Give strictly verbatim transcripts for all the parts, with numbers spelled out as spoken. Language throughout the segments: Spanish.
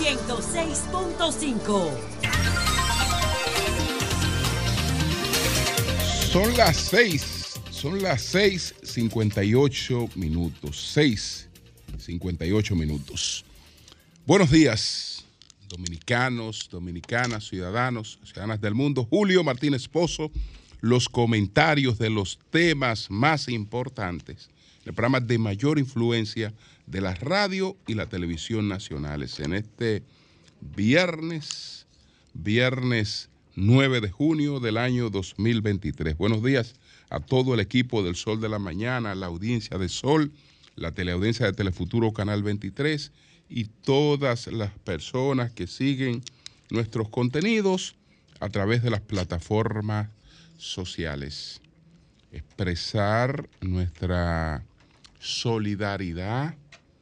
ciento seis punto cinco. Son las seis, son las seis cincuenta y ocho minutos, seis cincuenta y ocho minutos. Buenos días, dominicanos, dominicanas, ciudadanos, ciudadanas del mundo. Julio Martínez Pozo, los comentarios de los temas más importantes, el programa de mayor influencia de la radio y la televisión nacionales. En este viernes, viernes nueve de junio del año dos mil veintitrés. Buenos días a todo el equipo del Sol de la Mañana, la audiencia de Sol, la teleaudiencia de Telefuturo Canal veintitrés y todas las personas que siguen nuestros contenidos a través de las plataformas sociales. Expresar nuestra solidaridad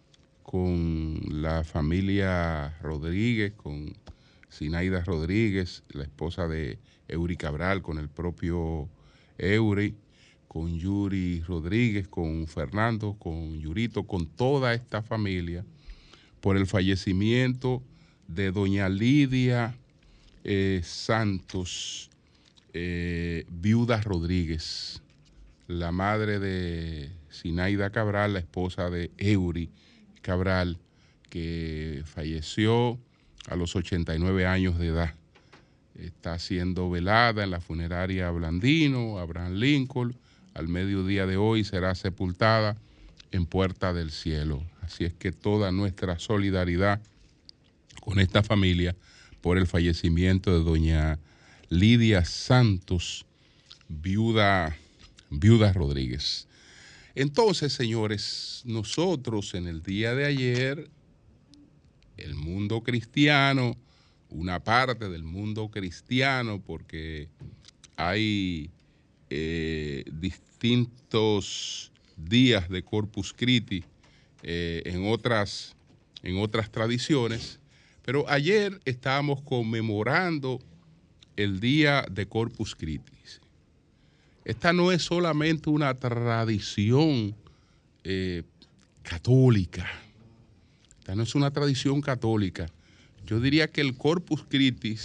con la familia Rodríguez, con Zinaida Rodríguez, la esposa de Eury Cabral, con el propio Eury, con Yuri Rodríguez, con Fernando, con Yurito, con toda esta familia, por el fallecimiento de doña Lidia eh, Santos, eh, viuda Rodríguez, la madre de Zinaida Cabral, la esposa de Eury Cabral, que falleció a los ochenta y nueve años de edad. Está siendo velada en la funeraria Blandino, Abraham Lincoln. Al mediodía de hoy será sepultada en Puerta del Cielo. Así es que toda nuestra solidaridad con esta familia por el fallecimiento de doña Lidia Santos, viuda, viuda Rodríguez. Entonces, señores, nosotros en el día de ayer, el mundo cristiano, una parte del mundo cristiano, porque hay eh, distintos días de Corpus Christi eh, en otras, en otras tradiciones, pero ayer estábamos conmemorando el día de Corpus Christi. Esta no es solamente una tradición eh, católica. Esta no es una tradición católica. Yo diría que el Corpus Christi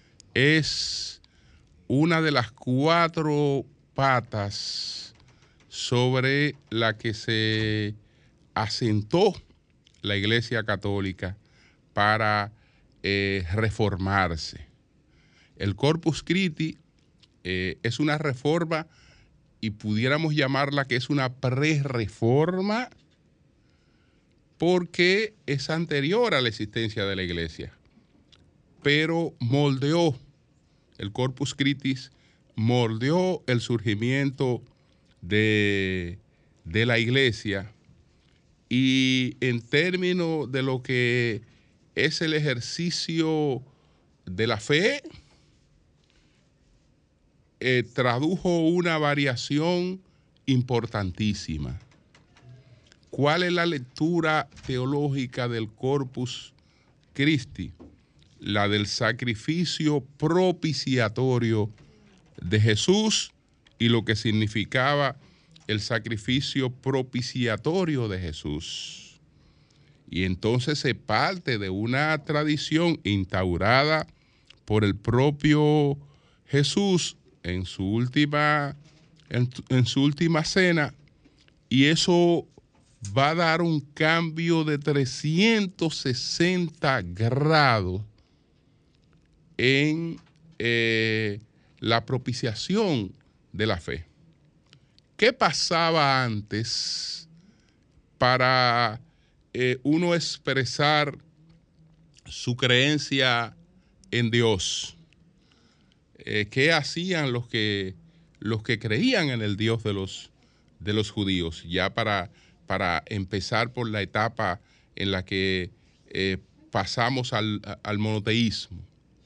es una de las cuatro patas sobre la que se asentó la Iglesia Católica para eh, reformarse. El Corpus Christi eh, es una reforma y pudiéramos llamarla que es una pre-reforma, porque es anterior a la existencia de la iglesia, pero moldeó, el Corpus Christi moldeó el surgimiento de, de la iglesia, y en términos de lo que es el ejercicio de la fe, eh, tradujo una variación importantísima. ¿Cuál es la lectura teológica del Corpus Christi? La del sacrificio propiciatorio de Jesús y lo que significaba el sacrificio propiciatorio de Jesús. Y entonces se parte de una tradición instaurada por el propio Jesús en su última, en, en su última cena, y eso va a dar un cambio de trescientos sesenta grados en eh, la propiciación de la fe. ¿Qué pasaba antes para eh, uno expresar su creencia en Dios? Eh, ¿Qué hacían los que, los que creían en el Dios de los, de los judíos? Ya para... para empezar por la etapa en la que eh, pasamos al, al monoteísmo,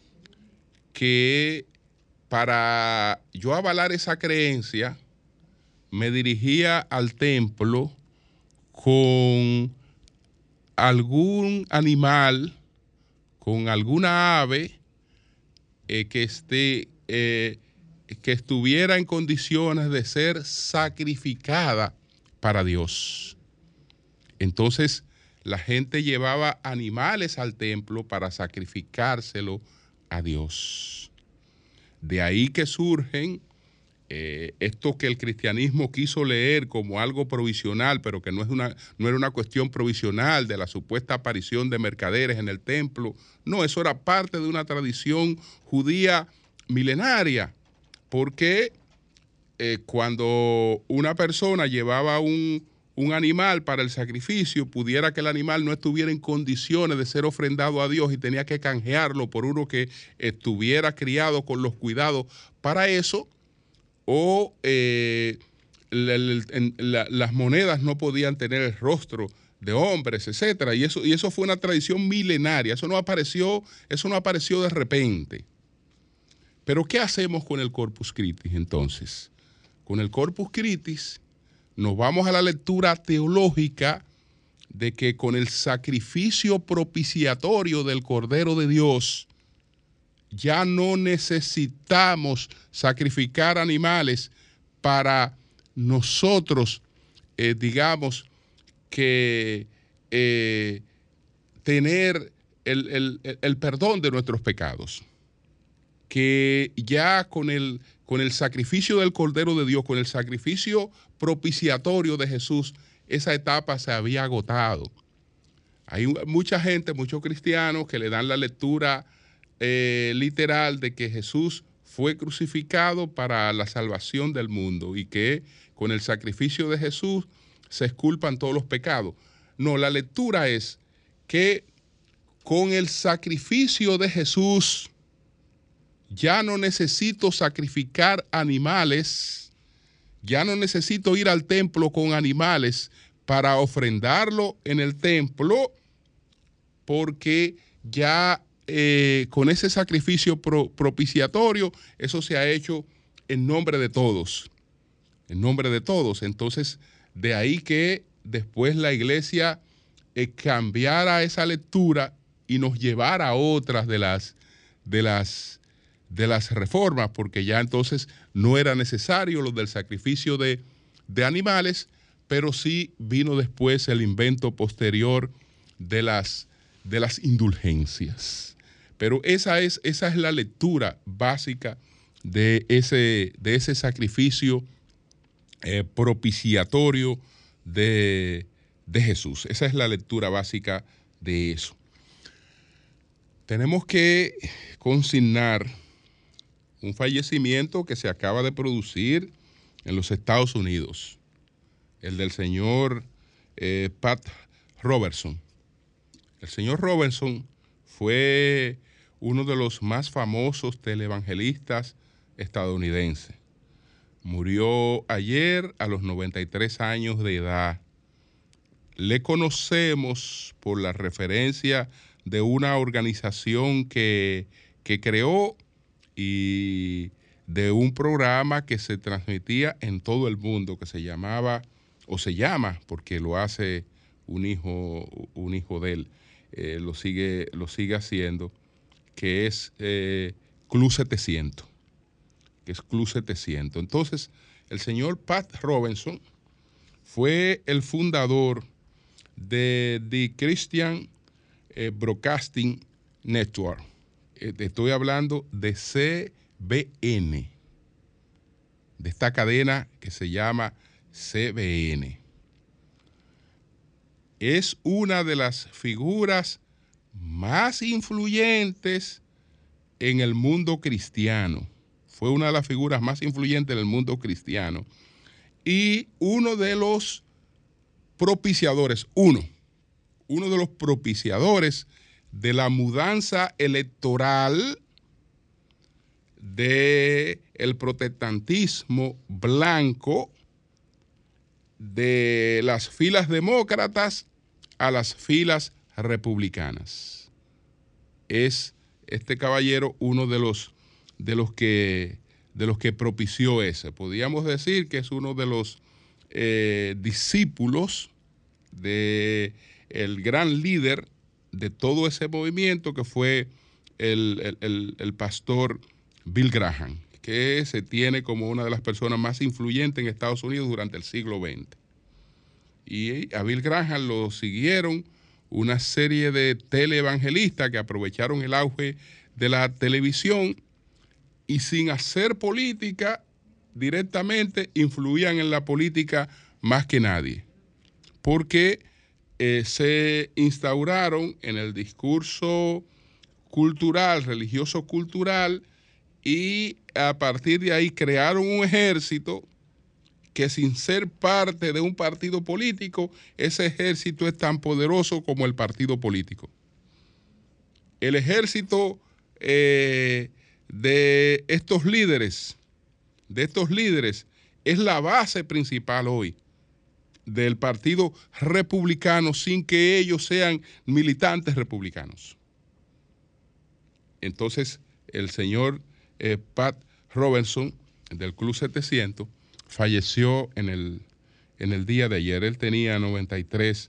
que para yo avalar esa creencia me dirigía al templo con algún animal, con alguna ave eh, que, esté, eh, que estuviera en condiciones de ser sacrificada para Dios. Entonces, la gente llevaba animales al templo para sacrificárselo a Dios. De ahí que surgen eh, esto que el cristianismo quiso leer como algo provisional, pero que no, es una, no era una cuestión provisional de la supuesta aparición de mercaderes en el templo. No, eso era parte de una tradición judía milenaria, porque eh, cuando una persona llevaba un, un animal para el sacrificio, pudiera que el animal no estuviera en condiciones de ser ofrendado a Dios y tenía que canjearlo por uno que estuviera criado con los cuidados para eso, o eh, la, la, las monedas no podían tener el rostro de hombres, etcétera. Y eso, y eso fue una tradición milenaria. Eso no apareció, eso no apareció de repente. Pero ¿qué hacemos con el Corpus Christi entonces? Con el Corpus Christi nos vamos a la lectura teológica de que con el sacrificio propiciatorio del Cordero de Dios ya no necesitamos sacrificar animales para nosotros, eh, digamos, que eh, tener el, el, el perdón de nuestros pecados. Que ya con el, con el sacrificio del Cordero de Dios, con el sacrificio propiciatorio de Jesús, esa etapa se había agotado. Hay mucha gente, muchos cristianos que le dan la lectura eh, literal de que Jesús fue crucificado para la salvación del mundo y que con el sacrificio de Jesús se exculpan todos los pecados. No, la lectura es que con el sacrificio de Jesús ya no necesito sacrificar animales, ya no necesito ir al templo con animales para ofrendarlo en el templo, porque ya eh, con ese sacrificio pro, propiciatorio, eso se ha hecho en nombre de todos, en nombre de todos. Entonces, de ahí que después la iglesia eh, cambiara esa lectura y nos llevara a otras de las, de las, de las reformas, porque ya entonces no era necesario lo del sacrificio de, de animales, pero sí vino después el invento posterior de las, de las indulgencias. Pero esa es, esa es la lectura básica de ese, de ese sacrificio eh, propiciatorio de, de Jesús. Esa es la lectura básica de eso. Tenemos que consignar un fallecimiento que se acaba de producir en los Estados Unidos, el del señor eh, Pat Robertson. El señor Robertson fue uno de los más famosos televangelistas estadounidenses. Murió ayer a los noventa y tres años de edad. Le conocemos por la referencia de una organización que, que creó y de un programa que se transmitía en todo el mundo, que se llamaba, o se llama, porque lo hace un hijo, un hijo de él, eh, lo, sigue, lo sigue haciendo, que es eh, Club setecientos, que es Club setecientos. Entonces, el señor Pat Robertson fue el fundador de The Christian eh, Broadcasting Network. Eh, estoy hablando de C B N, de esta cadena que se llama C B N. Es una de las figuras más influyentes en el mundo cristiano. Fue una de las figuras más influyentes en el mundo cristiano. Y uno de los propiciadores, uno, uno de los propiciadores de la mudanza electoral del protestantismo blanco de las filas demócratas a las filas republicanas. Es este caballero uno de los, de los, que, de los que propició ese. Podríamos decir que es uno de los eh, discípulos del gran líder de todo ese movimiento, que fue el, el, el, el pastor Bill Graham, que se tiene como una de las personas más influyentes en Estados Unidos durante el siglo veinte. Y a Bill Graham lo siguieron una serie de teleevangelistas que aprovecharon el auge de la televisión y sin hacer política directamente influían en la política más que nadie, porque eh, se instauraron en el discurso cultural, religioso cultural, y a partir de ahí crearon un ejército que sin ser parte de un partido político, ese ejército es tan poderoso como el partido político. El ejército eh, de estos líderes, de estos líderes, es la base principal hoy del Partido Republicano sin que ellos sean militantes republicanos. Entonces, el señor eh, Pat Robertson, del Club setecientos, falleció en el, en el día de ayer. Él tenía noventa y tres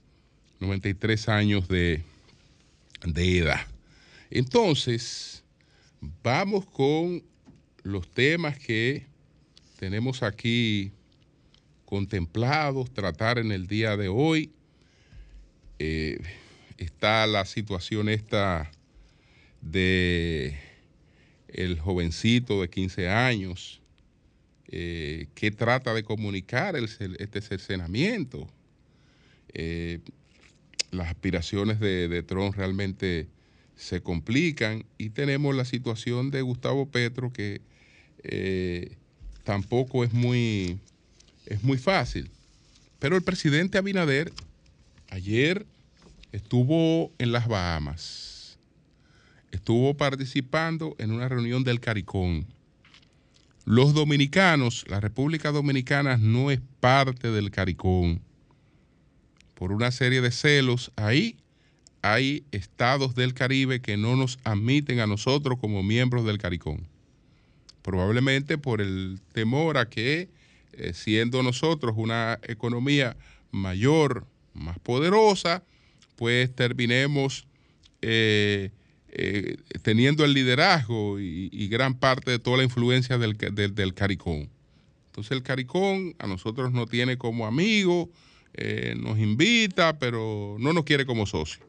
años de, de edad. Entonces, vamos con los temas que tenemos aquí contemplados, tratar en el día de hoy. Eh, está la situación esta de el jovencito de quince años eh, que trata de comunicar el, este cercenamiento. Eh, las aspiraciones de, de Trump realmente se complican y tenemos la situación de Gustavo Petro que eh, tampoco es muy, es muy fácil. Pero el presidente Abinader ayer estuvo en las Bahamas, estuvo participando en una reunión del CARICOM. Los dominicanos, la República Dominicana no es parte del CARICOM. Por una serie de celos, ahí hay estados del Caribe que no nos admiten a nosotros como miembros del CARICOM. Probablemente por el temor a que, eh, siendo nosotros una economía mayor, más poderosa, pues terminemos eh, eh, teniendo el liderazgo y, y gran parte de toda la influencia del, del, del CARICOM. Entonces el CARICOM a nosotros nos tiene como amigos, eh, nos invita, pero no nos quiere como socio.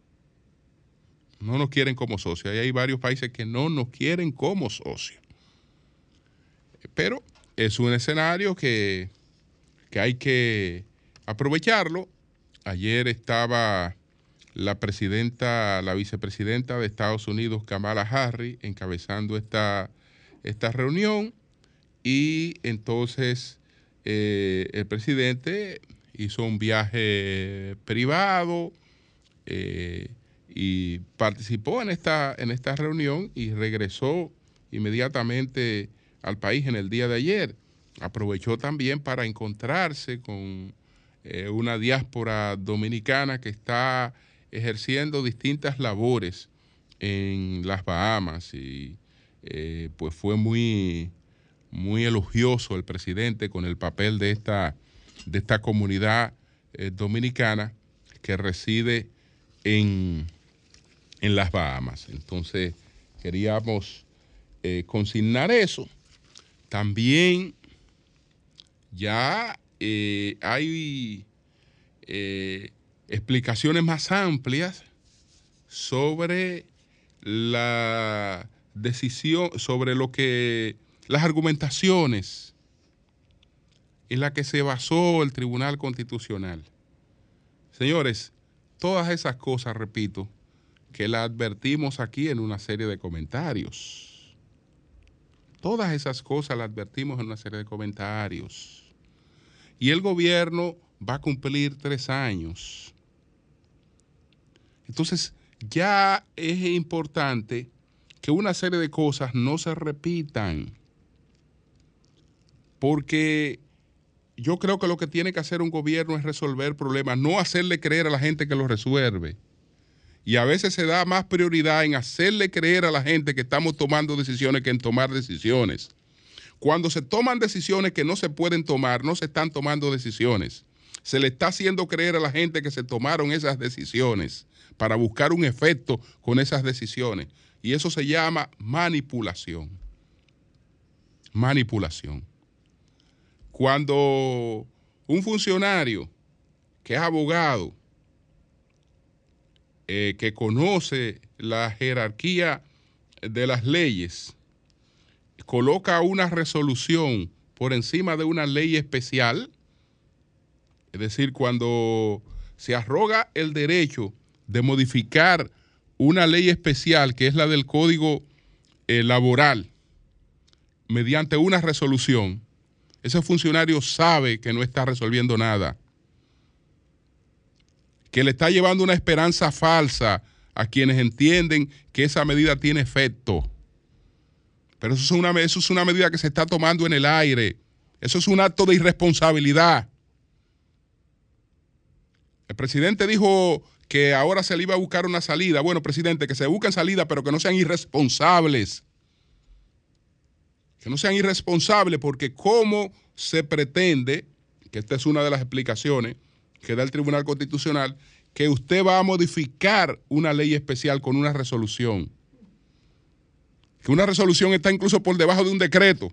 No nos quieren como socio. Ahí hay varios países que no nos quieren como socio. Pero es un escenario que, que hay que aprovecharlo. Ayer estaba la presidenta, la vicepresidenta de Estados Unidos, Kamala Harris, encabezando esta, esta reunión, y entonces eh, el presidente hizo un viaje privado eh, y participó en esta, en esta reunión y regresó inmediatamente al país en el día de ayer. Aprovechó también para encontrarse con eh, una diáspora dominicana que está ejerciendo distintas labores en las Bahamas y eh, pues fue muy, muy elogioso el presidente con el papel de esta, de esta comunidad eh, dominicana que reside en, en las Bahamas. Entonces queríamos eh, consignar eso. También ya eh, hay eh, explicaciones más amplias sobre la decisión, sobre lo que, las argumentaciones en las que se basó el Tribunal Constitucional. Señores, todas esas cosas, repito, que las advertimos aquí en una serie de comentarios. Todas esas cosas las advertimos en una serie de comentarios. Y el gobierno va a cumplir tres años. Entonces, ya es importante que una serie de cosas no se repitan. Porque yo creo que lo que tiene que hacer un gobierno es resolver problemas, no hacerle creer a la gente que los resuelve. Y a veces se da más prioridad en hacerle creer a la gente que estamos tomando decisiones que en tomar decisiones. Cuando se toman decisiones que no se pueden tomar, no se están tomando decisiones. Se le está haciendo creer a la gente que se tomaron esas decisiones para buscar un efecto con esas decisiones. Y eso se llama manipulación. Manipulación. Cuando un funcionario que es abogado eh, que conoce la jerarquía de las leyes, coloca una resolución por encima de una ley especial, es decir, cuando se arroga el derecho de modificar una ley especial, que es la del Código eh, Laboral, mediante una resolución, ese funcionario sabe que no está resolviendo nada, que le está llevando una esperanza falsa a quienes entienden que esa medida tiene efecto. Pero eso es una, eso es una medida que se está tomando en el aire. Eso es un acto de irresponsabilidad. El presidente dijo que ahora se le iba a buscar una salida. Bueno, presidente, que se busquen salida, pero que no sean irresponsables. Que no sean irresponsables, porque cómo se pretende, que esta es una de las explicaciones que da el Tribunal Constitucional, que usted va a modificar una ley especial con una resolución. Que una resolución está incluso por debajo de un decreto.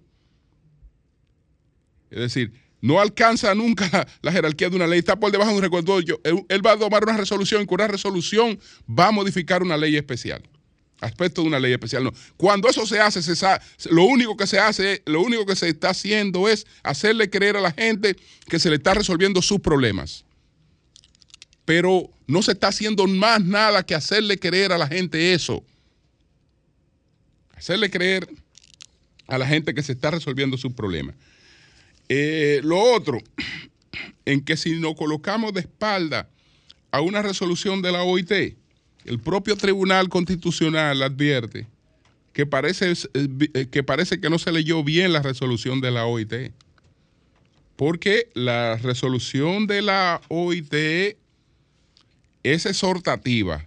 Es decir, no alcanza nunca la, la jerarquía de una ley, está por debajo de un decreto. Él, él va a tomar una resolución y con una resolución va a modificar una ley especial. Aspecto de una ley especial, no. Cuando eso se hace, se sabe, lo único que se hace, lo único que se está haciendo es hacerle creer a la gente que se le está resolviendo sus problemas. Pero no se está haciendo más nada que hacerle creer a la gente eso. Hacerle creer a la gente que se está resolviendo sus problemas. Eh, lo otro, en que si nos colocamos de espalda a una resolución de la O I T, el propio Tribunal Constitucional advierte que parece, que parece que no se leyó bien la resolución de la O I T, porque la resolución de la O I T es exhortativa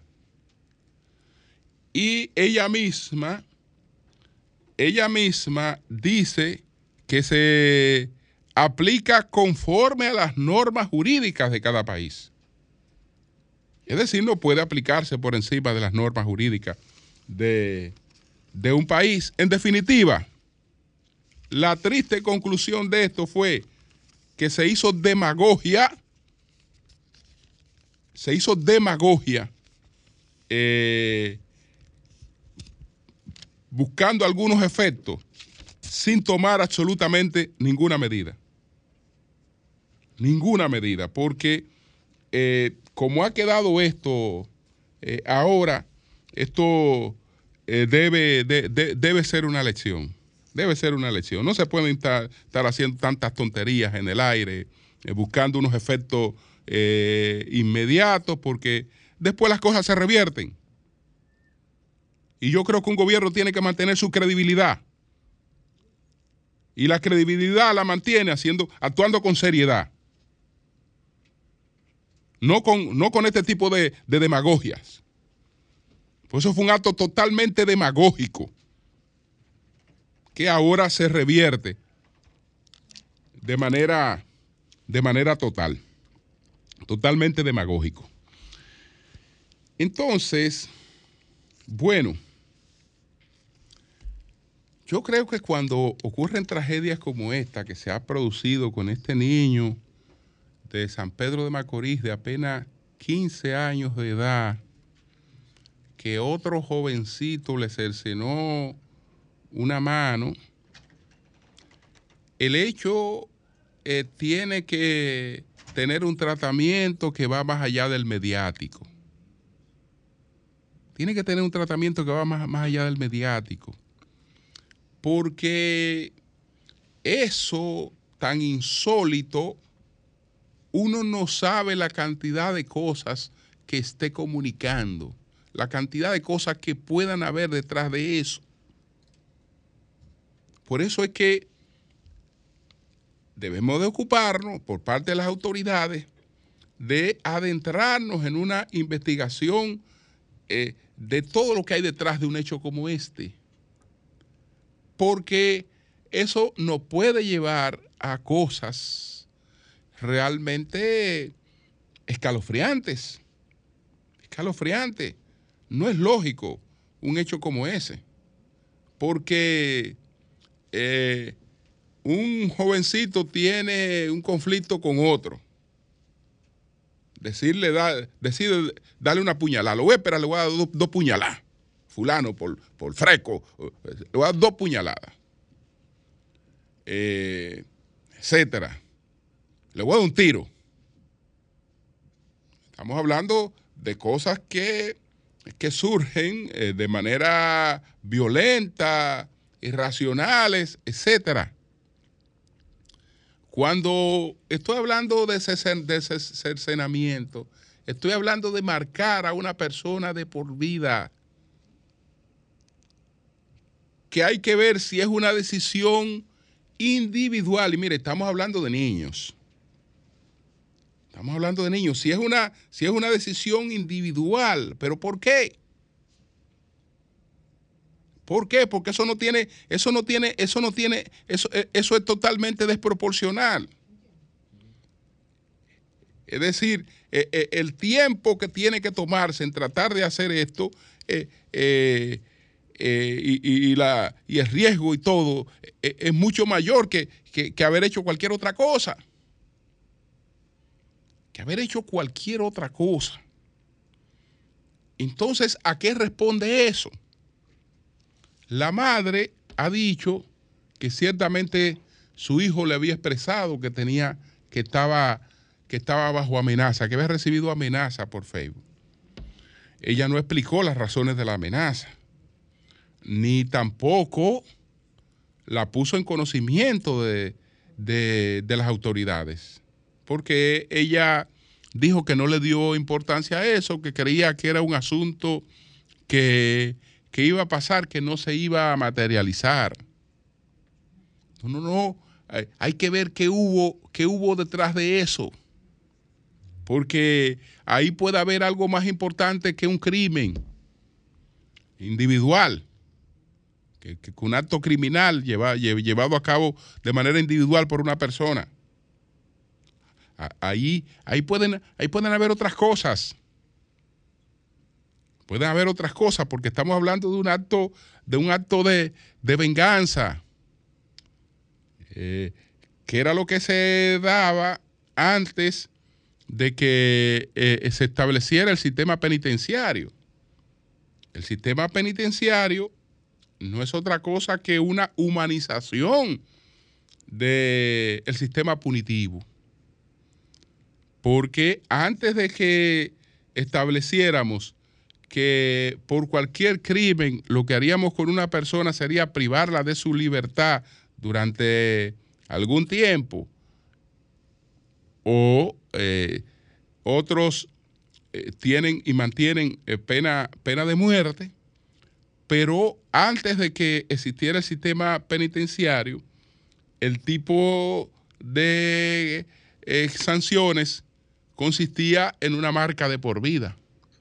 y ella misma, ella misma dice que se aplica conforme a las normas jurídicas de cada país. Es decir, no puede aplicarse por encima de las normas jurídicas de, de un país. En definitiva, la triste conclusión de esto fue que se hizo demagogia, se hizo demagogia eh, buscando algunos efectos sin tomar absolutamente ninguna medida. Ninguna medida, porque eh, como ha quedado esto eh, ahora, esto eh, debe, de, de, debe ser una lección. Debe ser una lección. No se pueden estar, estar haciendo tantas tonterías en el aire, eh, buscando unos efectos eh, inmediatos, porque después las cosas se revierten. Y yo creo que un gobierno tiene que mantener su credibilidad. Y la credibilidad la mantiene haciendo, actuando con seriedad. No con, no con este tipo de, de demagogias. Pues eso fue un acto totalmente demagógico que ahora se revierte de manera, de manera total. Totalmente demagógico. Entonces, bueno, yo creo que cuando ocurren tragedias como esta que se ha producido con este niño de San Pedro de Macorís de apenas quince años de edad, que otro jovencito le cercenó una mano, el hecho eh, tiene que tener un tratamiento que va más allá del mediático. Tiene que tener un tratamiento que va más, más allá del mediático. Porque eso tan insólito, uno no sabe la cantidad de cosas que esté comunicando, la cantidad de cosas que puedan haber detrás de eso. Por eso es que debemos de ocuparnos por parte de las autoridades de adentrarnos en una investigación eh, de todo lo que hay detrás de un hecho como este. Porque eso nos puede llevar a cosas realmente escalofriantes. Escalofriantes. No es lógico un hecho como ese. Porque eh, un jovencito tiene un conflicto con otro decirle, da, decide darle una puñalada. Lo voy a esperar, le voy a dar dos, dos puñaladas. Fulano, por, por freco, le voy a dar dos puñaladas. Eh, etcétera. Le voy a dar un tiro. Estamos hablando de cosas que, que surgen eh, de manera violenta, irracionales, etcétera. Cuando estoy hablando de cercenamiento, estoy hablando de marcar a una persona de por vida. Que hay que ver si es una decisión individual. Y mire, estamos hablando de niños. Estamos hablando de niños. Si es una, si es una decisión individual, ¿pero por qué? ¿Por qué? Porque eso no tiene, eso no tiene, eso no tiene, eso, eso es totalmente desproporcional. Es decir, eh, eh, el tiempo que tiene que tomarse en tratar de hacer esto eh, eh, eh, y, y, la, y el riesgo y todo eh, es mucho mayor que, que, que haber hecho cualquier otra cosa. Que haber hecho cualquier otra cosa. Entonces, ¿a qué responde eso? La madre ha dicho que ciertamente su hijo le había expresado que tenía, que estaba, que estaba bajo amenaza, que había recibido amenaza por Facebook. Ella no explicó las razones de la amenaza, ni tampoco la puso en conocimiento de, de, de las autoridades, porque ella dijo que no le dio importancia a eso, que creía que era un asunto que, que iba a pasar, que no se iba a materializar. No, no, no. Hay, hay que ver qué hubo, qué hubo detrás de eso, porque ahí puede haber algo más importante que un crimen individual, que, que un acto criminal lleva, llevado a cabo de manera individual por una persona. Ahí, ahí, pueden, ahí pueden haber otras cosas. Pueden haber otras cosas porque estamos hablando de un acto de, un acto de, de venganza, eh, que era lo que se daba antes de que eh, se estableciera el sistema penitenciario. El sistema penitenciario no es otra cosa que una humanización del sistema punitivo. Porque antes de que estableciéramos que por cualquier crimen lo que haríamos con una persona sería privarla de su libertad durante algún tiempo, o eh, otros eh, tienen y mantienen eh, pena, pena de muerte, pero antes de que existiera el sistema penitenciario, el tipo de eh, sanciones consistía en una marca de por vida.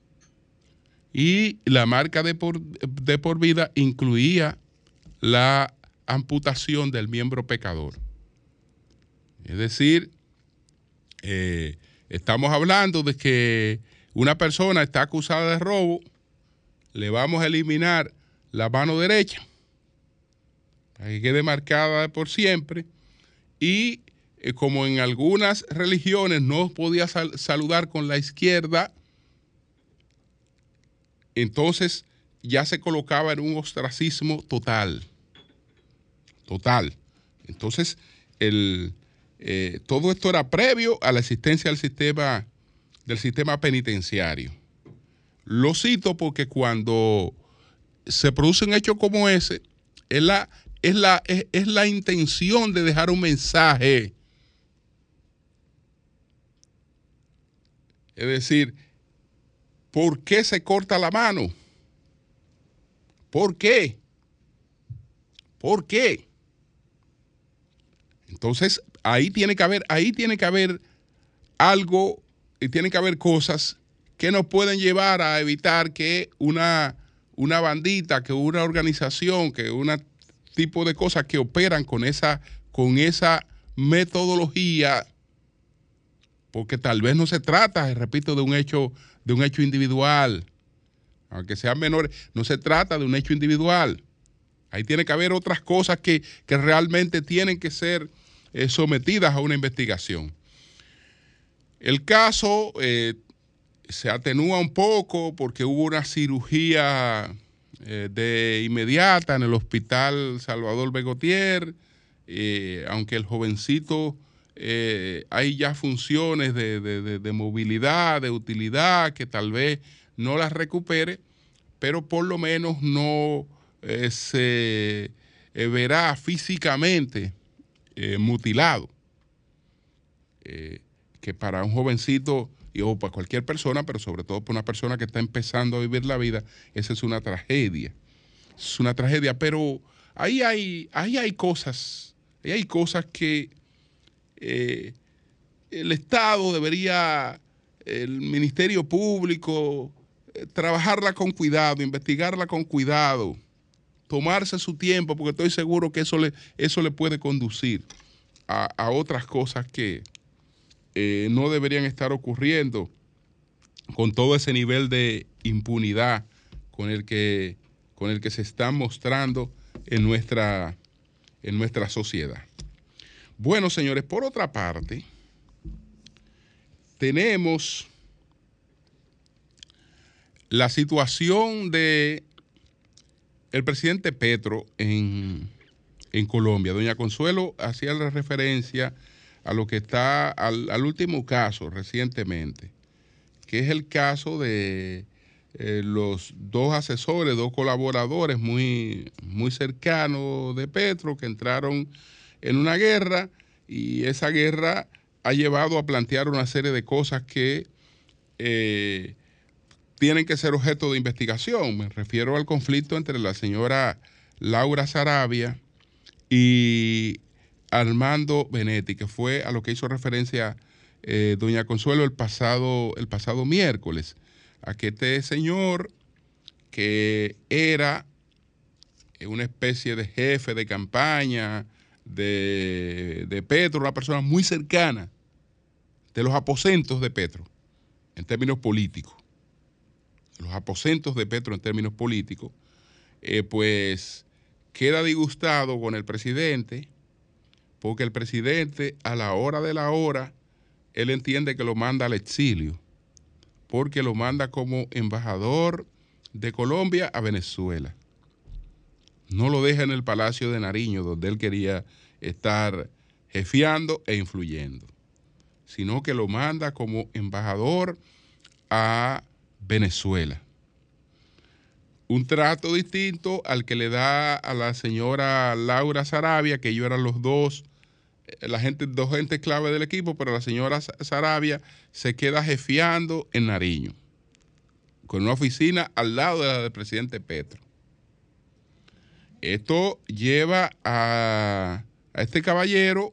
Y la marca de por, de por vida incluía la amputación del miembro pecador. Es decir, eh, estamos hablando de que una persona está acusada de robo, le vamos a eliminar la mano derecha, para que quede marcada por siempre, y eh, como en algunas religiones no podía sal saludar con la izquierda, entonces ya se colocaba en un ostracismo total, total. Entonces, el, eh, todo esto era previo a la existencia del sistema, del sistema penitenciario. Lo cito porque cuando se produce un hecho como ese, es la, es la, es, es la intención de dejar un mensaje. Es decir, ¿por qué se corta la mano? ¿Por qué? ¿Por qué? Entonces, ahí tiene que haber, ahí tiene que haber algo, y tiene que haber cosas que nos pueden llevar a evitar que una, una bandita, que una organización, que un tipo de cosas que operan con esa, con esa metodología, porque tal vez no se trata, repito, de un hecho, de un hecho individual, aunque sean menores, no se trata de un hecho individual. Ahí tiene que haber otras cosas que, que realmente tienen que ser eh, sometidas a una investigación. El caso eh, se atenúa un poco porque hubo una cirugía eh, de inmediata en el hospital Salvador Begotier, eh, aunque el jovencito eh, hay ya funciones de, de, de, de movilidad, de utilidad, que tal vez no las recupere, pero por lo menos no eh, se eh, verá físicamente eh, mutilado. Eh, que para un jovencito y o para cualquier persona, pero sobre todo para una persona que está empezando a vivir la vida, esa es una tragedia. Es una tragedia, pero ahí hay, ahí hay cosas, ahí hay cosas que eh, el Estado debería, el Ministerio Público, eh, trabajarla con cuidado, investigarla con cuidado, tomarse su tiempo, porque estoy seguro que eso le, eso le puede conducir a, a otras cosas que eh, no deberían estar ocurriendo con todo ese nivel de impunidad con el que, con el que se está mostrando en nuestra, en nuestra sociedad. Bueno, señores, por otra parte, tenemos la situación de el presidente Petro en, en Colombia. Doña Consuelo hacía la referencia a lo que está, al, al último caso recientemente, que es el caso de eh, los dos asesores, dos colaboradores muy, muy cercanos de Petro que entraron en una guerra, y esa guerra ha llevado a plantear una serie de cosas que eh, tienen que ser objeto de investigación. Me refiero al conflicto entre la señora Laura Sarabia y Armando Benetti, que fue a lo que hizo referencia eh, doña Consuelo el pasado, el pasado miércoles, a que este señor, que era una especie de jefe de campaña de, de Petro, una persona muy cercana de los aposentos de Petro en términos políticos, los aposentos de Petro en términos políticos, eh, pues queda disgustado con el presidente, porque el presidente a la hora de la hora, él entiende que lo manda al exilio, porque lo manda como embajador de Colombia a Venezuela. No lo deja en el Palacio de Nariño, donde él quería estar jefeando e influyendo, sino que lo manda como embajador a Venezuela. Un trato distinto al que le da a la señora Laura Sarabia, que ellos eran los dos, la gente, dos gentes clave del equipo, pero la señora Sarabia se queda jefeando en Nariño, con una oficina al lado de la del presidente Petro. Esto lleva a, a este caballero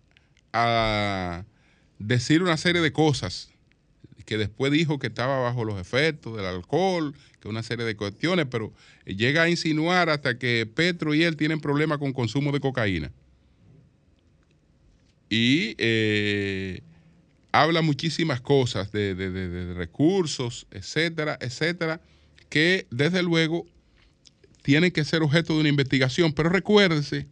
a decir una serie de cosas, que después dijo que estaba bajo los efectos del alcohol, que una serie de cuestiones, pero llega a insinuar hasta que Petro y él tienen problemas con consumo de cocaína. Y eh, habla muchísimas cosas de, de, de, de recursos, etcétera, etcétera, que desde luego tienen que ser objeto de una investigación. Pero recuérdense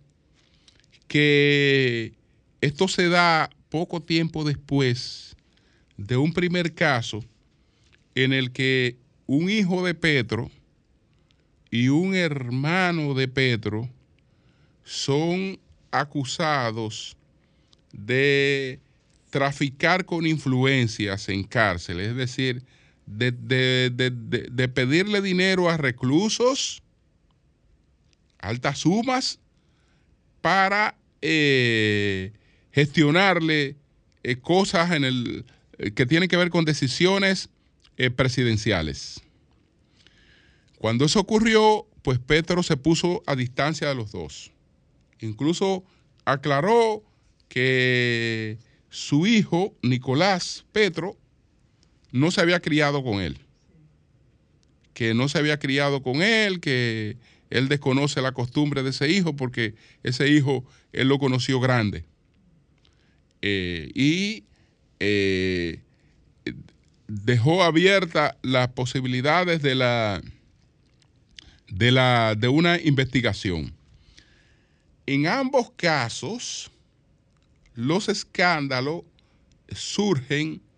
que esto se da poco tiempo después de un primer caso en el que un hijo de Petro y un hermano de Petro son acusados de traficar con influencias en cárcel, es decir, de, de, de, de, de pedirle dinero a reclusos, altas sumas, para eh, gestionarle eh, cosas en el, eh, que tienen que ver con decisiones eh, presidenciales. Cuando eso ocurrió, pues Petro se puso a distancia de los dos. Incluso aclaró que su hijo, Nicolás Petro, no se había criado con él. Que no se había criado con él, que él desconoce la costumbre de ese hijo porque ese hijo él lo conoció grande. Eh, y eh, dejó abiertas las posibilidades de, la, de, la, de una investigación. En ambos casos, los escándalos surgen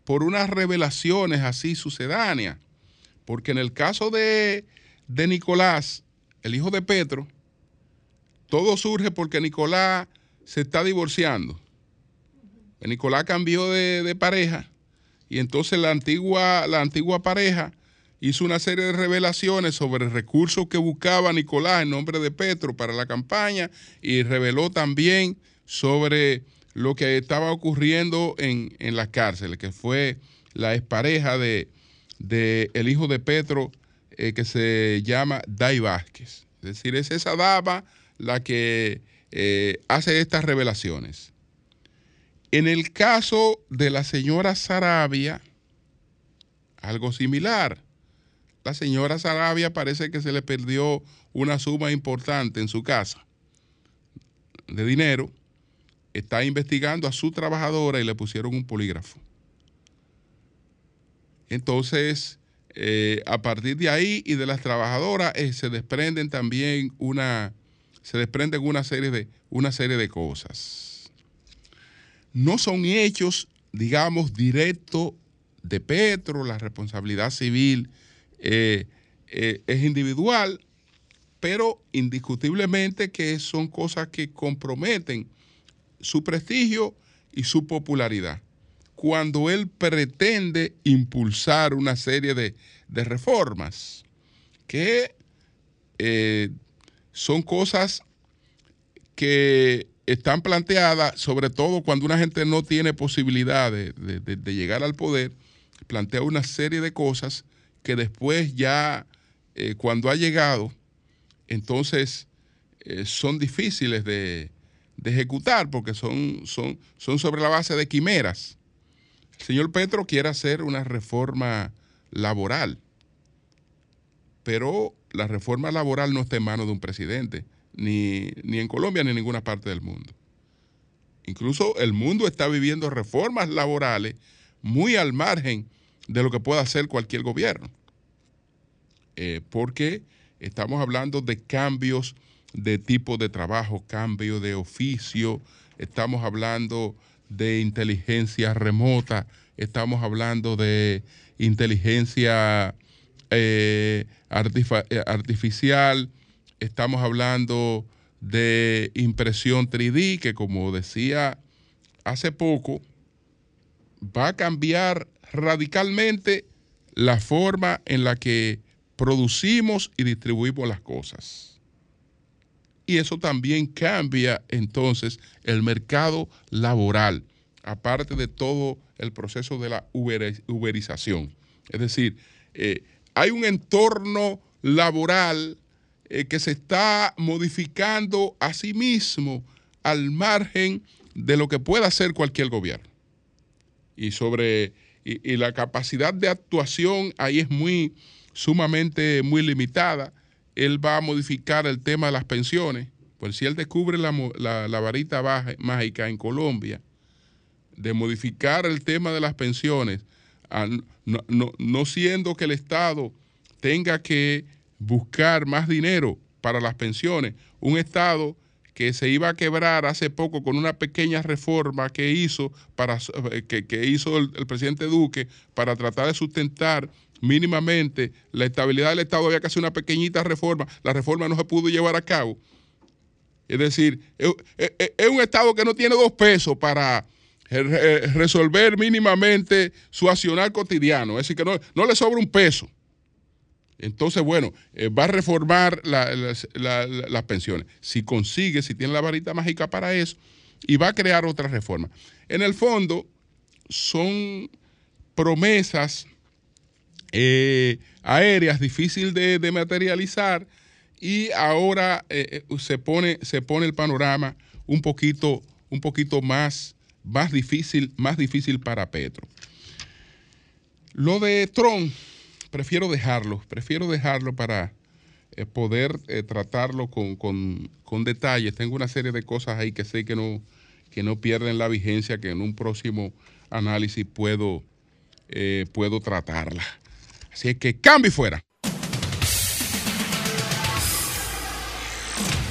por unas revelaciones así sucedáneas. Porque en el caso de, de Nicolás, el hijo de Petro, todo surge porque Nicolás se está divorciando. Nicolás cambió de, de pareja y entonces la antigua, la antigua pareja hizo una serie de revelaciones sobre recursos que buscaba Nicolás en nombre de Petro para la campaña y reveló también sobre lo que estaba ocurriendo en, en las cárceles, que fue la expareja de, de el hijo de Petro, eh, que se llama Day Vázquez. Es decir, es esa dama la que eh, hace estas revelaciones. En el caso de la señora Saravia, algo similar. La señora Saravia parece que se le perdió una suma importante en su casa de dinero. Está investigando a su trabajadora y le pusieron un polígrafo. Entonces, eh, a partir de ahí y de las trabajadoras eh, se desprenden también una, se desprenden una serie de, una serie de cosas. No son hechos, digamos, directos de Petro, la responsabilidad civil eh, eh, es individual, pero indiscutiblemente que son cosas que comprometen su prestigio y su popularidad. Cuando él pretende impulsar una serie de, de reformas que eh, son cosas que están planteadas, sobre todo cuando una gente no tiene posibilidad de, de, de, de llegar al poder, plantea una serie de cosas que después ya, eh, cuando ha llegado, entonces eh, son difíciles de, de ejecutar porque son, son, son sobre la base de quimeras. El señor Petro quiere hacer una reforma laboral, pero la reforma laboral no está en manos de un presidente. Ni, ni en Colombia ni en ninguna parte del mundo. Incluso el mundo está viviendo reformas laborales muy al margen de lo que pueda hacer cualquier gobierno. Eh, porque estamos hablando de cambios de tipo de trabajo, cambio de oficio, estamos hablando de inteligencia remota, estamos hablando de inteligencia eh, artific- artificial, estamos hablando de impresión tres D, que como decía hace poco, va a cambiar radicalmente la forma en la que producimos y distribuimos las cosas. Y eso también cambia entonces el mercado laboral, aparte de todo el proceso de la uberización. Es decir, eh, hay un entorno laboral Eh, que se está modificando a sí mismo al margen de lo que pueda hacer cualquier gobierno. Y sobre y, y la capacidad de actuación ahí es muy sumamente muy limitada. Él va a modificar el tema de las pensiones. Pues si él descubre la, la, la varita baja, mágica en Colombia de modificar el tema de las pensiones, a, no, no, no siendo que el Estado tenga que buscar más dinero para las pensiones, un Estado que se iba a quebrar hace poco con una pequeña reforma que hizo, para, que, que hizo el, el presidente Duque para tratar de sustentar mínimamente la estabilidad del Estado. Había que hacer una pequeñita reforma, la reforma no se pudo llevar a cabo. Es decir, es, es, es un Estado que no tiene dos pesos para resolver mínimamente su accionar cotidiano, es decir, que no, no le sobra un peso. Entonces, bueno, eh, va a reformar la, la, la, la, las pensiones. Si consigue, si tiene la varita mágica para eso, y va a crear otra reforma. En el fondo, son promesas eh, aéreas difíciles de, de materializar y ahora eh, se, pone, se pone el panorama un poquito, un poquito más, más, difícil, más difícil para Petro. Lo de Trump, prefiero dejarlo, prefiero dejarlo para eh, poder eh, tratarlo con, con, con detalles. Tengo una serie de cosas ahí que sé que no, que no pierden la vigencia, que en un próximo análisis puedo, eh, puedo tratarla. Así es que cambio y fuera.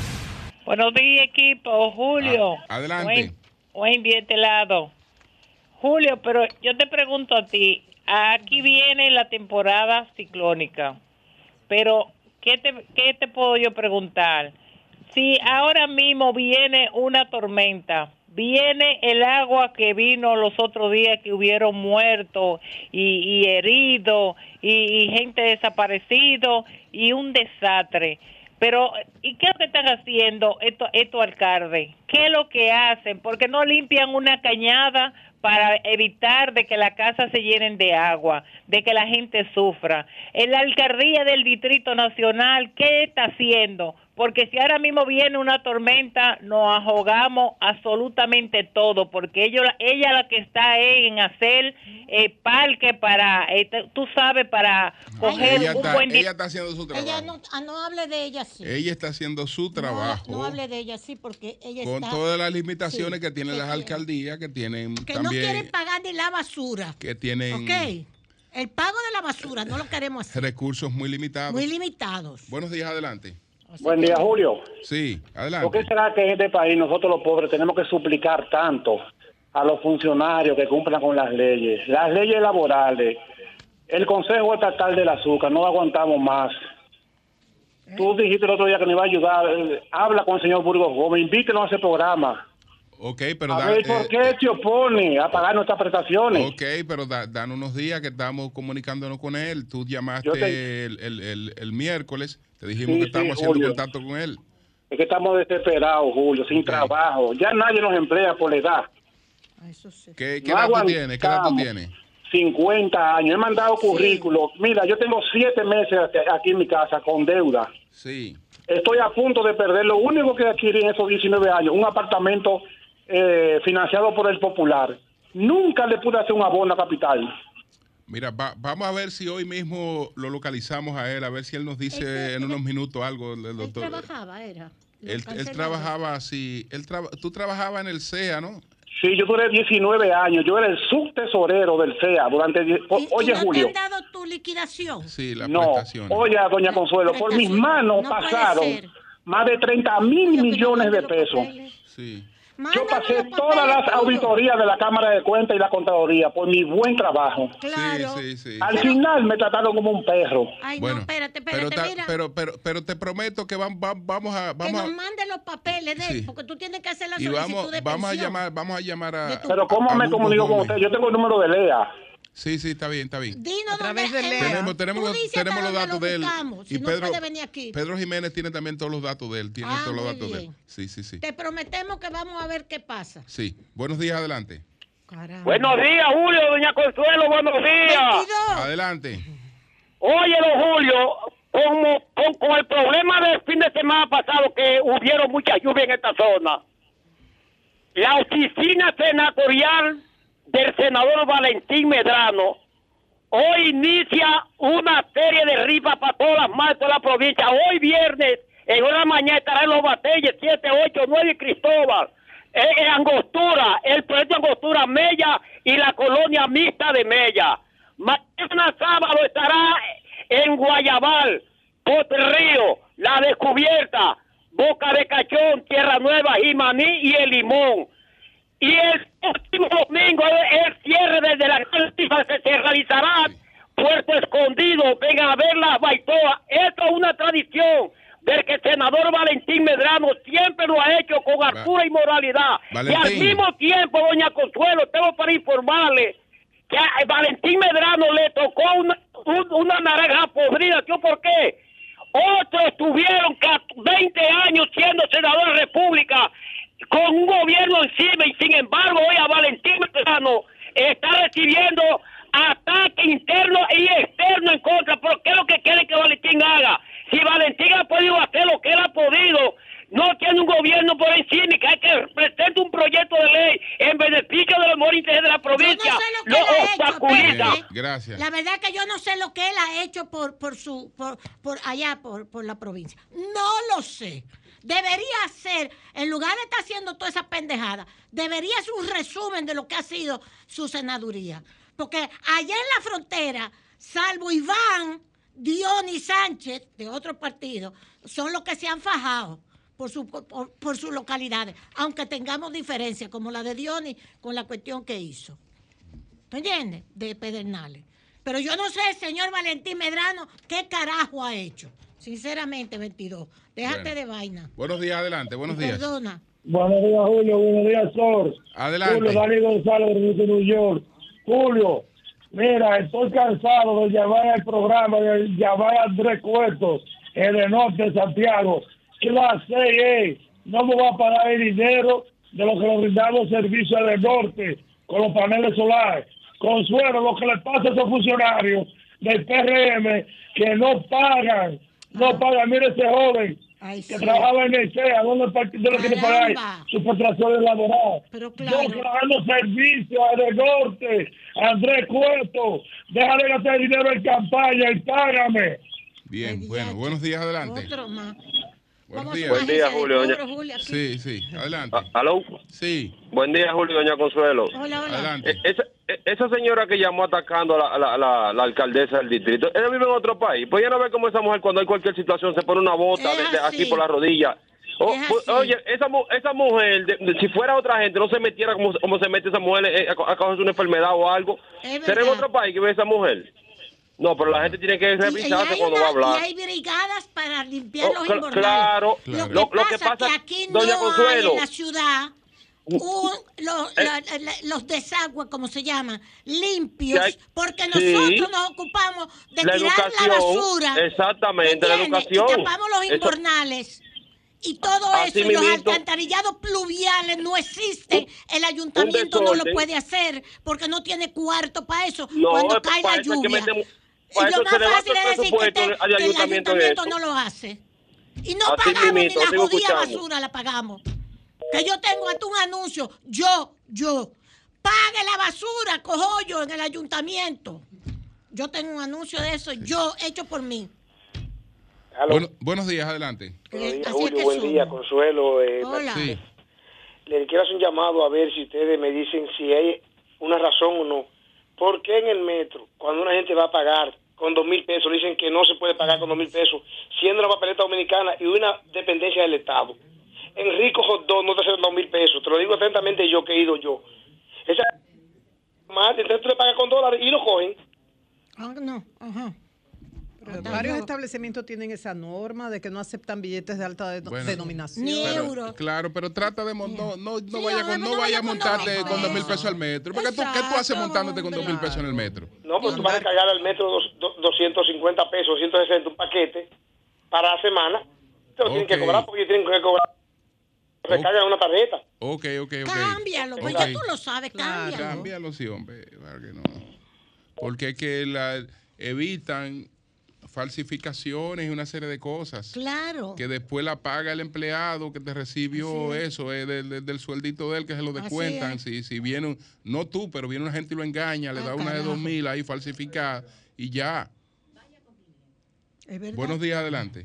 Buenos días, equipo. Julio. Ah, adelante. Buen, buen de este lado. Julio, pero yo te pregunto a ti, aquí viene la temporada ciclónica, pero ¿qué te, qué te puedo yo preguntar? Si ahora mismo viene una tormenta, viene el agua que vino los otros días que hubieron muertos y, y heridos y, y gente desaparecido y un desastre. Pero, ¿y qué es lo que están haciendo estos esto alcaldes? ¿Qué es lo que hacen? Porque no limpian una cañada para evitar de que las casas se llenen de agua, de que la gente sufra. En la alcaldía del Distrito Nacional, ¿qué está haciendo? Porque si ahora mismo viene una tormenta, nos ahogamos absolutamente todo, porque ellos, ella la que está en hacer eh, parque para, eh, tú sabes, para coger ella un está, buen... Ella está haciendo su trabajo. Ella no, ah, no hable de ella así. Ella está haciendo su trabajo. No, no hable de ella así porque ella con está... Con todas las limitaciones sí, que tienen que las quiere. alcaldías, que tienen que también... no quieren pagar ni la basura. Que tienen... Ok. El pago de la basura no lo queremos hacer. Recursos muy limitados. Muy limitados. Buenos días, adelante. Buen día, Julio. Sí, adelante. ¿Por qué será que en este país nosotros los pobres tenemos que suplicar tanto a los funcionarios que cumplan con las leyes? Las leyes laborales, el Consejo Estatal del Azúcar, no aguantamos más. ¿Eh? Tú dijiste el otro día que me iba a ayudar. Habla con el señor Burgos Gómez, invítelo a ese programa. Ok, pero... A da, ver, ¿por eh, qué se opone a pagar nuestras prestaciones? Ok, pero da, dan unos días que estamos comunicándonos con él. Tú llamaste te... el, el, el, el miércoles, te dijimos sí, que estamos sí, haciendo Julio. contacto con él. Es que estamos desesperados, Julio, sin okay. trabajo. Ya nadie nos emplea por la edad. Eso sí. ¿Qué, qué no edad tú tienes? ¿Qué edad tú tienes? cincuenta años. He mandado currículos. Sí. Mira, yo tengo siete meses aquí en mi casa con deuda. Sí. Estoy a punto de perder lo único que adquirí en esos diecinueve años, un apartamento eh, financiado por el Popular. Nunca le pude hacer un abono a Capital. Mira, va, vamos a ver si hoy mismo lo localizamos a él, a ver si él nos dice este, en unos minutos algo. El doctor. Él trabajaba, era. Él, él trabajaba así. Él traba, tú trabajabas en el C E A, ¿no? Sí, yo duré diecinueve años. Yo era el subtesorero del C E A durante... ¿Y, oye, ¿y no Julio. te han dado tu liquidación? Sí, la no, prestación. Oye, doña Consuelo, por mis manos no pasaron más de treinta mil millones de pesos. Sí. Yo pasé todas las auditorías de la Cámara de Cuentas y la Contaduría por mi buen trabajo. Claro. Sí, sí, sí. Al pero, final me trataron como un perro. Ay, bueno, no, espérate, espérate, pero, mira. Pero, pero, pero te prometo que vamos, vamos a... Vamos que nos mande los papeles de él, sí. porque tú tienes que hacer la solicitud y vamos, de vamos pensión. A llamar, vamos a llamar a... Pero ¿cómo a me comunico con usted? Yo tengo el número de Lea. Sí, sí, está bien, está bien. Dinos a través dónde, de Lea. Tenemos, tenemos, los, tenemos los datos de él. Si y no Pedro, puede venir aquí. Pedro Jiménez tiene también todos los datos de él. Tiene ah, todos los datos bien. de él. Sí, sí, sí. Te prometemos que vamos a ver qué pasa. Sí. Buenos días, adelante. Caramba. Buenos días, Julio, doña Consuelo, buenos días. veintidós. Adelante. Oye, don Julio, como, con, con el problema del fin de semana pasado que hubieron mucha lluvia en esta zona, la oficina senatorial del senador Valentín Medrano hoy inicia una serie de rifas para todas las madres de la provincia. Hoy viernes, en una mañana estarán los Batelles, siete, ocho, nueve y Cristóbal. Eh, eh, Angostura, el proyecto Angostura Mella y la colonia mixta de Mella. Mañana sábado estará en Guayabal, Potrío, La Descubierta, Boca de Cachón, Tierra Nueva, Jimaní y El Limón. Y el próximo domingo el cierre desde la rifa que se realizará Puerto Escondido. Vengan a ver la baitoa. Esto es una tradición del que el senador Valentín Medrano siempre lo ha hecho con altura y moralidad. Valentín. Y al mismo tiempo, doña Consuelo, tengo para informarle que a Valentín Medrano le tocó una, un, una naranja podrida. ¿Yo por qué? Otros estuvieron veinte años siendo senador de la República con un gobierno encima y sin embargo hoy a Valentín Medrano está recibiendo ataque interno y externo en contra. ¿Por qué es lo que quiere que Valentín haga? Si Valentín ha podido hacer lo que él ha podido, no tiene un gobierno por encima y que hay que presentar un proyecto de ley en beneficio de los morintes de la provincia. Yo no sé lo que él ha hecho, Pedro, gracias. La verdad que yo no sé lo que él ha hecho por por su por, por allá por, por la provincia. No lo sé. Debería hacer, en lugar de estar haciendo toda esa pendejada, debería hacer un resumen de lo que ha sido su senaduría. Porque allá en la frontera, salvo Iván, Dionis Sánchez, de otro partido, son los que se han fajado por, su, por, por sus localidades, aunque tengamos diferencias, como la de Dionis con la cuestión que hizo. ¿Tú entiendes? De Pedernales. Pero yo no sé, señor Valentín Medrano, qué carajo ha hecho. Sinceramente, veintidós. Déjate Bueno. de vaina. Buenos días, adelante, buenos Y días. Perdona. Buenos días, Julio. Buenos días, Sor. Adelante. Julio, Dani González, de New York. Julio, mira, estoy cansado de llamar al programa, de llamar a Andrés Cueto, en el norte de Santiago. Clase E, no me va a pagar el dinero de lo que le brindamos servicio en el norte con los paneles solares. Consuelo, lo que le pasa a esos funcionarios del P R M que no pagan, no Ah. pagan. Mire ese joven Ay, que sí. trabajaba en el C E A, ¿dónde el partido le quiere pagar Caramba. sus prestaciones laborales? Pero claro. Yo trabajando servicio al del norte, Andrés Cueto, deja de gastar dinero en campaña y págame. Bien, Ay, bueno, diache. buenos días, adelante. Otro más. Buenos Vamos a días. una Buen día, agencia de Julio, cobro, doña- Julio, aquí. Sí, sí, adelante. Ah, ¿Aló? Sí, Buen día, Julio, doña Consuelo. Hola, hola. adelante. Eh, Esa, eh, esa señora que llamó atacando a la, a la, a la, la alcaldesa del distrito, ella vive en otro país. Pues ya no ve cómo esa mujer cuando hay cualquier situación se pone una bota Es de, de- así. aquí por la rodilla. O- Es pues, así. oye, esa, mu- esa mujer, de- de- si fuera otra gente, no se metiera como, como se mete esa mujer eh, a, a causa de una enfermedad o algo. Es ¿Será en verdad. otro país que ve esa mujer? No, pero la gente tiene que Y, y revisarse hay cuando una- va a hablar. y hay brigadas para limpiar Oh, los cl- invernales. claro. Lo, Claro. que Lo- lo pasa que es pasa, que aquí doña no Consuelo. hay en la ciudad un, lo- Eh. la- la- los desagües, como se llaman, limpios, Que hay- porque sí. nosotros nos ocupamos de La tirar educación, la basura. exactamente, la ¿entiendes? educación. Y tapamos los Eso- invernales. Y todo Así eso, y los mismito. alcantarillados pluviales no existen. Un- El ayuntamiento no lo desorden. puede hacer porque no tiene cuarto para eso No, cuando es- cae para la eso hay que lluvia. meter- Y para lo eso más se le va fácil todo el es decir que, presupuesto te- al que el ayuntamiento en ayuntamiento eso. no lo hace. Y no Así pagamos mismito, ni la sigo jodida escuchando. basura, la pagamos. Que yo tengo hasta un anuncio, yo, yo, pague la basura, cojollo, en el ayuntamiento. Yo tengo un anuncio de eso, yo, hecho por mí. Aló. Bueno, buenos días, adelante. Buenos días, Así es Julio. que Buen somos. día, Consuelo. eh, Hola. Sí, Le quiero hacer un llamado a ver si ustedes me dicen si hay una razón o no. ¿Por qué en el metro, cuando una gente va a pagar con dos mil pesos, le dicen que no se puede pagar con dos mil pesos, siendo una papeleta dominicana y una dependencia del Estado? En Rico Hot Dog no te hacen dos mil pesos. Te lo digo atentamente yo, que he ido yo. Esa más, entonces tú le pagas con dólares y lo cogen. Ah, no, ajá. Pero Hasta varios yo. establecimientos tienen esa norma de que no aceptan billetes de alta de- Bueno. denominación. Ni pero- euro. claro, pero trata de mon- no, no, no Sí, vaya hombre, con, no no vaya vaya a con montarte dos con dos mil pesos. pesos al metro. Porque tú, ¿qué tú haces Exacto, montándote con dos mil hombre. pesos en el metro? No, pues tú vas a cargar al metro dos- do- doscientos cincuenta pesos, doscientos sesenta, un paquete para la semana. Te lo tienen que Ok. cobrar porque tienen que cobrar. Recargan una tarjeta. Ok, ok, ok. Cámbialo, pues Ok. ya tú lo sabes, Claro. cámbialo. Cámbialo, sí, hombre. Claro que no. Porque es que la, evitan falsificaciones y una serie de cosas. Claro. Que después la paga el empleado que te recibió Así es. eso, es del, del- del sueldito de él que se lo Así descuentan. es. Si, si viene, un- no tú, pero viene una gente y lo engaña, le Ah, da una de carajo. dos mil ahí falsificada y ya. Es verdad. Buenos días, adelante.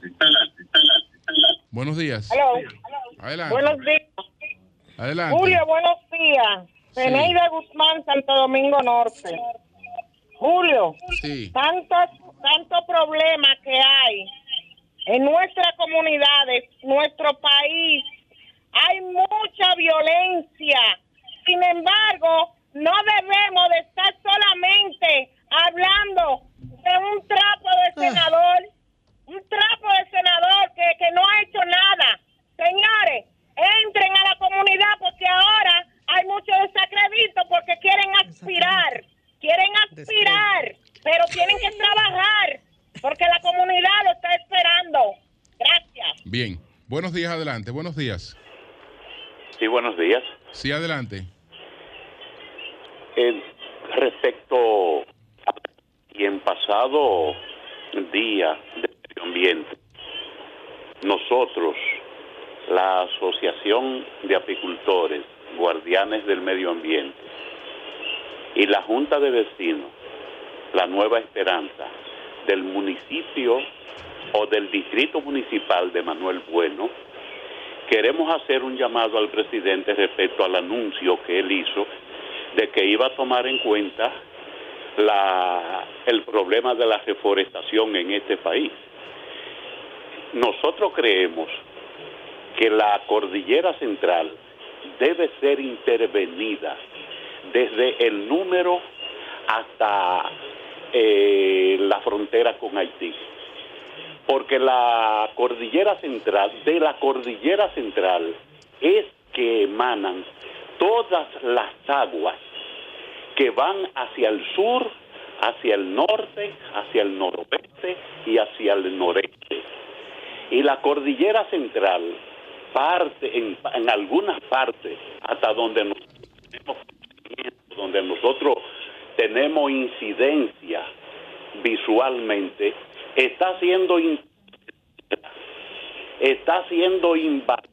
Buenos días. Hello. Adelante. Buenos días. Adelante. Julio, buenos días. Sí. Zeneida Guzmán, Santo Domingo Norte. Julio, Sí. tantos, tantos problemas que hay en nuestras comunidades, nuestro país. Hay mucha violencia. Sin embargo, no debemos de estar solamente hablando de un trapo de senador, un trapo de senador que, que no ha hecho nada. Señores, entren a la comunidad porque ahora hay mucho desacredito porque quieren aspirar, quieren aspirar, pero tienen que trabajar porque la comunidad lo está esperando. Gracias. Bien. Buenos días, adelante. Buenos días. Sí, buenos días. Sí, adelante. Eh, respecto a quien pasado día de medio ambiente, nosotros, la Asociación de Apicultores, Guardianes del Medio Ambiente, y la Junta de Vecinos, la Nueva Esperanza, del municipio o del distrito municipal de Manuel Bueno, queremos hacer un llamado al presidente respecto al anuncio que él hizo de que iba a tomar en cuenta la, el problema de la reforestación en este país. Nosotros creemos que la cordillera central debe ser intervenida desde el número hasta eh, la frontera con Haití. Porque la cordillera central, de la cordillera central, es que emanan todas las aguas que van hacia el sur, hacia el norte, hacia el noroeste y hacia el noreste. Y la cordillera central parte en, en algunas partes hasta donde nosotros tenemos, donde nosotros tenemos incidencia visualmente, está siendo está siendo invadida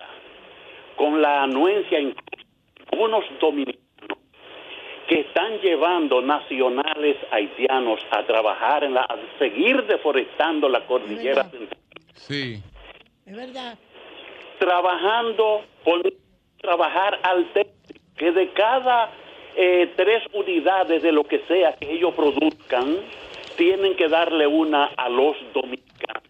con la anuencia incluso de unos dominicanos que están llevando nacionales haitianos a trabajar en la a seguir deforestando la cordillera central. Sí. Es verdad. Trabajando con trabajar al que de cada eh, tres unidades de lo que sea que ellos produzcan, tienen que darle una a los dominicanos.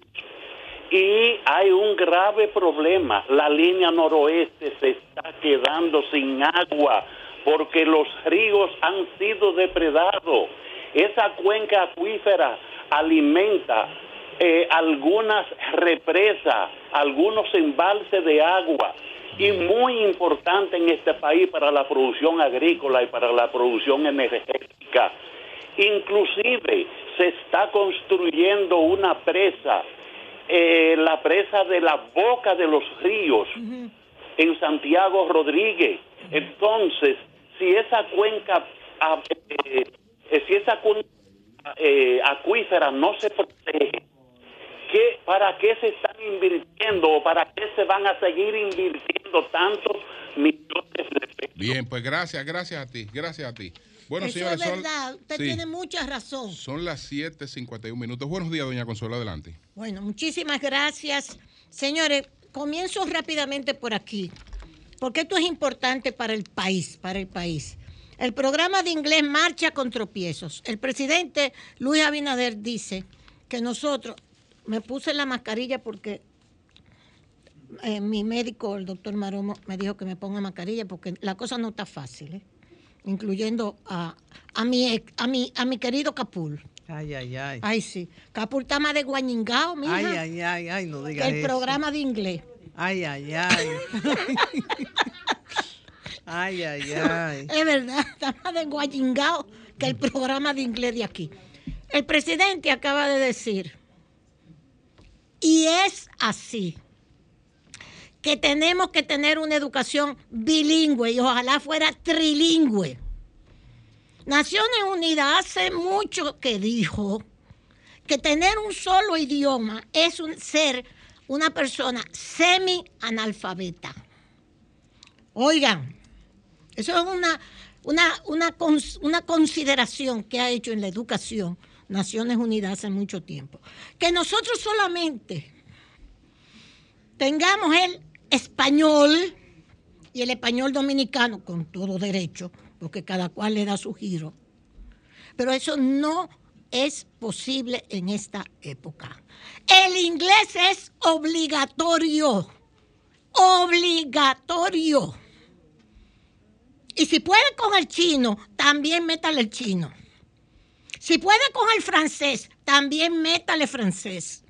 Y hay un grave problema. La línea noroeste se está quedando sin agua porque los ríos han sido depredados. Esa cuenca acuífera alimenta eh, algunas represas, algunos embalses de agua, y muy importante en este país para la producción agrícola y para la producción energética. Inclusive se está construyendo una presa, eh, la presa de la Boca de los Ríos, uh-huh, en Santiago Rodríguez. Entonces, si esa cuenca, eh, eh, si esa cuenca eh, acuífera no se protege, ¿qué, ¿para qué se están invirtiendo o para qué se van a seguir invirtiendo tantos millones de pesos? Bien, pues gracias, gracias a ti, gracias a ti. Bueno, eso señores, es verdad, son, usted sí, tiene mucha razón. Son las siete cincuenta y un minutos. Buenos días, doña Consuelo, adelante. Bueno, muchísimas gracias. Señores, comienzo rápidamente por aquí, porque esto es importante para el país, para el país. El programa de inglés marcha con tropiezos. El presidente Luis Abinader dice que nosotros, me puse la mascarilla porque eh, mi médico, el doctor Maromo, me dijo que me ponga mascarilla porque la cosa no está fácil, ¿eh? Incluyendo a, a, mi, a, mi, a mi querido Capul. Ay, ay, ay. Ay, sí. Capul está más de guañingao, mija. Ay, ay, ay, ay, no digas que el eso. programa de inglés. Ay, ay, ay. Ay, ay, ay. Es verdad, está más de guañingao que el programa de inglés de aquí. El presidente acaba de decir, y es así, que tenemos que tener una educación bilingüe y ojalá fuera trilingüe. Naciones Unidas hace mucho que dijo que tener un solo idioma es un, ser una persona semi-analfabeta. Oigan, eso es una, una, una, una consideración que ha hecho en la educación Naciones Unidas hace mucho tiempo. Que nosotros solamente tengamos el español y el español dominicano con todo derecho, porque cada cual le da su giro. Pero eso no es posible en esta época. El inglés es obligatorio, obligatorio. Y si puede con el chino, también métale el chino. Si puede con el francés, también métale francés.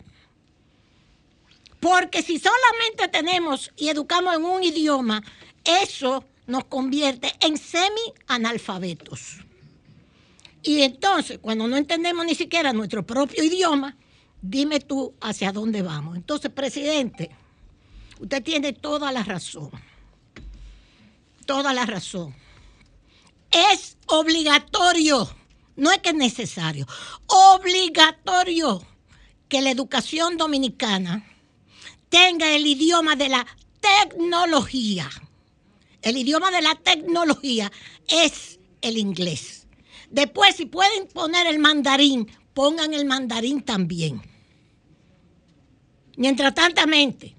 Porque si solamente tenemos y educamos en un idioma, eso nos convierte en semi-analfabetos. Y entonces, cuando no entendemos ni siquiera nuestro propio idioma, dime tú hacia dónde vamos. Entonces, presidente, usted tiene toda la razón. Toda la razón. Es obligatorio, no es que es necesario, obligatorio que la educación dominicana tenga el idioma de la tecnología. El idioma de la tecnología es el inglés. Después, si pueden poner el mandarín, pongan el mandarín también. Mientras tantamente,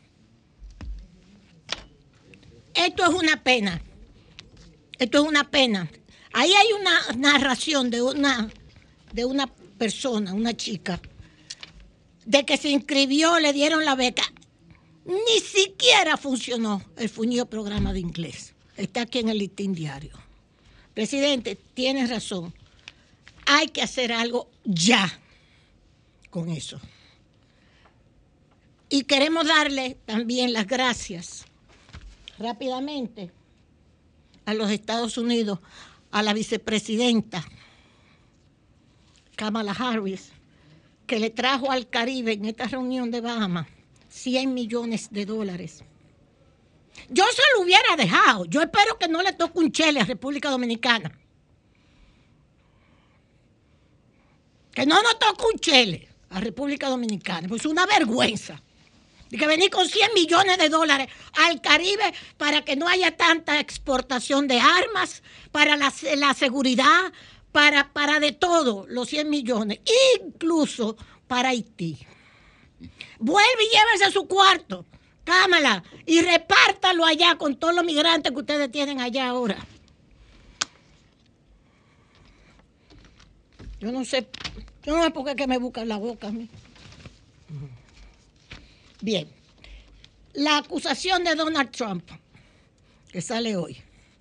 esto es una pena. Esto es una pena. Ahí hay una narración de una, de una persona, una chica, de que se inscribió, le dieron la beca. Ni siquiera funcionó el fuñido programa de inglés. Está aquí en el listín diario. Presidente, tienes razón. Hay que hacer algo ya con eso. Y queremos darle también las gracias rápidamente a los Estados Unidos, a la vicepresidenta Kamala Harris, que le trajo al Caribe en esta reunión de Bahamas cien millones de dólares. Yo se lo hubiera dejado. Yo espero que no le toque un chele a República Dominicana. Que no nos toque un chele a República Dominicana. Pues es una vergüenza. De que venir con cien millones de dólares al Caribe para que no haya tanta exportación de armas, para la, la seguridad, para, para de todo, los cien millones, incluso para Haití. Vuelve y llévese a su cuarto, Kamala, y repártalo allá con todos los migrantes que ustedes tienen allá ahora. Yo no sé, yo no sé por qué que me buscan la boca a mí. Bien, la acusación de Donald Trump, que sale hoy,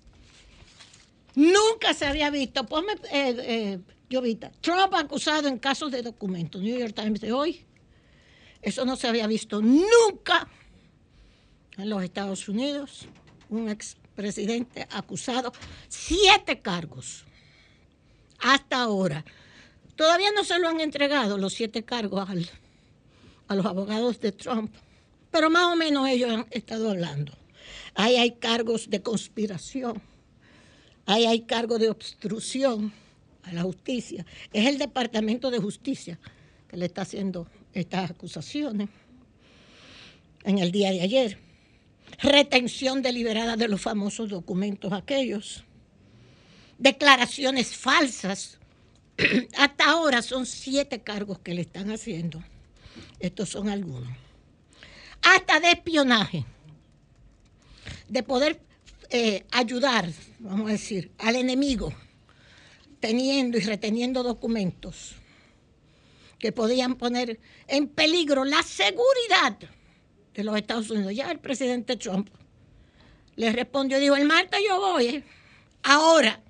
nunca se había visto. Ponme, eh, eh, Jovita, Trump acusado en casos de documentos, New York Times de hoy. Eso no se había visto nunca en los Estados Unidos. Un expresidente acusado, siete cargos hasta ahora. Todavía no se lo han entregado los siete cargos al... a los abogados de Trump, pero más o menos ellos han estado hablando. Ahí hay cargos de conspiración, ahí hay cargos de obstrucción a la justicia. Es el Departamento de Justicia que le está haciendo estas acusaciones en el día de ayer. Retención deliberada de los famosos documentos aquellos. Declaraciones falsas. Hasta ahora son siete cargos que le están haciendo. Estos son algunos. Hasta de espionaje, de poder eh, ayudar, vamos a decir, al enemigo, teniendo y reteniendo documentos que podían poner en peligro la seguridad de los Estados Unidos. Ya el presidente Trump le respondió, dijo, el martes yo voy. ¿eh? Ahora,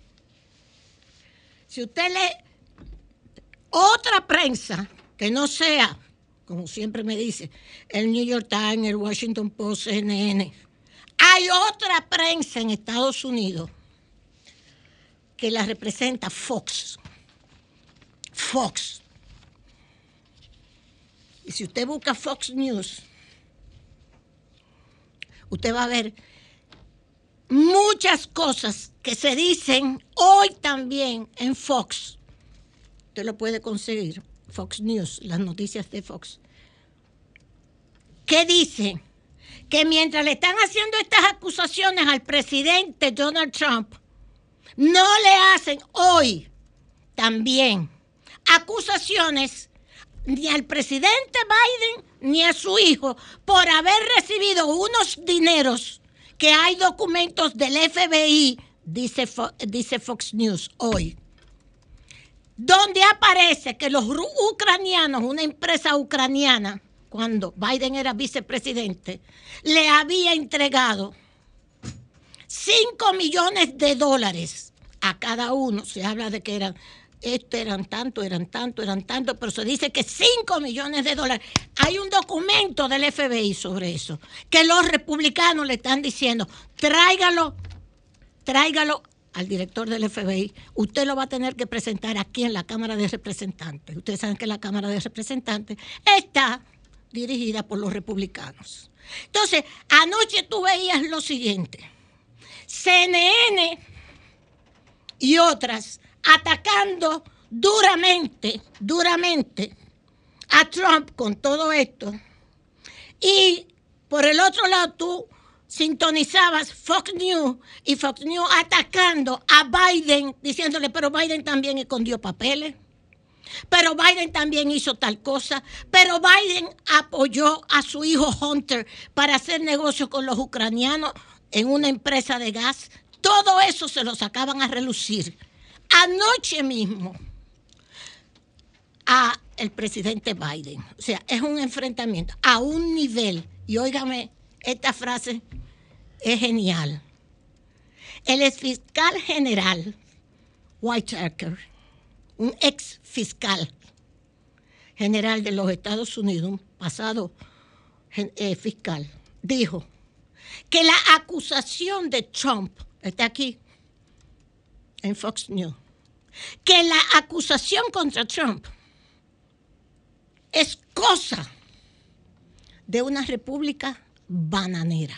si usted lee otra prensa que no sea, como siempre me dice, el New York Times, el Washington Post, C N N. Hay otra prensa en Estados Unidos que la representa Fox. Fox. Y si usted busca Fox News, usted va a ver muchas cosas que se dicen hoy también en Fox. Usted lo puede conseguir. Fox News, las noticias de Fox. ¿Qué dice? Que mientras le están haciendo estas acusaciones al presidente Donald Trump, no le hacen hoy también acusaciones ni al presidente Biden ni a su hijo por haber recibido unos dineros que hay documentos del F B I, dice, Fo- dice Fox News hoy, donde aparece que los ucranianos, una empresa ucraniana, cuando Biden era vicepresidente, le había entregado cinco millones de dólares a cada uno. Se habla de que eran, esto eran tanto, eran tanto, eran tanto, pero se dice que cinco millones de dólares. Hay un documento del F B I sobre eso, que los republicanos le están diciendo, tráigalo, tráigalo al director del F B I, usted lo va a tener que presentar aquí en la Cámara de Representantes. Ustedes saben que la Cámara de Representantes está dirigida por los republicanos. Entonces, anoche tú veías lo siguiente. C N N y otras atacando duramente, duramente a Trump con todo esto. Y por el otro lado tú sintonizabas Fox News y Fox News atacando a Biden, diciéndole, pero Biden también escondió papeles, pero Biden también hizo tal cosa, pero Biden apoyó a su hijo Hunter para hacer negocios con los ucranianos en una empresa de gas. Todo eso se lo sacaban a relucir. Anoche mismo a el presidente Biden. O sea, es un enfrentamiento a un nivel, y óigame, esta frase es genial. El ex fiscal general Whitaker, un ex fiscal general de los Estados Unidos, un pasado eh, fiscal, dijo que la acusación de Trump, está aquí en Fox News, que la acusación contra Trump es cosa de una república bananera.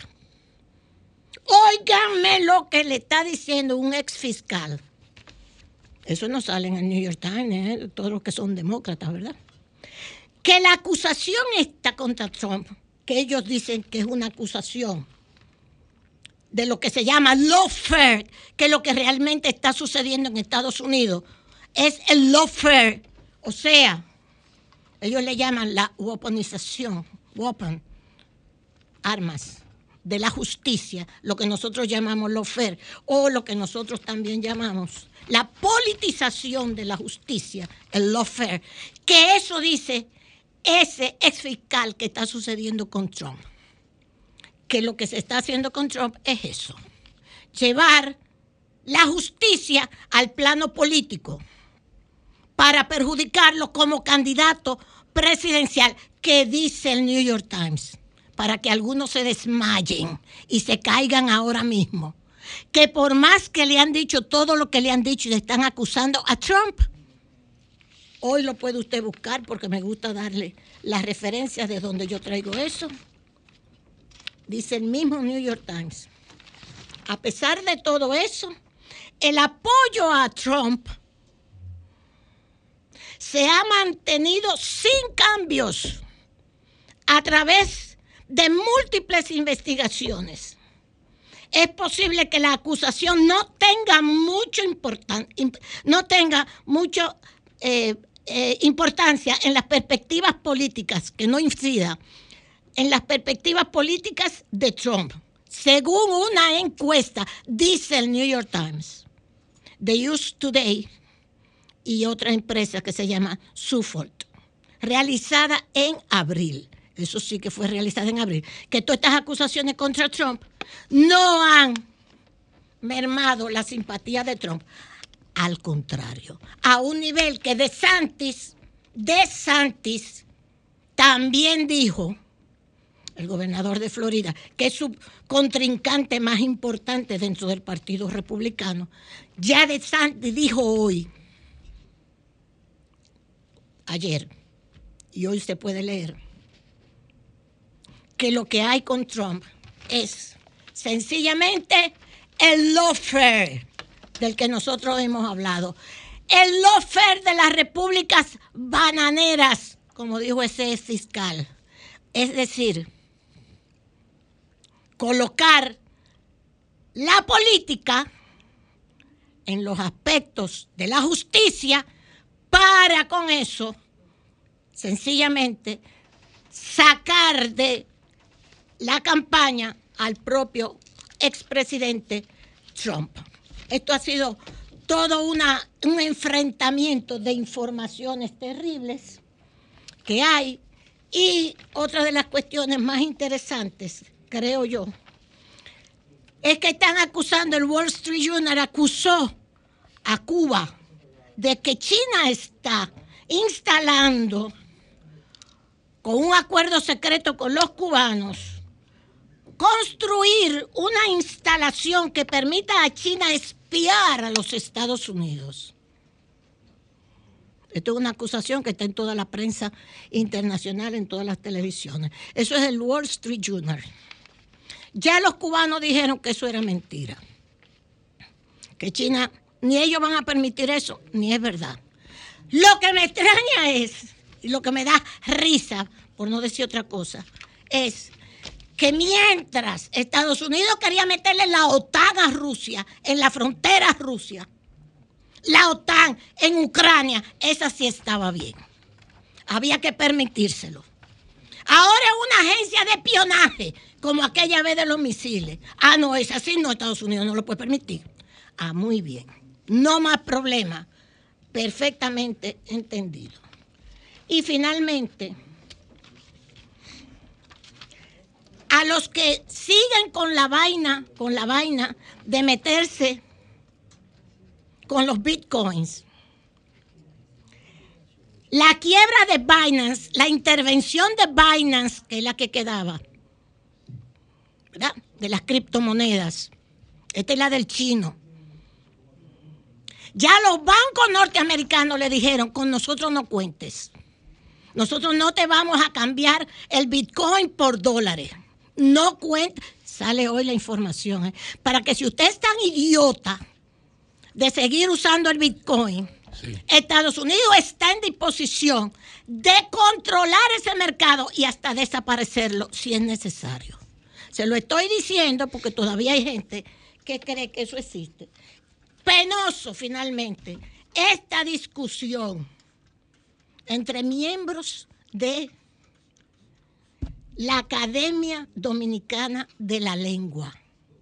Óiganme lo que le está diciendo un ex fiscal. Eso no sale en el New York Times, ¿eh? Todos los que son demócratas, ¿verdad? Que la acusación está contra Trump, que ellos dicen que es una acusación de lo que se llama lawfare, que lo que realmente está sucediendo en Estados Unidos es el lawfare, o sea, ellos le llaman la weaponización, weapon, armas, de la justicia, lo que nosotros llamamos lawfare, o lo que nosotros también llamamos la politización de la justicia, el lawfare, que eso dice ese ex fiscal que está sucediendo con Trump. Que lo que se está haciendo con Trump es eso, llevar la justicia al plano político para perjudicarlo como candidato presidencial, que dice el New York Times, para que algunos se desmayen y se caigan ahora mismo, que por más que le han dicho todo lo que le han dicho y le están acusando a Trump, hoy lo puede usted buscar porque me gusta darle las referencias de donde yo traigo eso. Dice el mismo New York Times, a pesar de todo eso, el apoyo a Trump se ha mantenido sin cambios a través de múltiples investigaciones. Es posible que la acusación no tenga mucho importan- no tenga mucho eh, eh, importancia en las perspectivas políticas, que no incida en las perspectivas políticas de Trump. Según una encuesta, dice el New York Times, The News Today y otra empresa que se llama Suffolk, realizada en abril. Eso sí que fue realizada en abril. Que todas estas acusaciones contra Trump no han mermado la simpatía de Trump. Al contrario, a un nivel que DeSantis, DeSantis también dijo, el gobernador de Florida, que es su contrincante más importante dentro del Partido Republicano, ya DeSantis dijo hoy, ayer, y hoy se puede leer, que lo que hay con Trump es sencillamente el lawfare del que nosotros hemos hablado, el lawfare de las repúblicas bananeras, como dijo ese fiscal, es decir, colocar la política en los aspectos de la justicia para con eso sencillamente sacar de la campaña al propio expresidente Trump. Esto ha sido todo una, un enfrentamiento de informaciones terribles que hay, y otra de las cuestiones más interesantes, creo yo, es que están acusando, el Wall Street Journal acusó a Cuba de que China está instalando, con un acuerdo secreto con los cubanos, construir una instalación que permita a China espiar a los Estados Unidos. Esto es una acusación que está en toda la prensa internacional, en todas las televisiones. Eso es el Wall Street Journal. Ya los cubanos dijeron que eso era mentira, que China, ni ellos van a permitir eso, ni es verdad. Lo que me extraña es, y lo que me da risa, por no decir otra cosa, es que mientras Estados Unidos quería meterle la OTAN a Rusia, en la frontera a Rusia, la OTAN en Ucrania, esa sí estaba bien. Había que permitírselo. Ahora una agencia de espionaje, como aquella vez de los misiles. Ah, no, es así, no, Estados Unidos no lo puede permitir. Ah, muy bien. No más problema. Perfectamente entendido. Y finalmente, a los que siguen con la vaina, con la vaina de meterse con los bitcoins. La quiebra de Binance, la intervención de Binance, que es la que quedaba, ¿verdad?, de las criptomonedas. Esta es la del chino. Ya los bancos norteamericanos le dijeron, con nosotros no cuentes. Nosotros no te vamos a cambiar el bitcoin por dólares. No cuentes. Sale hoy la información, ¿eh? Para que si usted es tan idiota de seguir usando el bitcoin, sí, Estados Unidos está en disposición de controlar ese mercado y hasta desaparecerlo si es necesario. Se lo estoy diciendo porque todavía hay gente que cree que eso existe. Penoso, finalmente, esta discusión entre miembros de la Academia Dominicana de la Lengua.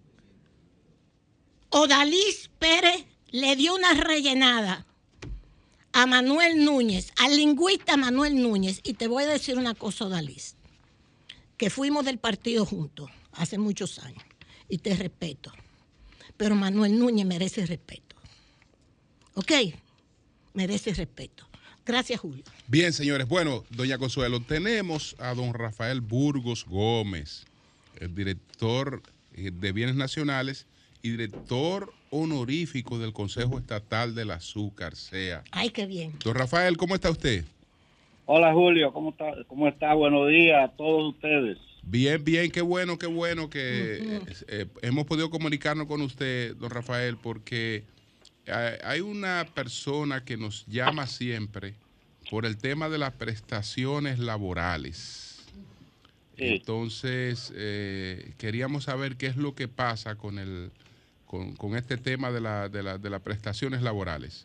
Odalis Pérez le dio una rellenada a Manuel Núñez, al lingüista Manuel Núñez, y te voy a decir una cosa, Odalis, que fuimos del partido juntos hace muchos años, y te respeto, pero Manuel Núñez merece respeto, ¿ok? Merece respeto. Gracias, Julio. Bien, señores. Bueno, doña Consuelo, tenemos a don Rafael Burgos Gómez, el director de Bienes Nacionales y director honorífico del Consejo Estatal del Azúcar, C E A. Ay, qué bien. Don Rafael, ¿cómo está usted? Hola, Julio, ¿cómo está? ¿Cómo está? Buenos días a todos ustedes. Bien, bien, qué bueno, qué bueno que uh-huh. eh, hemos podido comunicarnos con usted, don Rafael, porque hay una persona que nos llama siempre por el tema de las prestaciones laborales. Sí. Entonces, eh, queríamos saber qué es lo que pasa con el con, con este tema de, la, de, la, de las prestaciones laborales.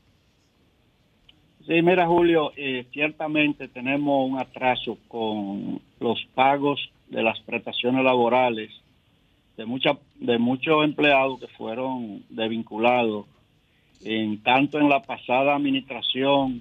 Sí, mira, Julio, eh, ciertamente tenemos un atraso con los pagos de las prestaciones laborales de, mucha, de muchos empleados que fueron desvinculados en tanto en la pasada administración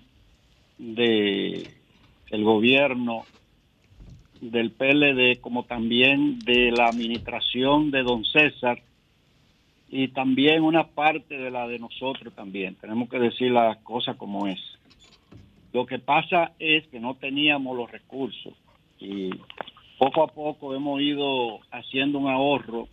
de el gobierno del P L D como también de la administración de don César y también una parte de la de nosotros también. Tenemos que decir las cosas como es. Lo que pasa es que no teníamos los recursos y poco a poco hemos ido haciendo un ahorro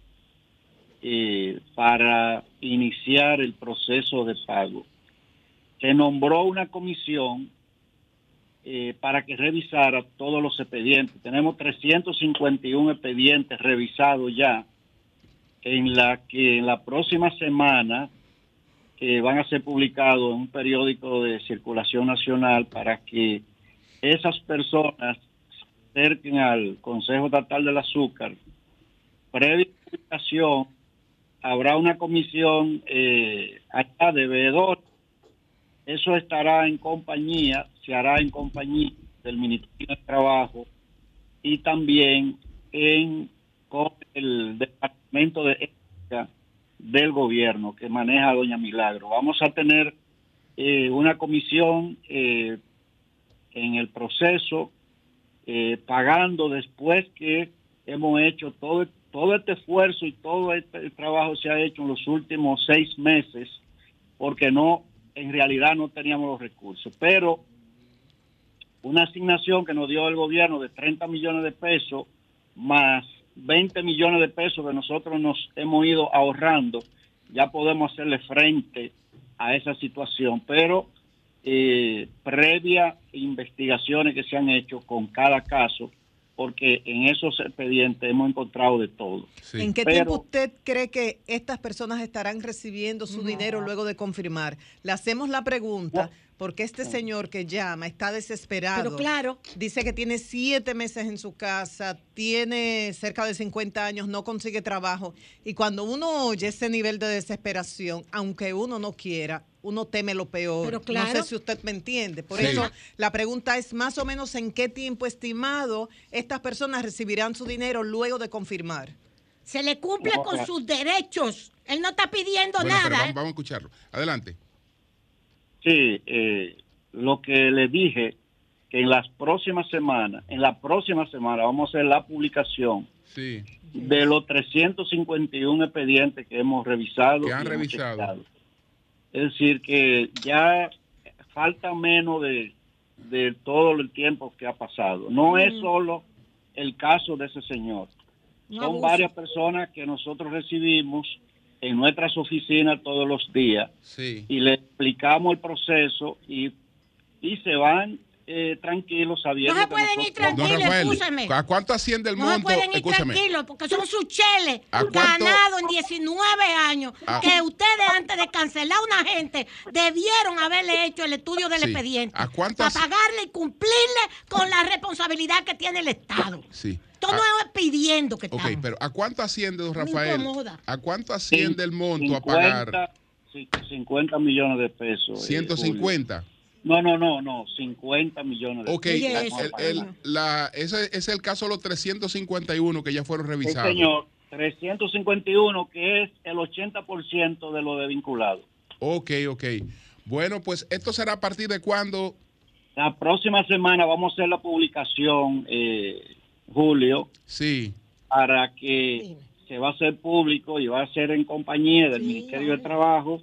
Eh, para iniciar el proceso de pago. Se nombró una comisión eh, para que revisara todos los expedientes. Tenemos trescientos cincuenta y uno expedientes revisados ya, en la que en la próxima semana eh, van a ser publicados en un periódico de circulación nacional para que esas personas se acerquen al Consejo Estatal del Azúcar. Previa publicación habrá una comisión eh, acá de veedor. Eso estará en compañía, se hará en compañía del Ministerio de Trabajo y también en con el Departamento de Ética del Gobierno que maneja doña Milagro. Vamos a tener eh, una comisión eh, en el proceso, eh, pagando después que hemos hecho todo el Todo este esfuerzo y todo este trabajo se ha hecho en los últimos seis meses porque no, en realidad no teníamos los recursos. Pero una asignación que nos dio el gobierno de treinta millones de pesos más veinte millones de pesos que nosotros nos hemos ido ahorrando, ya podemos hacerle frente a esa situación. Pero eh, previa investigaciones que se han hecho con cada caso, porque en esos expedientes hemos encontrado de todo. Sí. ¿En qué Pero, tiempo usted cree que estas personas estarán recibiendo su no. dinero luego de confirmar? Le hacemos la pregunta, no. porque este no. señor que llama está desesperado. Pero claro. Dice que tiene siete meses en su casa, tiene cerca de cincuenta años, no consigue trabajo. Y cuando uno oye ese nivel de desesperación, aunque uno no quiera, uno teme lo peor. Pero claro. No sé si usted me entiende. Por sí. eso la pregunta es más o menos en qué tiempo estimado estas personas recibirán su dinero luego de confirmar. Se le cumple no, con no. sus derechos. Él no está pidiendo bueno, nada. Pero vamos, ¿eh? vamos a escucharlo. Adelante. Sí, eh, lo que le dije, que en las próximas semanas, en la próxima semana vamos a hacer la publicación sí. de los trescientos cincuenta y uno expedientes que hemos revisado. Que han y hemos revisado. checado. Es decir, que ya falta menos de, de todo el tiempo que ha pasado. No es solo el caso de ese señor. No Son abuso. varias personas que nosotros recibimos en nuestras oficinas todos los días Sí. y le explicamos el proceso y, y se van eh, tranquilos sabiendo No se que pueden ir nosotros- tranquilos, Don Rafael, escúchame. ¿a cuánto asciende el No se monto? pueden ir Escúchame. tranquilos porque son sus cheles ¿A cuánto? ganados en diecinueve años ¿A- que ustedes antes de cancelar a una gente debieron haberle hecho el estudio del Sí. expediente ¿A cuánto para hace- pagarle y cumplirle con la responsabilidad que tiene el Estado. Sí. Todo Ah, no es pidiendo que Ok, estamos. pero ¿a cuánto asciende, don Me Rafael? incomoda. ¿A cuánto asciende el monto a pagar? sí, cincuenta millones de pesos. eh, ciento cincuenta. Julio. No, no, no, no, cincuenta millones de Ok, pesos. el- Vamos a el- pagar. el- la, ese es el caso de los trescientos cincuenta y uno que ya fueron Sí, revisados. señor, trescientos cincuenta y uno, que es el ochenta por ciento de lo de vinculado. Ok, ok. Bueno, pues esto será a partir de cuándo. La próxima semana vamos a hacer la publicación, eh, Julio, Sí. para que se va a hacer público y va a ser en compañía del Ministerio de Trabajo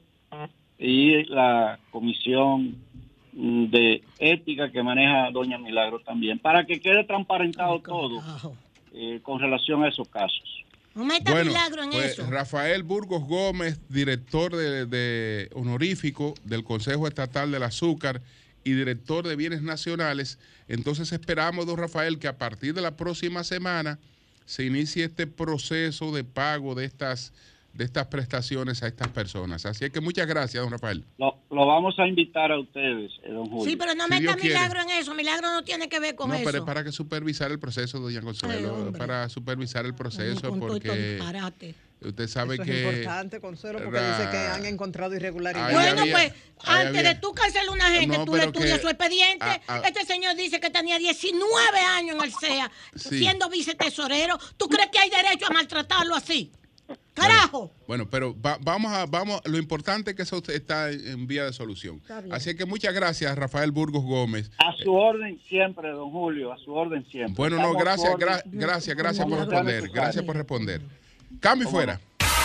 y la Comisión mm, de Ética que maneja doña Milagro también, para que quede transparentado todo eh, con relación a esos casos. No meta Bueno, milagro en pues, eso. Rafael Burgos Gómez, director de, de honorífico del Consejo Estatal del Azúcar y director de Bienes Nacionales. Entonces esperamos, don Rafael, que a partir de la próxima semana se inicie este proceso de pago de estas, de estas prestaciones a estas personas. Así es que muchas gracias, don Rafael. Lo, lo vamos a invitar a ustedes, eh, don Julio. Sí, pero no Si meta Dios quiere. milagro en eso. Milagro no tiene que ver con No, eso. pero es para que supervisar el proceso, doña Ay, Consuelo, hombre. para supervisar el proceso, Con todo esto porque disparate. usted sabe Eso que... es importante, Consuelo, porque Ra- dice que han encontrado irregularidades. Ahí Bueno, había- pues, ahí antes había- de tú cancelar a una gente, No, tú le pero estudias que- su expediente. ah, ah. Este señor dice que tenía diecinueve años en el C E A, Sí. siendo vicetesorero. ¿Tú crees que hay derecho a maltratarlo así? ¡Carajo! Bueno, pero va- vamos a, vamos, lo importante es que eso está en vía de solución. Está bien. Así que muchas gracias, Rafael Burgos Gómez. A su orden siempre, don Julio, a su orden siempre. Bueno, no, Estamos a su gracias, orden. gra- gracias, gracias por Como sea responder, necesario. gracias por responder. Cambio y fuera.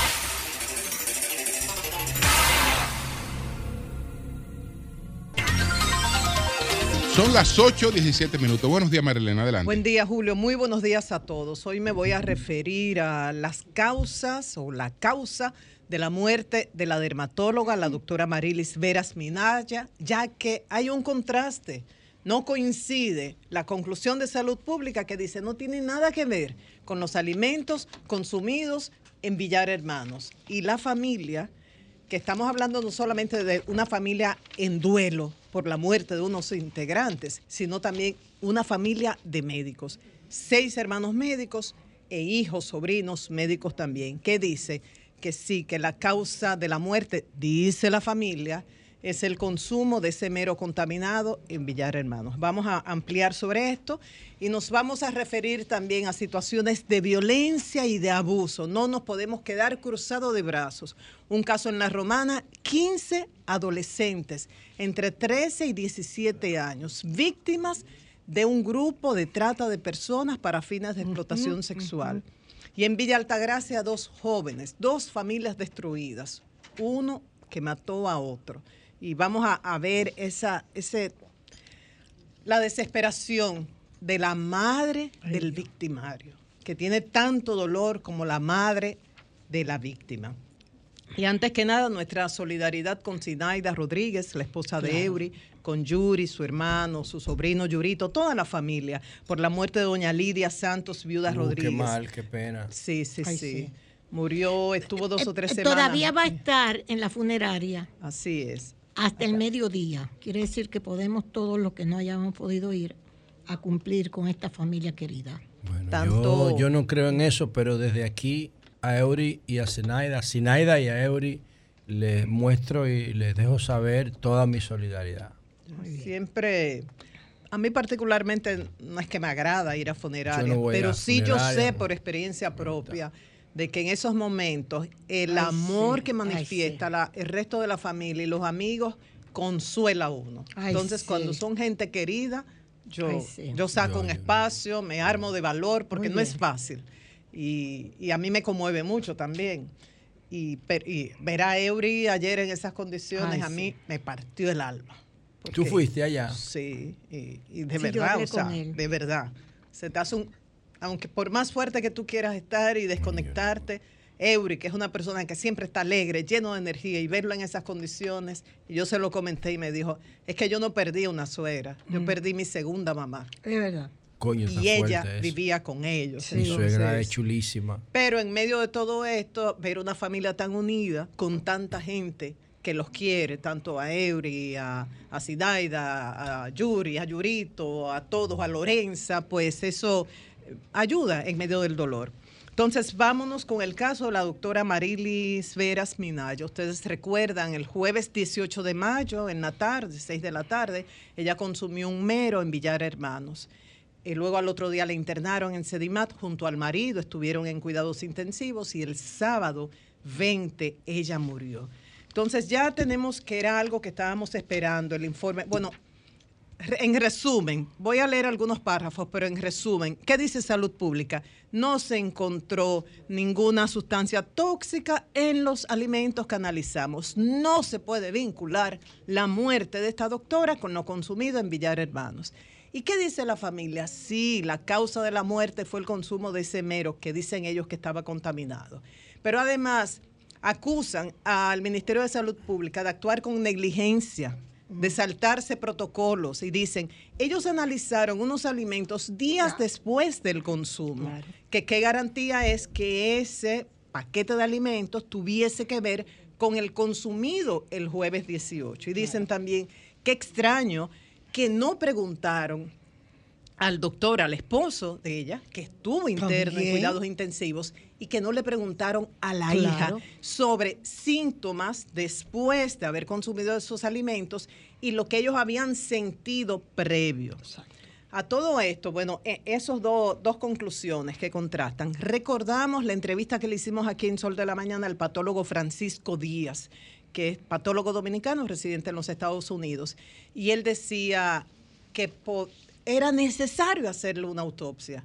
Son las ocho diecisiete minutos. Buenos días, Marilena, adelante. Buen día, Julio. Muy buenos días a todos. Hoy me voy a referir a las causas o la causa de la muerte de la dermatóloga, la doctora Marilis Veras Minaya, ya que hay un contraste. No coincide la conclusión de salud pública que dice no tiene nada que ver con los alimentos consumidos en Villar Hermanos. Y la familia, que estamos hablando no solamente de una familia en duelo por la muerte de unos integrantes, sino también una familia de médicos. Seis hermanos médicos e hijos, sobrinos médicos también. ¿Qué dice? Que sí, que la causa de la muerte, dice la familia, es el consumo de ese mero contaminado en Villar Hermanos. Vamos a ampliar sobre esto y nos vamos a referir también a situaciones de violencia y de abuso. No nos podemos quedar cruzados de brazos. Un caso en La Romana, quince adolescentes entre trece y diecisiete años, víctimas de un grupo de trata de personas para fines de explotación Ujú, sexual. ujú. Y en Villa Altagracia, dos jóvenes, dos familias destruidas, uno que mató a otro. Y vamos a, a ver esa, ese, la desesperación de la madre del victimario, que tiene tanto dolor como la madre de la víctima. Y antes que nada, nuestra solidaridad con Zinaida Rodríguez, la esposa de Claro. Eury, con Yuri, su hermano, su sobrino Yurito, toda la familia, por la muerte de doña Lidia Santos, viuda Uh, Rodríguez. Qué mal, qué pena. Sí, sí, Ay, sí, sí. Murió, estuvo dos o tres Eh, semanas. Todavía va a estar en la funeraria. Así es. Hasta el mediodía. Quiere decir que podemos todos los que no hayamos podido ir a cumplir con esta familia querida. Tanto- Yo, yo no creo en eso, pero desde aquí a Eury y a Zinaida, a Zinaida y a Eury les muestro y les dejo saber toda mi solidaridad. Siempre, a mí particularmente no es que me agrada ir a funerarias, Yo no voy pero a sí yo funerarias, sé no. por experiencia propia de que en esos momentos el Ay, amor sí, que ay, manifiesta la- el resto de la familia y los amigos consuela a uno. Ay, Entonces sí. cuando son gente querida, yo, Ay, sí. yo saco Yo- un yo- espacio, me armo de valor porque Muy no es bien. fácil. y, y a mí me conmueve mucho también. Y, per, y ver a Eury ayer en esas condiciones, Ay, a mí sí. me partió el alma. Porque, ¿Tú fuiste allá? Sí, y, y de sí, verdad, o sea, de verdad. Se te hace un, aunque por más fuerte que tú quieras estar y desconectarte, Eury, que es una persona que siempre está alegre, lleno de energía, y verlo en esas condiciones, y yo se lo comenté y me dijo, es que yo no perdí una suegra, yo mm. perdí mi segunda mamá. Es verdad. Coño, y ella vivía con ellos. Mi suegra es chulísima. Pero en medio de todo esto, ver una familia tan unida, con tanta gente que los quiere, tanto a Eury, a, a Zidaida, a Yuri, a Yurito, a todos, a Lorenza, pues eso ayuda en medio del dolor. Entonces, vámonos con el caso de la doctora Marilis Veras Minaya. Ustedes recuerdan, el jueves dieciocho de mayo, en la tarde, seis de la tarde, ella consumió un mero en Villar Hermanos. Y luego al otro día la internaron en Sedimat junto al marido, estuvieron en cuidados intensivos y el sábado veinte ella murió. Entonces ya tenemos que era algo que estábamos esperando, el informe. Bueno, en resumen, voy a leer algunos párrafos, pero en resumen, ¿qué dice Salud Pública? No se encontró ninguna sustancia tóxica en los alimentos que analizamos. No se puede vincular la muerte de esta doctora con lo consumido en Villar Hermanos. ¿Y qué dice la familia? Sí, la causa de la muerte fue el consumo de ese mero que dicen ellos que estaba contaminado. Pero además acusan al Ministerio de Salud Pública de actuar con negligencia, de saltarse protocolos y dicen, ellos analizaron unos alimentos días claro. después del consumo, claro. que qué garantía es que ese paquete de alimentos tuviese que ver con el consumido el jueves dieciocho. Y dicen claro. también, qué extraño que no preguntaron al doctor, al esposo de ella, que estuvo interno en cuidados intensivos, y que no le preguntaron a la claro. hija sobre síntomas después de haber consumido esos alimentos y lo que ellos habían sentido previo. Exacto. A todo esto, bueno, esos do, dos conclusiones que contrastan. Recordamos la entrevista que le hicimos aquí en Sol de la Mañana al patólogo Francisco Díaz, que es patólogo dominicano, residente en los Estados Unidos, y él decía que po- era necesario hacerle una autopsia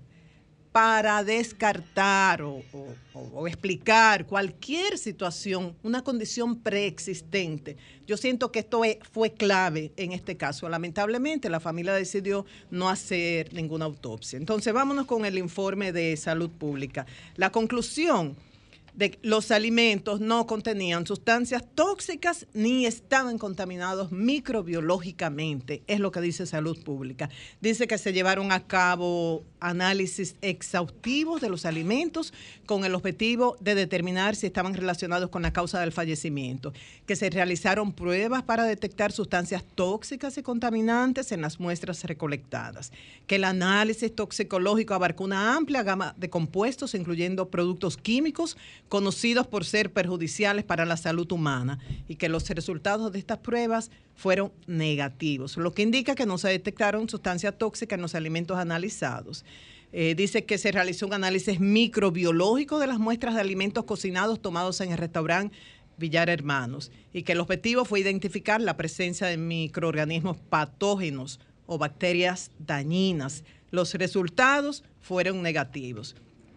para descartar o, o, o explicar cualquier situación, una condición preexistente. Yo siento que esto fue clave en este caso. Lamentablemente, la familia decidió no hacer ninguna autopsia. Entonces, vámonos con el informe de Salud Pública. La conclusión de que los alimentos no contenían sustancias tóxicas ni estaban contaminados microbiológicamente, es lo que dice Salud Pública. Dice que se llevaron a cabo análisis exhaustivos de los alimentos con el objetivo de determinar si estaban relacionados con la causa del fallecimiento, que se realizaron pruebas para detectar sustancias tóxicas y contaminantes en las muestras recolectadas, que el análisis toxicológico abarcó una amplia gama de compuestos, incluyendo productos químicos, conocidos por ser perjudiciales para la salud humana, y que los resultados de estas pruebas fueron negativos, lo que indica que no se detectaron sustancias tóxicas en los alimentos analizados. Eh, dice que se realizó un análisis microbiológico de las muestras de alimentos cocinados tomados en el restaurante Villar Hermanos, y que el objetivo fue identificar la presencia de microorganismos patógenos o bacterias dañinas. Los resultados fueron negativos.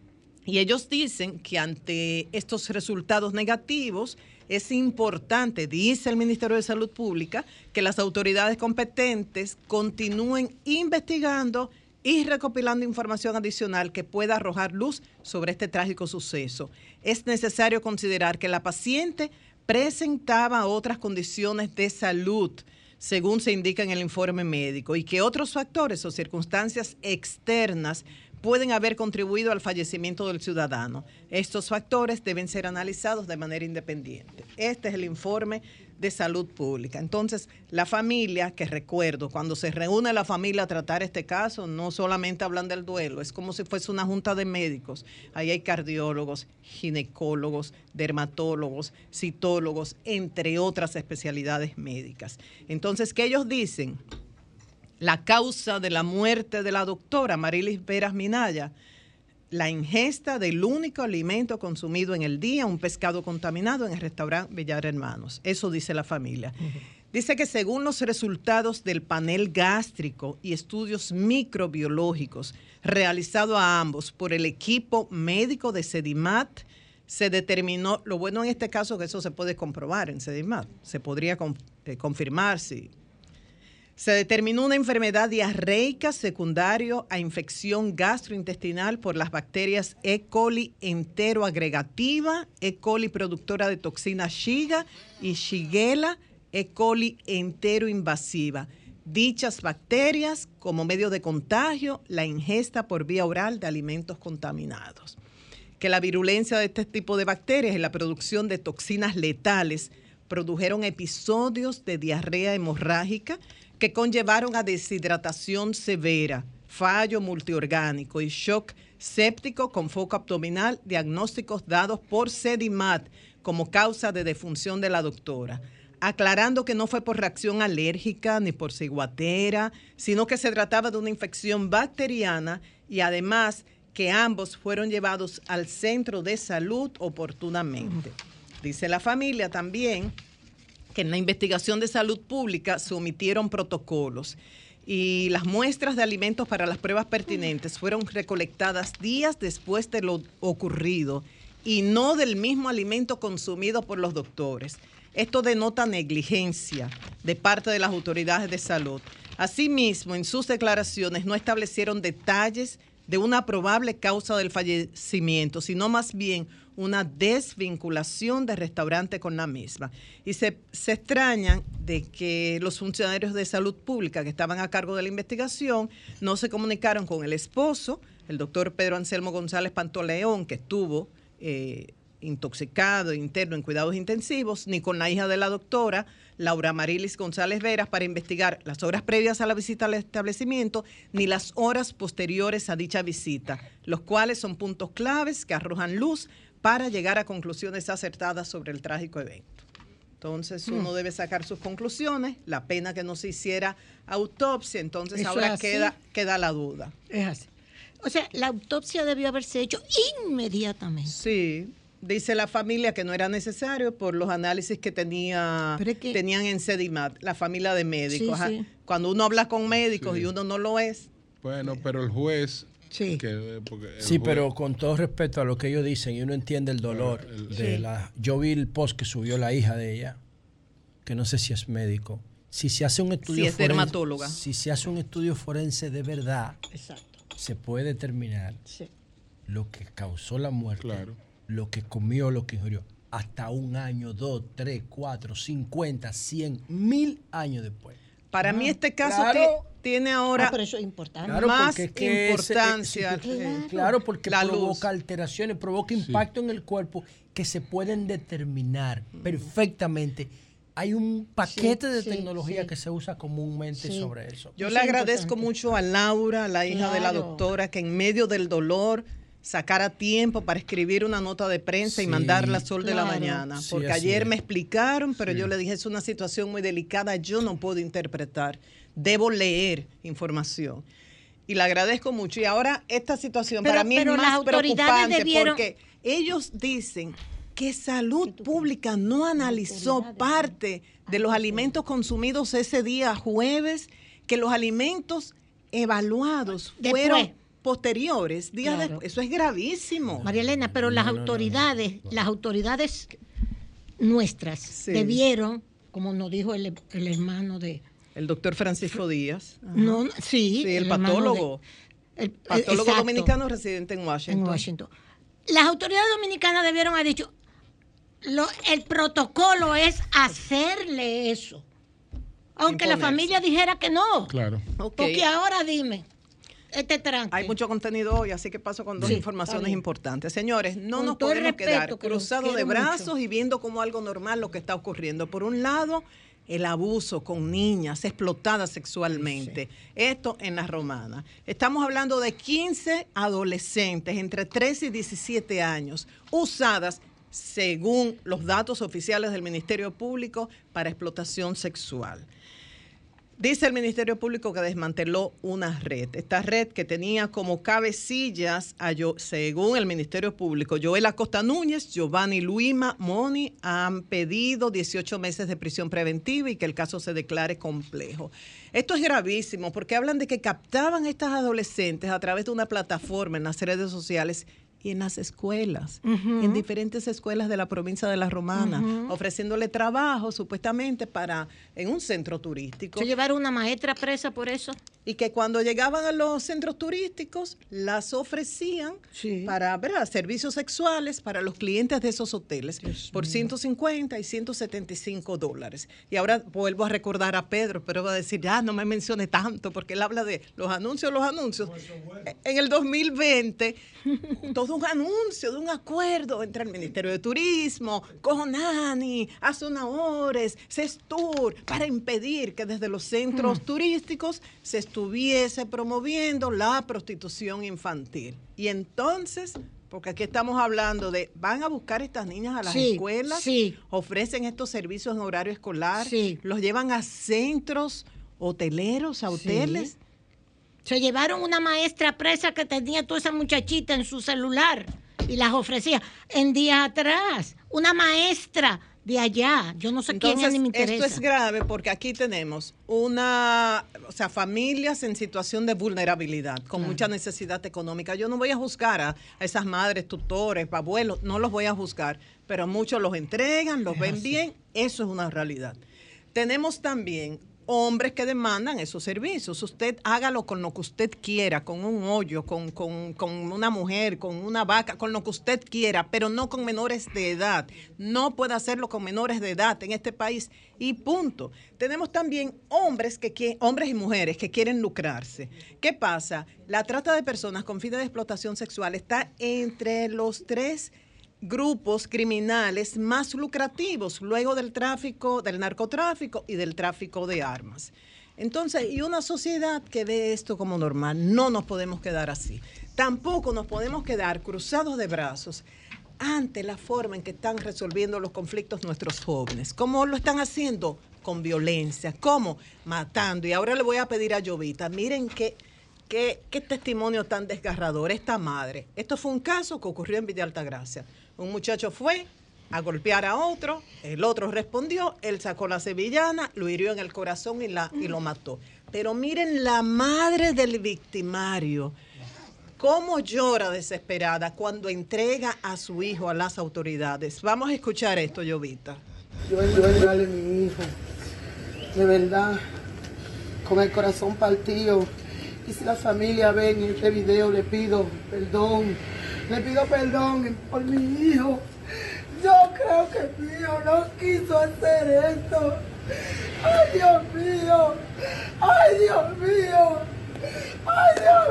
Y ellos dicen que ante estos resultados negativos es importante, dice el Ministerio de Salud Pública, que las autoridades competentes continúen investigando y recopilando información adicional que pueda arrojar luz sobre este trágico suceso. Es necesario considerar que la paciente presentaba otras condiciones de salud, según se indica en el informe médico, y que otros factores o circunstancias externas pueden haber contribuido al fallecimiento del ciudadano. Estos factores deben ser analizados de manera independiente. Este es el informe de Salud Pública. Entonces, la familia, que recuerdo, cuando se reúne la familia a tratar este caso, no solamente hablan del duelo, es como si fuese una junta de médicos. Ahí hay cardiólogos, ginecólogos, dermatólogos, citólogos, entre otras especialidades médicas. Entonces, ¿qué ellos dicen? La causa de la muerte de la doctora Marilis Veras Minaya, la ingesta del único alimento consumido en el día, un pescado contaminado en el restaurante Villar Hermanos. Eso dice la familia. Uh-huh. Dice que según los resultados del panel gástrico y estudios microbiológicos realizados a ambos por el equipo médico de Sedimat, se determinó, lo bueno en este caso que eso se puede comprobar en Sedimat, se podría con, eh, confirmar si se determinó una enfermedad diarreica secundario a infección gastrointestinal por las bacterias E. coli enteroagregativa, E. coli productora de toxina Shiga y Shigella E. coli enteroinvasiva. Dichas bacterias, como medio de contagio, la ingesta por vía oral de alimentos contaminados. Que la virulencia de este tipo de bacterias y la producción de toxinas letales produjeron episodios de diarrea hemorrágica que conllevaron a deshidratación severa, fallo multiorgánico y shock séptico con foco abdominal, diagnósticos dados por Sedimat como causa de defunción de la doctora, aclarando que no fue por reacción alérgica ni por ciguatera, sino que se trataba de una infección bacteriana y además que ambos fueron llevados al centro de salud oportunamente. Dice la familia también que en la investigación de salud pública se omitieron protocolos y las muestras de alimentos para las pruebas pertinentes fueron recolectadas días después de lo ocurrido y no del mismo alimento consumido por los doctores. Esto denota negligencia de parte de las autoridades de salud. Asimismo, en sus declaraciones no establecieron detalles de una probable causa del fallecimiento, sino más bien una desvinculación del restaurante con la misma. Y se, se extrañan de que los funcionarios de salud pública que estaban a cargo de la investigación no se comunicaron con el esposo, el doctor Pedro Anselmo González Pantaleón, que estuvo eh, intoxicado, interno en cuidados intensivos, ni con la hija de la doctora, Laura Marilis González Veras, para investigar las horas previas a la visita al establecimiento, ni las horas posteriores a dicha visita, los cuales son puntos claves que arrojan luz para llegar a conclusiones acertadas sobre el trágico evento. Entonces uno mm. debe sacar sus conclusiones, la pena que no se hiciera autopsia, entonces Eso ahora queda, queda la duda. Es así. O sea, la autopsia debió haberse hecho inmediatamente. Sí. Dice la familia que no era necesario por los análisis que tenía es que, tenían en Sedimat, la familia de médicos. Sí, sí. Cuando uno habla con médicos sí. y uno no lo es. Bueno, pero el juez... Sí, que, el sí juez, pero con todo respeto a lo que ellos dicen, y uno entiende el dolor. El, de sí. la, yo vi el post que subió la hija de ella, que no sé si es médico. Si se hace un estudio si es forense, dermatóloga. Si se hace un estudio forense de verdad, Exacto. se puede determinar sí. lo que causó la muerte. Claro. Lo que comió, lo que ingirió, hasta un año, dos, tres, cuatro, cincuenta, cien, mil años después. Para ah, mí este caso claro. te, tiene ahora ah, pero eso es importante. Claro, más es que importancia. Ese, ese, claro. claro, porque la provoca luz. alteraciones, provoca impacto sí. en el cuerpo que se pueden determinar mm. perfectamente. Hay un paquete sí, de sí, tecnología sí. que se usa comúnmente sí. sobre eso. Yo eso le agradezco importante. mucho a Laura, la hija claro. de la doctora, que en medio del dolor sacara tiempo para escribir una nota de prensa sí, y mandarla a Sol claro. de la Mañana. Porque sí, ayer es. me explicaron, pero sí. yo le dije, es una situación muy delicada, yo no puedo interpretar, debo leer información. Y le agradezco mucho. Y ahora esta situación pero, para mí es más preocupante debieron... porque ellos dicen que Salud Pública no analizó parte de los alimentos consumidos ese día jueves, que los alimentos evaluados Después. fueron posteriores, días claro. después. Eso es gravísimo. María Elena, pero no, las no, autoridades, no, no. las autoridades nuestras sí. debieron, como nos dijo el, el hermano de... El doctor Francisco Díaz. Ajá. No, sí. Sí, el, el patólogo. De, el, patólogo exacto, dominicano residente en Washington. En Washington. Las autoridades dominicanas debieron haber dicho, lo, el protocolo es hacerle eso. Aunque Imponerse. la familia dijera que no. Claro. Okay. Porque ahora dime... Este tranque. Hay mucho contenido hoy, así que paso con dos sí, informaciones importantes. Señores, no con nos podemos quedar cruzados de brazos mucho. y viendo como algo normal lo que está ocurriendo. Por un lado, el abuso con niñas explotadas sexualmente. Sí. Esto en la Romana. Estamos hablando de quince adolescentes entre trece y diecisiete años usadas, según los datos oficiales del Ministerio Público, para explotación sexual. Dice el Ministerio Público que desmanteló una red. Esta red que tenía como cabecillas, a yo, según el Ministerio Público, Joel Acosta Núñez, Giovanni Luima, Moni, han pedido dieciocho meses de prisión preventiva y que el caso se declare complejo. Esto es gravísimo porque hablan de que captaban a estas adolescentes a través de una plataforma en las redes sociales y en las escuelas, uh-huh. en diferentes escuelas de la provincia de La Romana, uh-huh. ofreciéndole trabajo supuestamente para en un centro turístico. ¿Se llevaron una maestra presa por eso? Y que cuando llegaban a los centros turísticos las ofrecían sí. para ¿verdad? servicios sexuales para los clientes de esos hoteles Dios por mío. ciento cincuenta y ciento setenta y cinco dólares. Y ahora vuelvo a recordar a Pedro, pero va a decir, ya no me mencione tanto, porque él habla de los anuncios, los anuncios. Bueno. En el dos mil veinte, todo un anuncio de un acuerdo entre el Ministerio de Turismo, Conani, Azonadores, Sestur, para impedir que desde los centros mm. turísticos se estuviese promoviendo la prostitución infantil. Y entonces, porque aquí estamos hablando de, van a buscar estas niñas a las sí, escuelas, sí. ofrecen estos servicios en horario escolar, sí. los llevan a centros hoteleros, a hoteles. Sí. Se llevaron una maestra presa que tenía toda esa muchachita en su celular y las ofrecía en días atrás. Una maestra de allá. Yo no sé Entonces, quién es ni me interesa. Esto es grave porque aquí tenemos una, o sea, familias en situación de vulnerabilidad, con claro. mucha necesidad económica. Yo no voy a juzgar a, a esas madres, tutores, abuelos, no los voy a juzgar, pero muchos los entregan, los es ven así. bien. Eso es una realidad. Tenemos también hombres que demandan esos servicios. Usted hágalo con lo que usted quiera, con un hoyo, con, con, con una mujer, con una vaca, con lo que usted quiera, pero no con menores de edad. No puede hacerlo con menores de edad en este país y punto. Tenemos también hombres, que, hombres y mujeres que quieren lucrarse. ¿Qué pasa? La trata de personas con fines de explotación sexual está entre los tres grupos criminales más lucrativos luego del tráfico, del narcotráfico y del tráfico de armas. Entonces, y una sociedad que ve esto como normal, no nos podemos quedar así. Tampoco nos podemos quedar cruzados de brazos ante la forma en que están resolviendo los conflictos nuestros jóvenes. ¿Cómo lo están haciendo? Con violencia. ¿Cómo? Matando. Y ahora le voy a pedir a Jovita, miren qué, qué, qué testimonio tan desgarrador. Esta madre. Esto fue un caso que ocurrió en Villa Altagracia. Un muchacho fue a golpear a otro, el otro respondió, él sacó la sevillana, lo hirió en el corazón y, la, y lo mató. Pero miren la madre del victimario, cómo llora desesperada cuando entrega a su hijo a las autoridades. Vamos a escuchar esto, Jovita. Yo entregarle a mi hijo, de verdad, con el corazón partido. Y si la familia ve en este video, le pido perdón. Le pido perdón por mi hijo. Yo creo que mi hijo no quiso hacer esto. Ay, Dios mío. Ay, Dios mío. Ay, Dios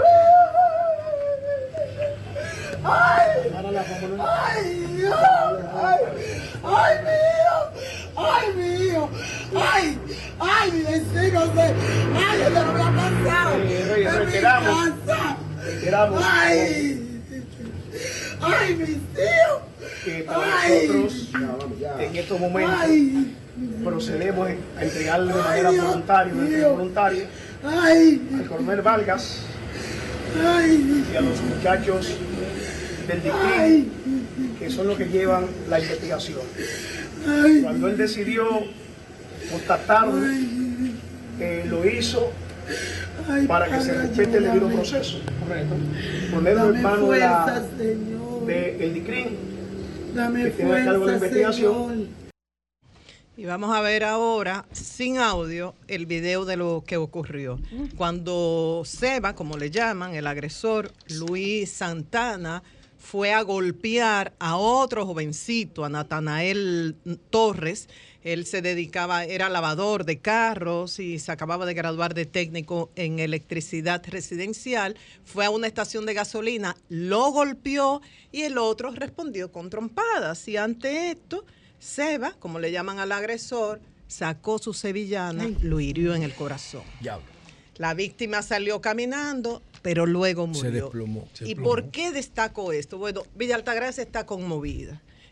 mío. Ay, ay, Dios. Ay, ay, mi hijo. Ay, mi hijo. Ay, ay, mi vecino. Ay, yo no me ha pasado. En mi casa. Ay. ¡Ay, mis tíos! Que para Ay. nosotros, en estos momentos, Ay. procedemos a entregarle de manera Ay, voluntaria, de voluntaria Ay. al coronel Vargas Ay. y a los muchachos del distrito, que son los que llevan la investigación. Ay. Cuando él decidió contactarnos, eh, lo hizo Ay, para que se respete el debido proceso. Correcto. Ponerlo en manos de la... de el DICRIM, que tiene a cargo la investigación. Señor. Y vamos a ver ahora, sin audio, el video de lo que ocurrió. Cuando Seba, como le llaman, el agresor, Luis Santana, fue a golpear a otro jovencito, a Natanael Torres. Él se dedicaba, era lavador de carros y se acababa de graduar de técnico en electricidad residencial. Fue a una estación de gasolina, lo golpeó y el otro respondió con trompadas. Y ante esto, Seba, como le llaman al agresor, sacó su sevillana, Ay. lo hirió en el corazón. Ya. La víctima salió caminando, pero luego murió. Se desplomó. Se ¿Y desplomó. por qué destaco esto? Bueno, Villa Altagracia está conmovida.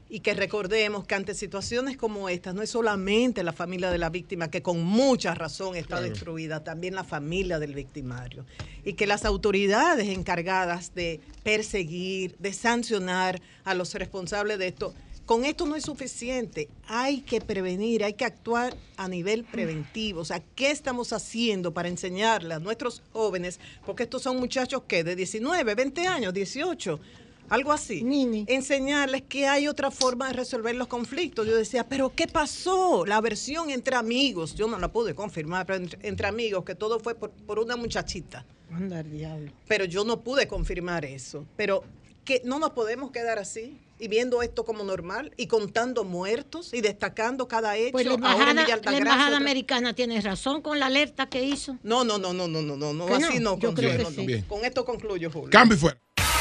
y que recordemos que ante situaciones como estas no es solamente la familia de la víctima que con mucha razón está Claro. destruida, también la familia del victimario, y que las autoridades encargadas de perseguir, de sancionar a los responsables de esto, con esto no es suficiente, hay que prevenir, hay que actuar a nivel preventivo. O sea, ¿qué estamos haciendo para enseñarle a nuestros jóvenes? Porque estos son muchachos que de diecinueve, veinte años, dieciocho, algo así. Enseñarles que hay otra forma de resolver los conflictos. Yo decía, ¿pero qué pasó? La versión entre amigos, yo no la pude confirmar, pero entre, entre amigos, que todo fue por, por una muchachita. Anda el diablo. Pero yo no pude confirmar eso. Pero que no nos podemos quedar así y viendo esto como normal y contando muertos y destacando cada hecho. Pues la ahora en embajada, Villa la Altagracia, embajada otra- americana tiene razón con la alerta que hizo. No, no, no, no, no, no, no, no, ¿Que así no? no. Yo con- creo que no, no. sí. Con esto concluyo, Julio. Cambio y fuera.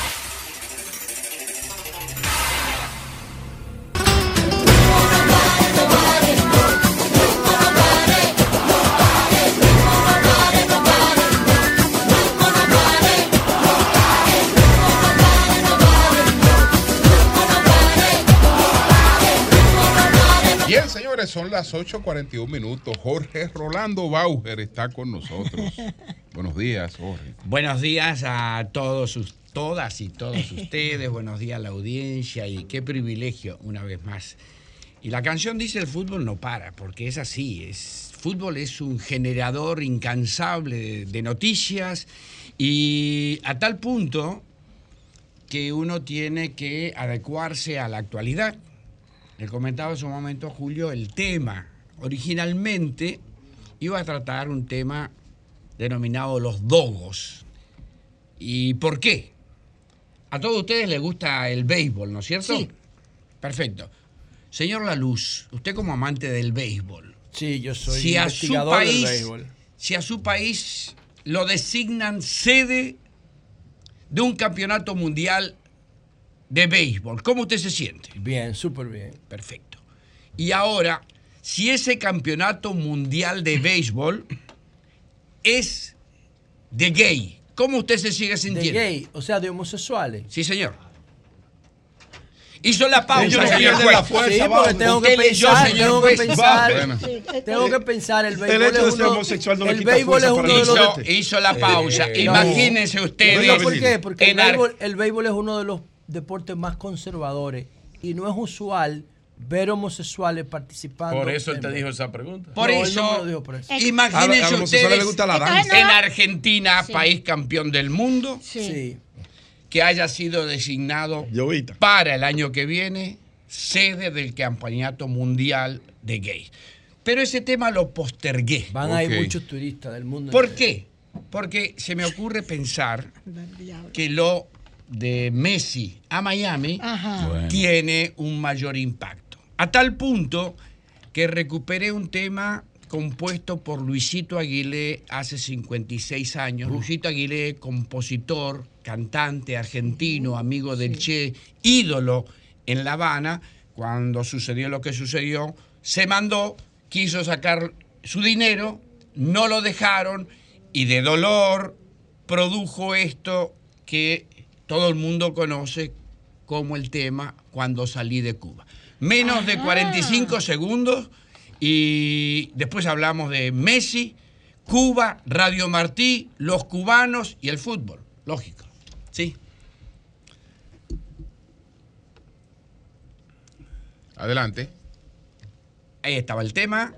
Bien, señores, son las ocho cuarenta y un minutos. Jorge Rolando Bauer está con nosotros. Buenos días, Jorge. Buenos días a todos, sus- todas y todos ustedes. Buenos días a la audiencia y qué privilegio una vez más. Y la canción dice el fútbol no para, porque es así. Es, fútbol es un generador incansable de, de noticias y a tal punto que uno tiene que adecuarse a la actualidad. Le comentaba en su momento, Julio, el tema. Originalmente iba a tratar un tema denominado los dogos. ¿Y por qué? A todos ustedes les gusta el béisbol, ¿no es cierto? Sí. Perfecto. Señor Laluz, usted como amante del béisbol. Sí, yo soy si a su investigador del país, béisbol. Si a su país lo designan sede de un campeonato mundial de béisbol, ¿cómo usted se siente? Bien, súper bien. Perfecto. Y ahora, si ese campeonato mundial de béisbol es de gay, ¿cómo usted se sigue De sintiendo? gay, o sea, de homosexuales. Sí, señor. Hizo la pausa, Ellos no señor pierden juez. la fuerza, Sí, porque vamos. tengo que Usted leyó, pensar, señor tengo que juez. pensar. Bueno. Tengo que pensar, el El béisbol hecho de es ser uno, homosexual no le el quita béisbol es fuerza uno para de los... Hizo, hizo la pausa. Eh, Imagínense no. ustedes. ¿Sabe por qué? Porque el en Ar- béisbol, el béisbol es uno de los deportes más conservadores y no es usual ver homosexuales participando. Por eso él en te béisbol. dijo esa pregunta. Por No, él eso, no me lo dijo por eso. imagínense A los homosexuales ustedes les gusta la danza. en Argentina, Sí. país campeón del mundo, Sí. que haya sido designado para el año que viene sede del campeonato mundial de gays. Pero ese tema lo postergué. Van a ir muchos turistas del mundo. ¿Por entero. qué? Porque se me ocurre pensar que lo de Messi a Miami Ajá. Bueno. tiene un mayor impacto. A tal punto que recuperé un tema compuesto por Luisito Aguilé hace cincuenta y seis años. Luisito Aguilé, compositor, cantante argentino, amigo del Che, ídolo en La Habana. Cuando sucedió lo que sucedió, se mandó, quiso sacar su dinero, no lo dejaron y de dolor produjo esto que todo el mundo conoce como el tema Cuando salí de Cuba. Menos de cuarenta y cinco segundos y después hablamos de Messi, Cuba, Radio Martí, los cubanos y el fútbol. Lógico. Sí. Adelante. Ahí estaba el tema.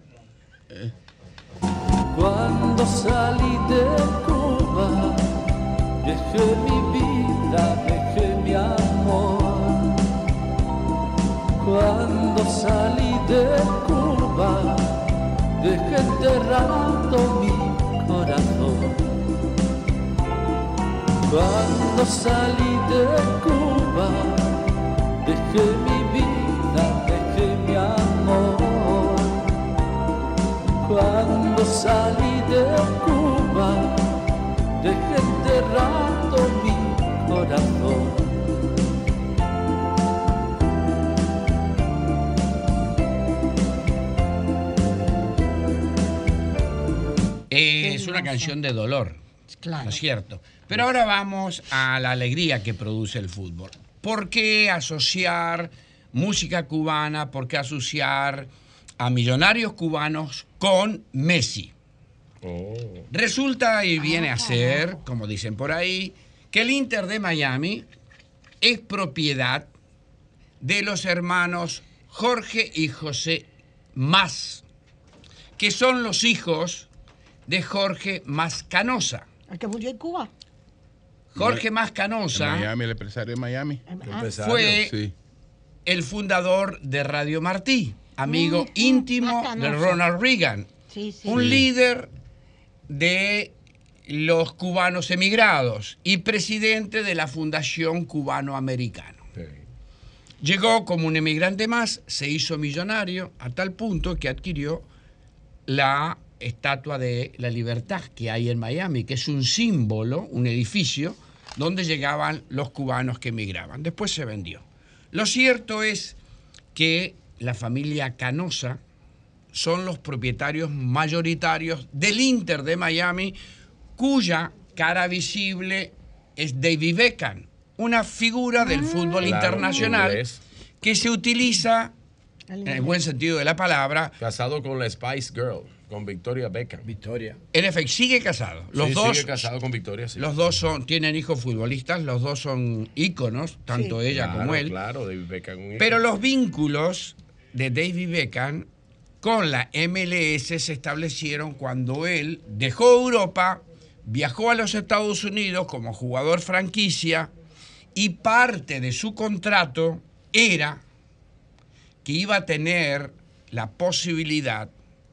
Cuando salí de Cuba, dejé mi vida, dejé mi amor. Cuando salí de Cuba, dejé enterrado mi corazón. Cuando salí de Cuba, dejé mi vida, dejé mi amor. Cuando salí de Cuba, dejé enterrado mi corazón. Es una canción de dolor, ¿no es cierto? Pero ahora vamos a la alegría que produce el fútbol. ¿Por qué asociar música cubana, por qué asociar a millonarios cubanos con Messi. Oh. Resulta y viene a ser, como dicen por ahí, que el Inter de Miami es propiedad de los hermanos Jorge y José Mas, que son los hijos de Jorge Mas Canosa. ¿El que murió en Cuba? Jorge Mas Canosa. En Miami, el empresario de Miami. Fue Sí. el fundador de Radio Martí, amigo Mm, íntimo Mas de Canosa. Ronald Reagan, Sí, sí. un Sí. líder de los cubanos emigrados y presidente de la Fundación Cubano-Americano. Llegó como un emigrante más, se hizo millonario a tal punto que adquirió la Estatua de la Libertad que hay en Miami, que es un símbolo, un edificio donde llegaban los cubanos que emigraban. Después se vendió. Lo cierto es que la familia Canosa son los propietarios mayoritarios del Inter de Miami, cuya cara visible es David Beckham, una figura del fútbol Claro, internacional inglés. que se utiliza, en el buen sentido de la palabra, Casado con la Spice Girl, con Victoria Beckham. Victoria. en efecto, sigue casado. Los Sí, dos, sigue casado con Victoria, sí. los dos son, tienen hijos futbolistas, los dos son íconos, tanto ella Claro, como él. Claro, David Beckham. un hijo. Pero los vínculos de David Beckham con la M L S se establecieron cuando él dejó Europa, viajó a los Estados Unidos como jugador franquicia y parte de su contrato era que iba a tener la posibilidad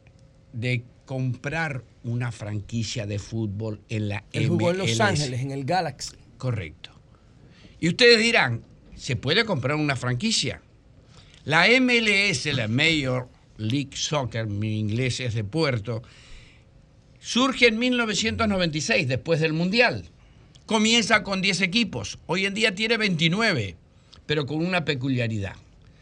de comprar una franquicia de fútbol en la Él M L S. jugó en Los Ángeles, en el Galaxy. Correcto. Y ustedes dirán, ¿se puede comprar una franquicia? La M L S, la Major League Soccer, mi inglés es de puerto, surge en mil novecientos noventa y seis, después del Mundial. Comienza con diez equipos. Hoy en día tiene veintinueve, pero con una peculiaridad.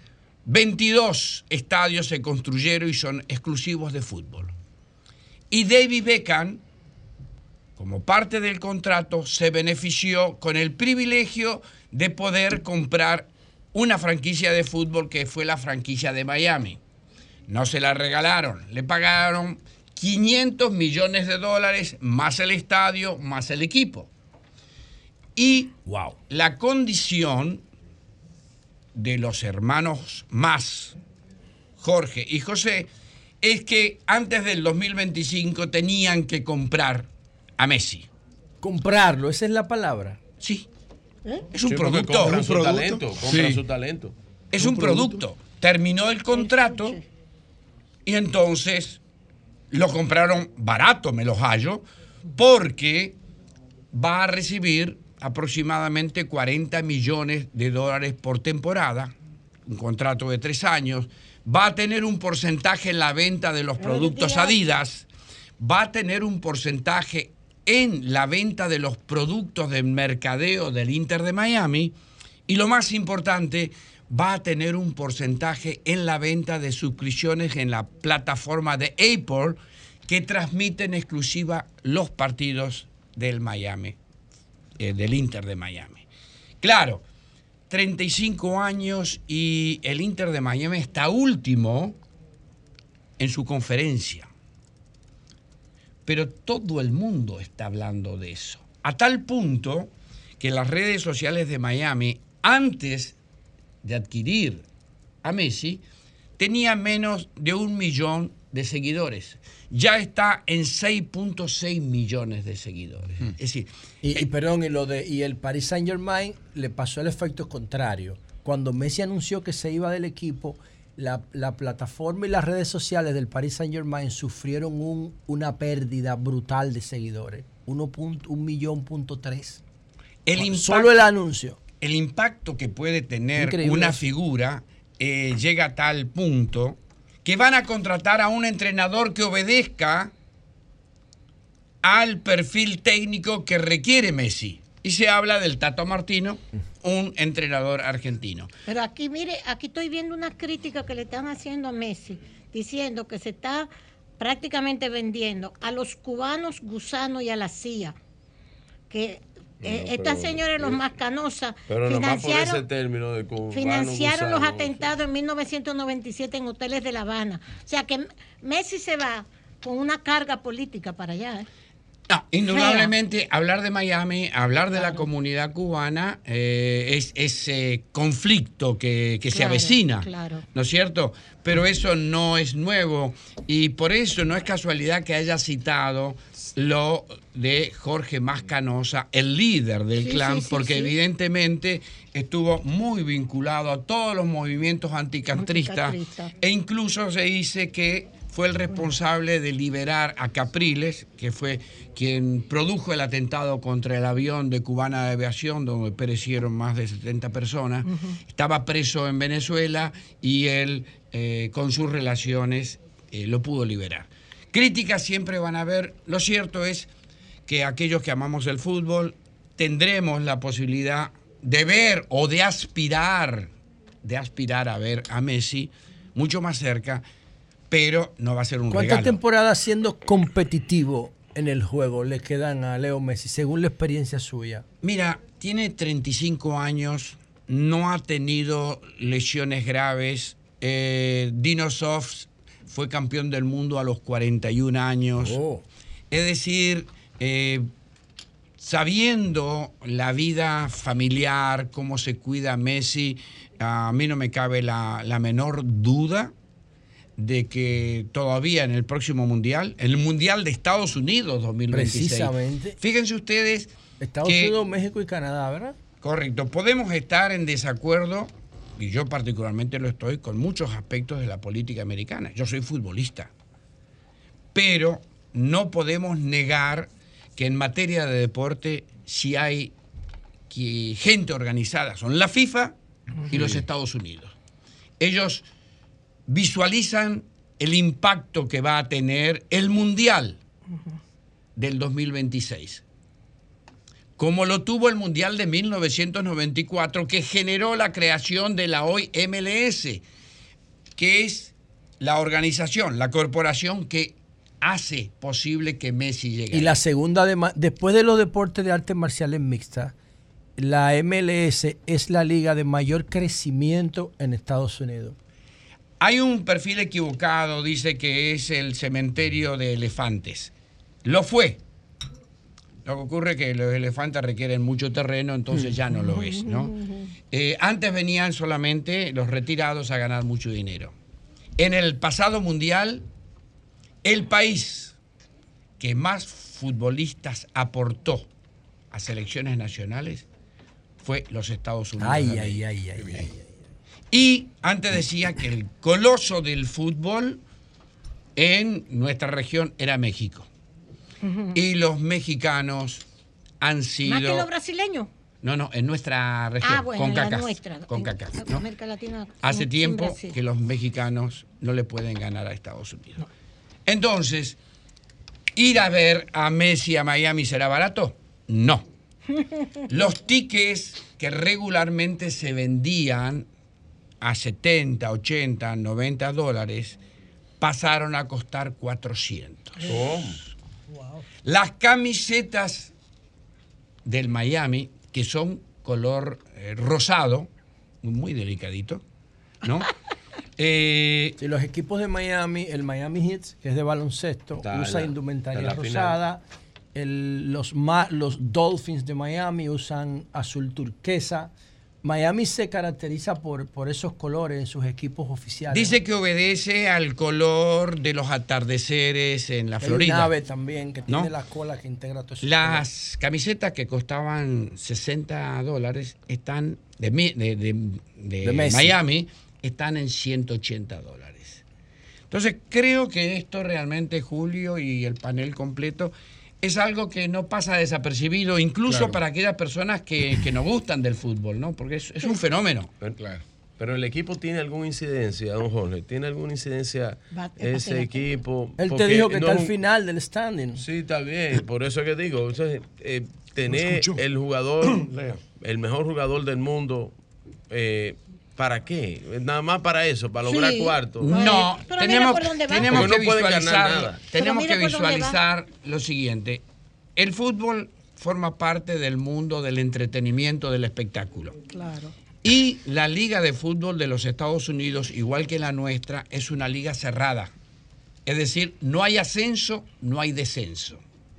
veintidós estadios se construyeron y son exclusivos de fútbol. Y David Beckham, como parte del contrato, se benefició con el privilegio de poder comprar una franquicia de fútbol que fue la franquicia de Miami. No se la regalaron, le pagaron quinientos millones de dólares más el estadio, más el equipo. Y wow, la condición de los hermanos Mas, Jorge y José, es que antes del dos mil veinticinco tenían que comprar a Messi. Comprarlo, esa es la palabra. Sí. ¿Eh? Es un Sí, porque producto. compran Un su producto. talento, compran Sí. su talento. Es un producto. Terminó el contrato y entonces lo compraron barato, me los hallo, porque va a recibir aproximadamente cuarenta millones de dólares por temporada, un contrato de tres años, va a tener un porcentaje en la venta de los productos Adidas, va a tener un porcentaje en la venta de los productos de mercadeo del Inter de Miami y lo más importante, va a tener un porcentaje en la venta de suscripciones en la plataforma de Apple que transmite en exclusiva los partidos del Miami, eh, del Inter de Miami. Claro, treinta y cinco años y el Inter de Miami está último en su conferencia. Pero todo el mundo está hablando de eso. A tal punto que las redes sociales de Miami, antes de adquirir a Messi, tenía menos de un millón de seguidores. Ya está en seis punto seis millones de seguidores. Es decir, Y, y perdón, y, lo de, y el Paris Saint Germain le pasó el efecto contrario. Cuando Messi anunció que se iba del equipo, la, la plataforma y las redes sociales del Paris Saint Germain sufrieron un, una pérdida brutal de seguidores. uno punto uno millón punto tres. El impacto, Solo el anuncio. El impacto que puede tener Increíble una eso. figura eh, llega a tal punto que van a contratar a un entrenador que obedezca al perfil técnico que requiere Messi. Y se habla del Tato Martino, un entrenador argentino. Pero aquí, mire, aquí estoy viendo una crítica que le están haciendo a Messi, diciendo que se está prácticamente vendiendo a los cubanos gusanos y a la C I A, que Eh, No, estas pero- señores, los más canosas, Pero nomás por ese financiaron, término de cubano financiaron los gusano. atentados en mil novecientos noventa y siete en hoteles de La Habana. O sea que Messi se va con una carga política para allá. ¿eh? No, indudablemente hablar de Miami, hablar de la comunidad cubana, eh, es ese conflicto que, que se Claro, avecina, claro. ¿no es cierto? Pero eso no es nuevo y por eso no es casualidad que haya citado lo de Jorge Mascanosa, el líder del Sí, clan, sí, sí, porque sí. evidentemente estuvo muy vinculado a todos los movimientos anticastristas Anticastrista. e incluso se dice que fue el responsable de liberar a Capriles, que fue quien produjo el atentado contra el avión de Cubana de Aviación, donde perecieron más de setenta personas. Ujú. Estaba preso en Venezuela y él, eh, con sus relaciones, eh, lo pudo liberar. Críticas siempre van a haber. Lo cierto es que aquellos que amamos el fútbol tendremos la posibilidad de ver o de aspirar, de aspirar a ver a Messi mucho más cerca, pero no va a ser un ¿Cuántas regalo. temporadas siendo competitivo en el juego le quedan a Leo Messi, según la experiencia suya? Mira, tiene treinta y cinco años, no ha tenido lesiones graves. Eh, Dino Soft fue campeón del mundo a los cuarenta y un años. Oh. Es decir, eh, sabiendo la vida familiar, cómo se cuida Messi, a mí no me cabe la, la menor duda de que todavía en el próximo Mundial, en el Mundial de Estados Unidos dos mil veintiséis. Precisamente. Fíjense ustedes Estados que, Unidos, México y Canadá, ¿verdad? correcto, podemos estar en desacuerdo, y yo particularmente lo estoy, con muchos aspectos de la política americana. Yo soy futbolista. Pero no podemos negar que en materia de deporte, si hay que gente organizada, son la FIFA y los Estados Unidos. Ellos visualizan el impacto que va a tener el Mundial del dos mil veintiséis, como lo tuvo el Mundial de mil novecientos noventa y cuatro, que generó la creación de la hoy M L S, que es la organización, la corporación que hace posible que Messi llegue. Y la segunda, de, después de los deportes de artes marciales mixtas, la M L S es la liga de mayor crecimiento en Estados Unidos. Hay un perfil equivocado, dice que es el cementerio de elefantes. Lo fue. Lo que ocurre es que los elefantes requieren mucho terreno, entonces ya no lo es, ¿no? Eh, antes venían solamente los retirados a ganar mucho dinero. En el pasado mundial, el país que más futbolistas aportó a selecciones nacionales fue los Estados Unidos. Ay, de ay, América. ay, ay, ay. Y antes decía que el coloso del fútbol en nuestra región era México. Y los mexicanos han sido... ¿Más que los brasileños? No, no, en nuestra región, Ah, bueno, con en la CACAF, nuestra. con en CACAF, ¿no? América Latina. Hace sin- sin tiempo Brasil. que los mexicanos no le pueden ganar a Estados Unidos. Entonces, ¿ir a ver a Messi a Miami será barato? No. Los tickets que regularmente se vendían a setenta, ochenta, noventa dólares pasaron a costar cuatrocientos. Las camisetas del Miami, que son color eh, rosado, muy delicadito, ¿no? Eh, Sí, los equipos de Miami, el Miami Heat, que es de baloncesto, Está usa en la- indumentaria en la final. rosada. El- los, ma- los Dolphins de Miami usan azul turquesa. Miami se caracteriza por, por esos colores en sus equipos oficiales. dice que obedece al color de los atardeceres en la Hay Florida. un ave también que ¿no? tiene la cola que integra todo eso. Las camisetas que costaban sesenta dólares están de, mi- de, de- de De Messi. Miami, están en ciento ochenta dólares. Entonces creo que esto realmente, Julio, y el panel completo, es algo que no pasa desapercibido, incluso Claro. para aquellas personas que, que no gustan del fútbol, ¿no? Porque es, es un fenómeno. Pero, pero el equipo tiene alguna incidencia, don Jorge, tiene alguna incidencia Va- ese va- equipo. Él te porque dijo que no está es al un- final del standing. Sí, está bien, por eso es que digo, entonces, eh, tener escuchó. el jugador, el mejor jugador del mundo, eh, ¿para qué? Nada más para eso, para lograr Sí. cuarto. No, Pero tenemos, mira por dónde va. tenemos Porque que no pueden ganar visualizar, nada. tenemos Pero que mira por dónde va. visualizar lo siguiente. El fútbol forma parte del mundo del entretenimiento, del espectáculo. Claro. Y la Liga de Fútbol de los Estados Unidos, igual que la nuestra, es una liga cerrada. Es decir, no hay ascenso, no hay descenso.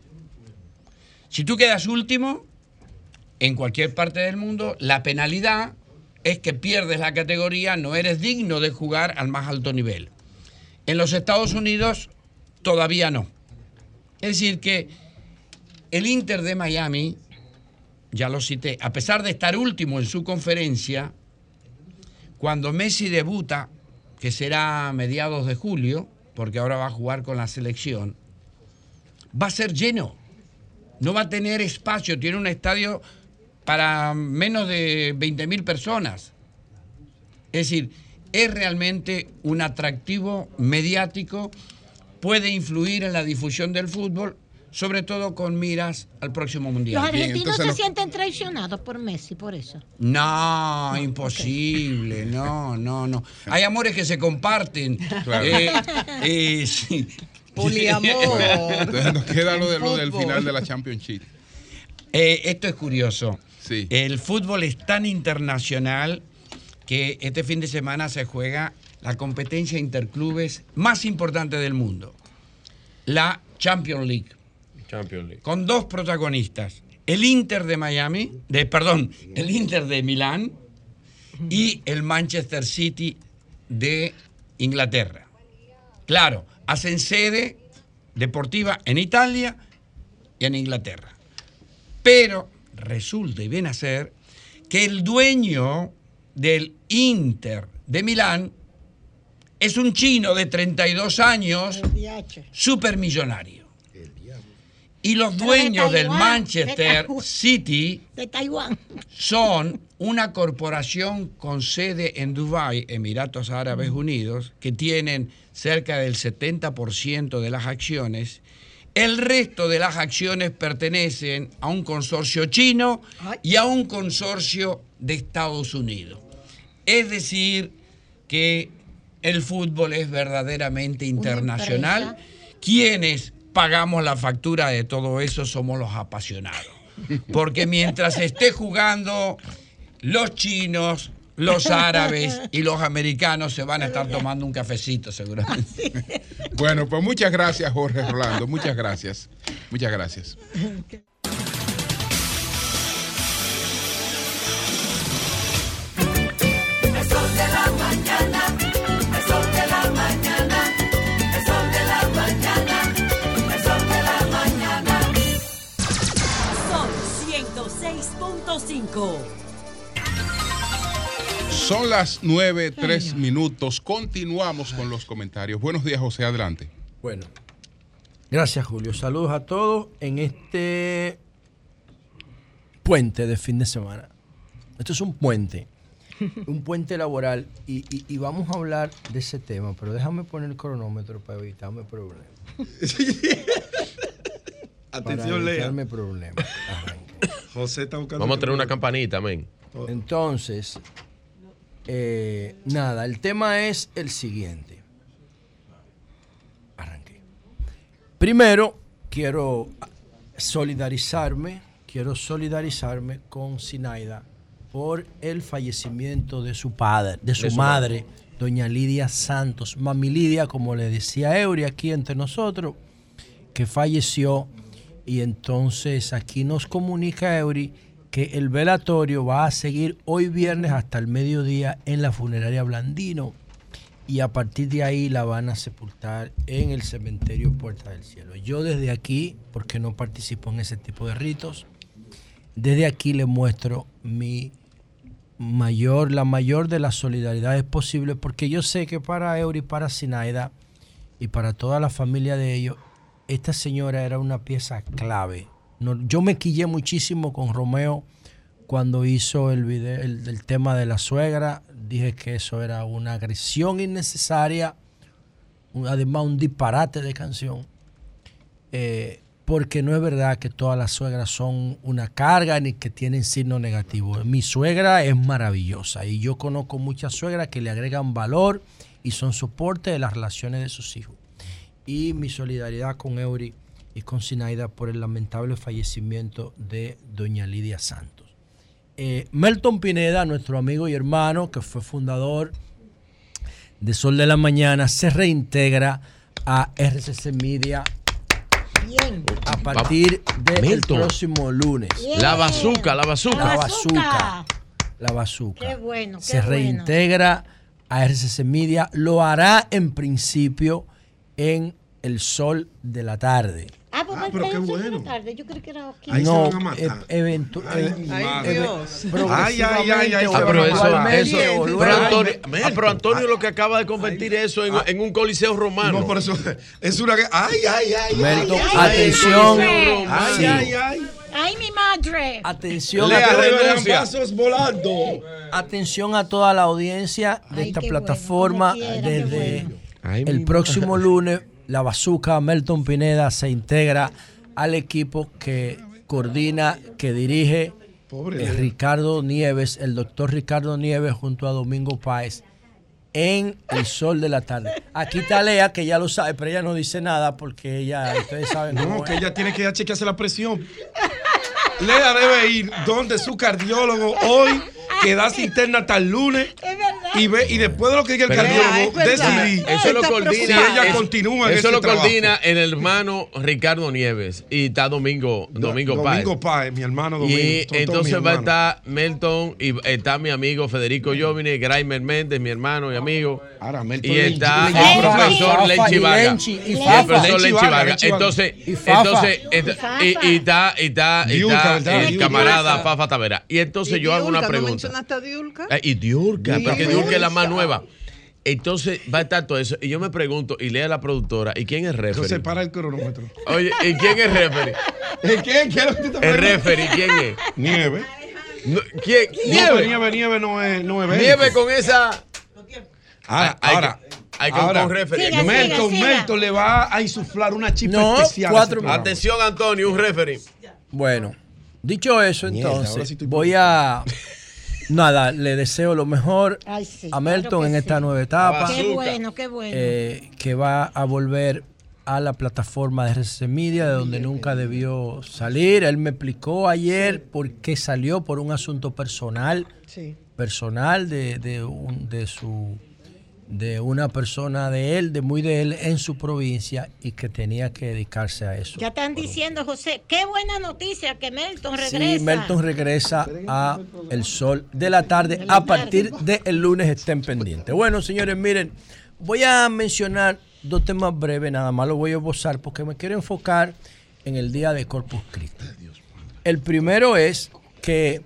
Si tú quedas último, en cualquier parte del mundo, la penalidad es que pierdes la categoría, no eres digno de jugar al más alto nivel. En los Estados Unidos todavía no. Es decir que el Inter de Miami, ya lo cité, a pesar de estar último en su conferencia, cuando Messi debuta, que será a mediados de julio, porque ahora va a jugar con la selección, va a ser lleno. No va a tener espacio, tiene un estadio para menos de veinte mil personas. Es decir, es realmente un atractivo mediático, puede influir en la difusión del fútbol, sobre todo con miras al próximo Mundial. Los argentinos Bien, se no... sienten traicionados por Messi, por eso. No, no imposible, okay. no, no, no. Hay amores que se comparten. Claro. Eh, eh, sí. Poliamor. Entonces nos queda lo, de, lo del final de la Championship. Eh, esto es curioso. Sí. El fútbol es tan internacional que este fin de semana se juega la competencia interclubes más importante del mundo, la Champions League. Champions League. Con dos protagonistas, el Inter de Miami, de, perdón, el Inter de Milán y el Manchester City de Inglaterra. Claro, hacen sede deportiva en Italia y en Inglaterra. Pero resulta y viene a ser que el dueño del Inter de Milán es un chino de treinta y dos años, supermillonario. Y los dueños de del Taiwán, Manchester de City de Taiwán son una corporación con sede en Dubái, Emiratos Árabes Unidos, que tienen cerca del setenta por ciento de las acciones. El resto de las acciones pertenecen a un consorcio chino y a un consorcio de Estados Unidos. Es decir, que el fútbol es verdaderamente internacional. Quienes pagamos la factura de todo eso somos los apasionados. Porque mientras esté jugando, los chinos, los árabes y los americanos se van a estar tomando un cafecito seguramente. Bueno, pues muchas gracias, Jorge Rolando. Muchas gracias. Muchas gracias. El sol de la mañana, el sol de la mañana, el sol de la mañana, el sol de la mañana. Sol ciento seis punto cinco. Son las nueve, tres minutos. Continuamos con los comentarios. Buenos días, José, adelante. Bueno, gracias, Julio. Saludos a todos en este puente de fin de semana. Esto es un puente, un puente laboral y, y, y vamos a hablar de ese tema, pero déjame poner el cronómetro para evitarme problemas. Atención, para Lea. evitarme problemas. José está buscando. Vamos a tener una campanita, amén. Entonces, eh, nada, el tema es el siguiente. Arranqué. Primero, quiero solidarizarme, quiero solidarizarme con Zinaida por el fallecimiento de su padre, de su, De su madre, madre. doña Lidia Santos, mami Lidia, como le decía Eury aquí entre nosotros, que falleció. Y entonces aquí nos comunica Eury que el velatorio va a seguir hoy viernes hasta el mediodía en la funeraria Blandino y a partir de ahí la van a sepultar en el cementerio Puerta del Cielo. Yo desde aquí, porque no participo en ese tipo de ritos, desde aquí le muestro mi mayor, la mayor de las solidaridades posibles, porque yo sé que para Eury, para Zinaida y para toda la familia de ellos, esta señora era una pieza clave. No, yo me quillé muchísimo con Romeo cuando hizo el video, el, el tema de la suegra. Dije que eso era una agresión innecesaria, un, además un disparate de canción. Eh, porque no es verdad que todas las suegras son una carga ni que tienen signo negativo. Mi suegra es maravillosa y yo conozco muchas suegras que le agregan valor y son soporte de las relaciones de sus hijos. Y mi solidaridad con Eury y con Zinaida por el lamentable fallecimiento de doña Lidia Santos. Eh, Melton Pineda, nuestro amigo y hermano, que fue fundador de Sol de la Mañana, se reintegra a R C C Media Bien. a partir del Milton. próximo lunes. Bien. La bazuca, la bazuca. La bazuca. La bazuca. Qué bueno, qué Se bueno. reintegra a R C C Media. Lo hará en principio en el Sol de la Tarde. Ah, pues Ah, pero qué bueno. tarde. Yo creo que era aquí. Ahí no, se van a matar. e- eventu- Ay, e- mi e- madre. Dios. Ay, ay, ay, ay, o Ah, pero eso, eventualmente, eso- o pero luego- Antonio, Ay, ah, pero Antonio lo que acaba de convertir eso en, en un coliseo romano. No, por eso es una que. Ay, ay, ay. Melton, ay, ay, atención. Ay, ay, Sí. ay, ay. Ay, mi madre. Atención, Lea, a, Que deberían renuncia. pasos volando. atención a toda la audiencia de Ay, esta qué bueno, plataforma. como quiera, qué Desde bueno. Ay, el mi próximo lunes, la bazuca Melton Pineda se integra al equipo que coordina, que dirige Pobre eh, Lea. Ricardo Nieves, el doctor Ricardo Nieves junto a Domingo Páez en el Sol de la Tarde. Aquí está Lea, que ya lo sabe, pero ella no dice nada porque ella, ustedes saben No, cómo que es. ella tiene que ir a chequearse la presión. Lea debe ir donde su cardiólogo hoy, que da interna hasta el lunes. Es verdad. Y, ve, y después de lo que diga el Pero- cardiólogo, es verdad. decidir Eso lo Está coordina. si ella eso- continúa en Eso ese lo trabajo. coordina el hermano Ricardo Nieves y está Domingo, Domingo Páez. Domingo Páez, mi hermano Domingo. Y son todos entonces mis va a hermanos. estar Melton y está mi amigo Federico Jovine, Graimer Méndez, mi hermano y amigo. Ahora, Melton Y Lenchi. está Lenchi. el profesor Fafa, Lenchi y Vargas. Lenchi, y Y el Fafa. profesor Lenchi Lenchi Vargas, Vargas. Lenchi Vargas. Entonces, Y Fafa. entonces, ent- Fafa. y, y está, y está, y Diulca, está ¿verdad? el Diulca. camarada Fafa Tavera. Y entonces Y yo hago una Diulca, ¿no pregunta. mencionaste a Diulca? Eh, y Diurca, Diulca. porque Diurca es la más nueva. Entonces va a estar todo eso. Y yo me pregunto, y lea la productora, ¿y quién es referee? Entonces para el cronómetro. Oye, ¿y quién es referee? ¿Quién? ¿Quién es lo que te está El preguntando? referee, ¿quién es? Nieve. No, ¿Quién? Nieve, Nieve. nieve, nieve no es, no es bélico. Nieve con esa. Ahora, Hay que- ahora, hay que ahora, con referee. Siga, Melton, siga. Melton le va a insuflar una chispa No, especial. a cuatro- ese programa. Atención, Antonio, un referee. Bueno, dicho eso, Mierda, ahora entonces, sí estoy voy a... Nada, le deseo lo mejor Ay, sí, a Melton claro que en esta sí. nueva etapa, Qué Azúcar. bueno, qué bueno. eh, que va a volver a la plataforma de R C C Media, de donde nunca debió salir. Él me explicó ayer por qué salió, por un asunto personal, Sí. personal de, de, un- de su de una persona de él, de muy de él en su provincia y que tenía que dedicarse a eso. Ya están diciendo, José, qué buena noticia que Melton regresa. Sí, Melton regresa a El Sol de la Tarde. A partir del lunes estén pendientes. Bueno, señores, miren, voy a mencionar dos temas breves, nada más lo voy a esbozar porque me quiero enfocar en el día de Corpus Christi. El primero es que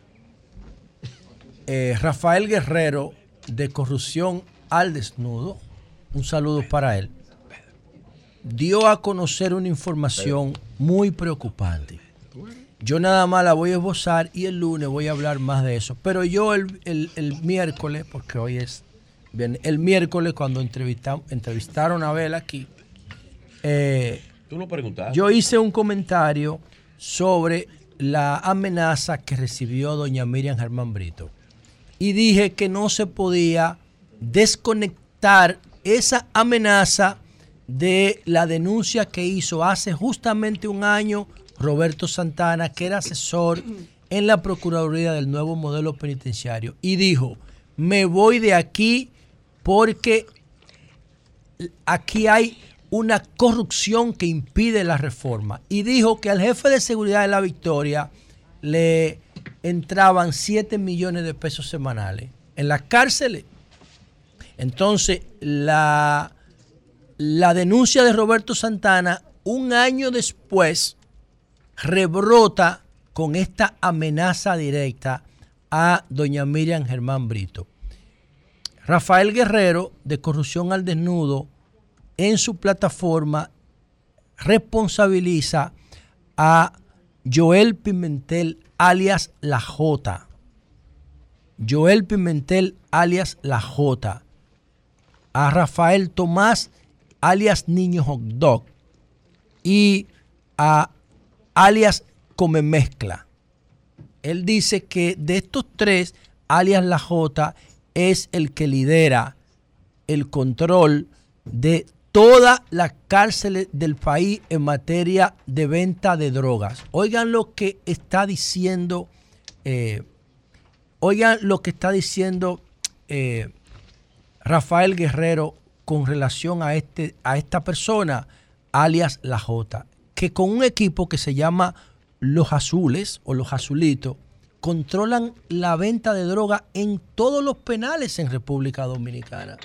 eh, Rafael Guerrero, de Corrupción al Desnudo, un saludo para él, dio a conocer una información muy preocupante. Yo nada más la voy a esbozar y el lunes voy a hablar más de eso. Pero yo el, el- el miércoles, porque hoy es bien, el miércoles cuando entrevista- entrevistaron a Abel aquí, eh, Tú no preguntaste. yo hice un comentario sobre la amenaza que recibió doña Miriam Germán Brito. Y dije que no se podía desconectar esa amenaza de la denuncia que hizo hace justamente un año Roberto Santana, que era asesor en la Procuraduría del nuevo modelo penitenciario. Y dijo, me voy de aquí porque aquí hay una corrupción que impide la reforma. Y dijo que al jefe de seguridad de La Victoria le entraban siete millones de pesos semanales en las cárceles. Entonces, la, la denuncia de Roberto Santana, un año después, rebrota con esta amenaza directa a doña Miriam Germán Brito. Rafael Guerrero, de Corrupción al Desnudo, en su plataforma responsabiliza a Joel Pimentel, alias La Jota. Joel Pimentel, alias La Jota. A Rafael Tomás, alias Niño Hot Dog. Y a alias Come Mezcla. Él dice que de estos tres, alias La Jota es el que lidera el control de todas las cárceles del país en materia de venta de drogas. Oigan lo que está diciendo, eh, oigan lo que está diciendo eh, Rafael Guerrero con relación a este, a esta persona, alias La Jota, que con un equipo que se llama Los Azules o Los Azulitos, controlan la venta de droga en todos los penales en República Dominicana.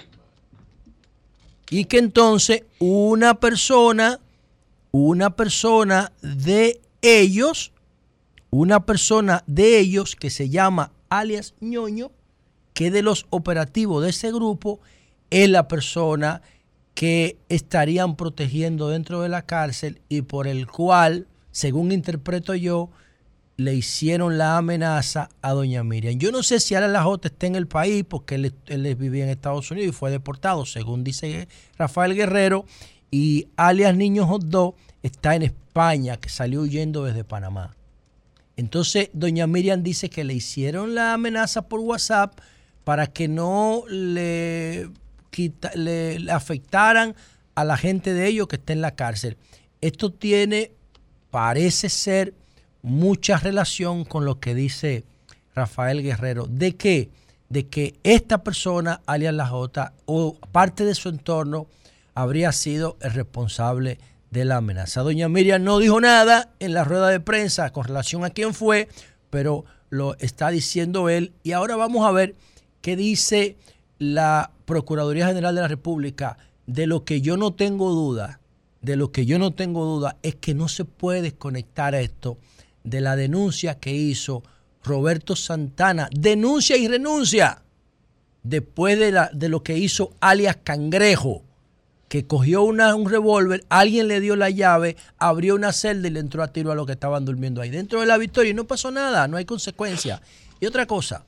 Y que entonces una persona, una persona de ellos, una persona de ellos que se llama alias Ñoño, que de los operativos de ese grupo es la persona que estarían protegiendo dentro de la cárcel y por el cual, según interpreto yo, le hicieron la amenaza a doña Miriam. Yo no sé si ahora La Jota está en el país porque él, él vivía en Estados Unidos y fue deportado, según dice Rafael Guerrero, y alias Niño Hot Dog está en España, que salió huyendo desde Panamá. Entonces, doña Miriam dice que le hicieron la amenaza por WhatsApp para que no le, quita, le, le afectaran a la gente de ellos que está en la cárcel. Esto tiene, parece ser, mucha relación con lo que dice Rafael Guerrero. ¿De qué? De que esta persona, alias La Jota, o parte de su entorno, habría sido el responsable de la amenaza. Doña Miriam no dijo nada en la rueda de prensa con relación a quién fue, pero lo está diciendo él. Y ahora vamos a ver qué dice la Procuraduría General de la República. De lo que yo no tengo duda, de lo que yo no tengo duda es que no se puede desconectar esto de la denuncia que hizo Roberto Santana. Denuncia y renuncia después de, la, de lo que hizo alias Cangrejo, que cogió una, un revólver, alguien le dio la llave, abrió una celda y le entró a tiro a los que estaban durmiendo ahí dentro de la Victoria y no pasó nada, no hay consecuencia. Y otra cosa,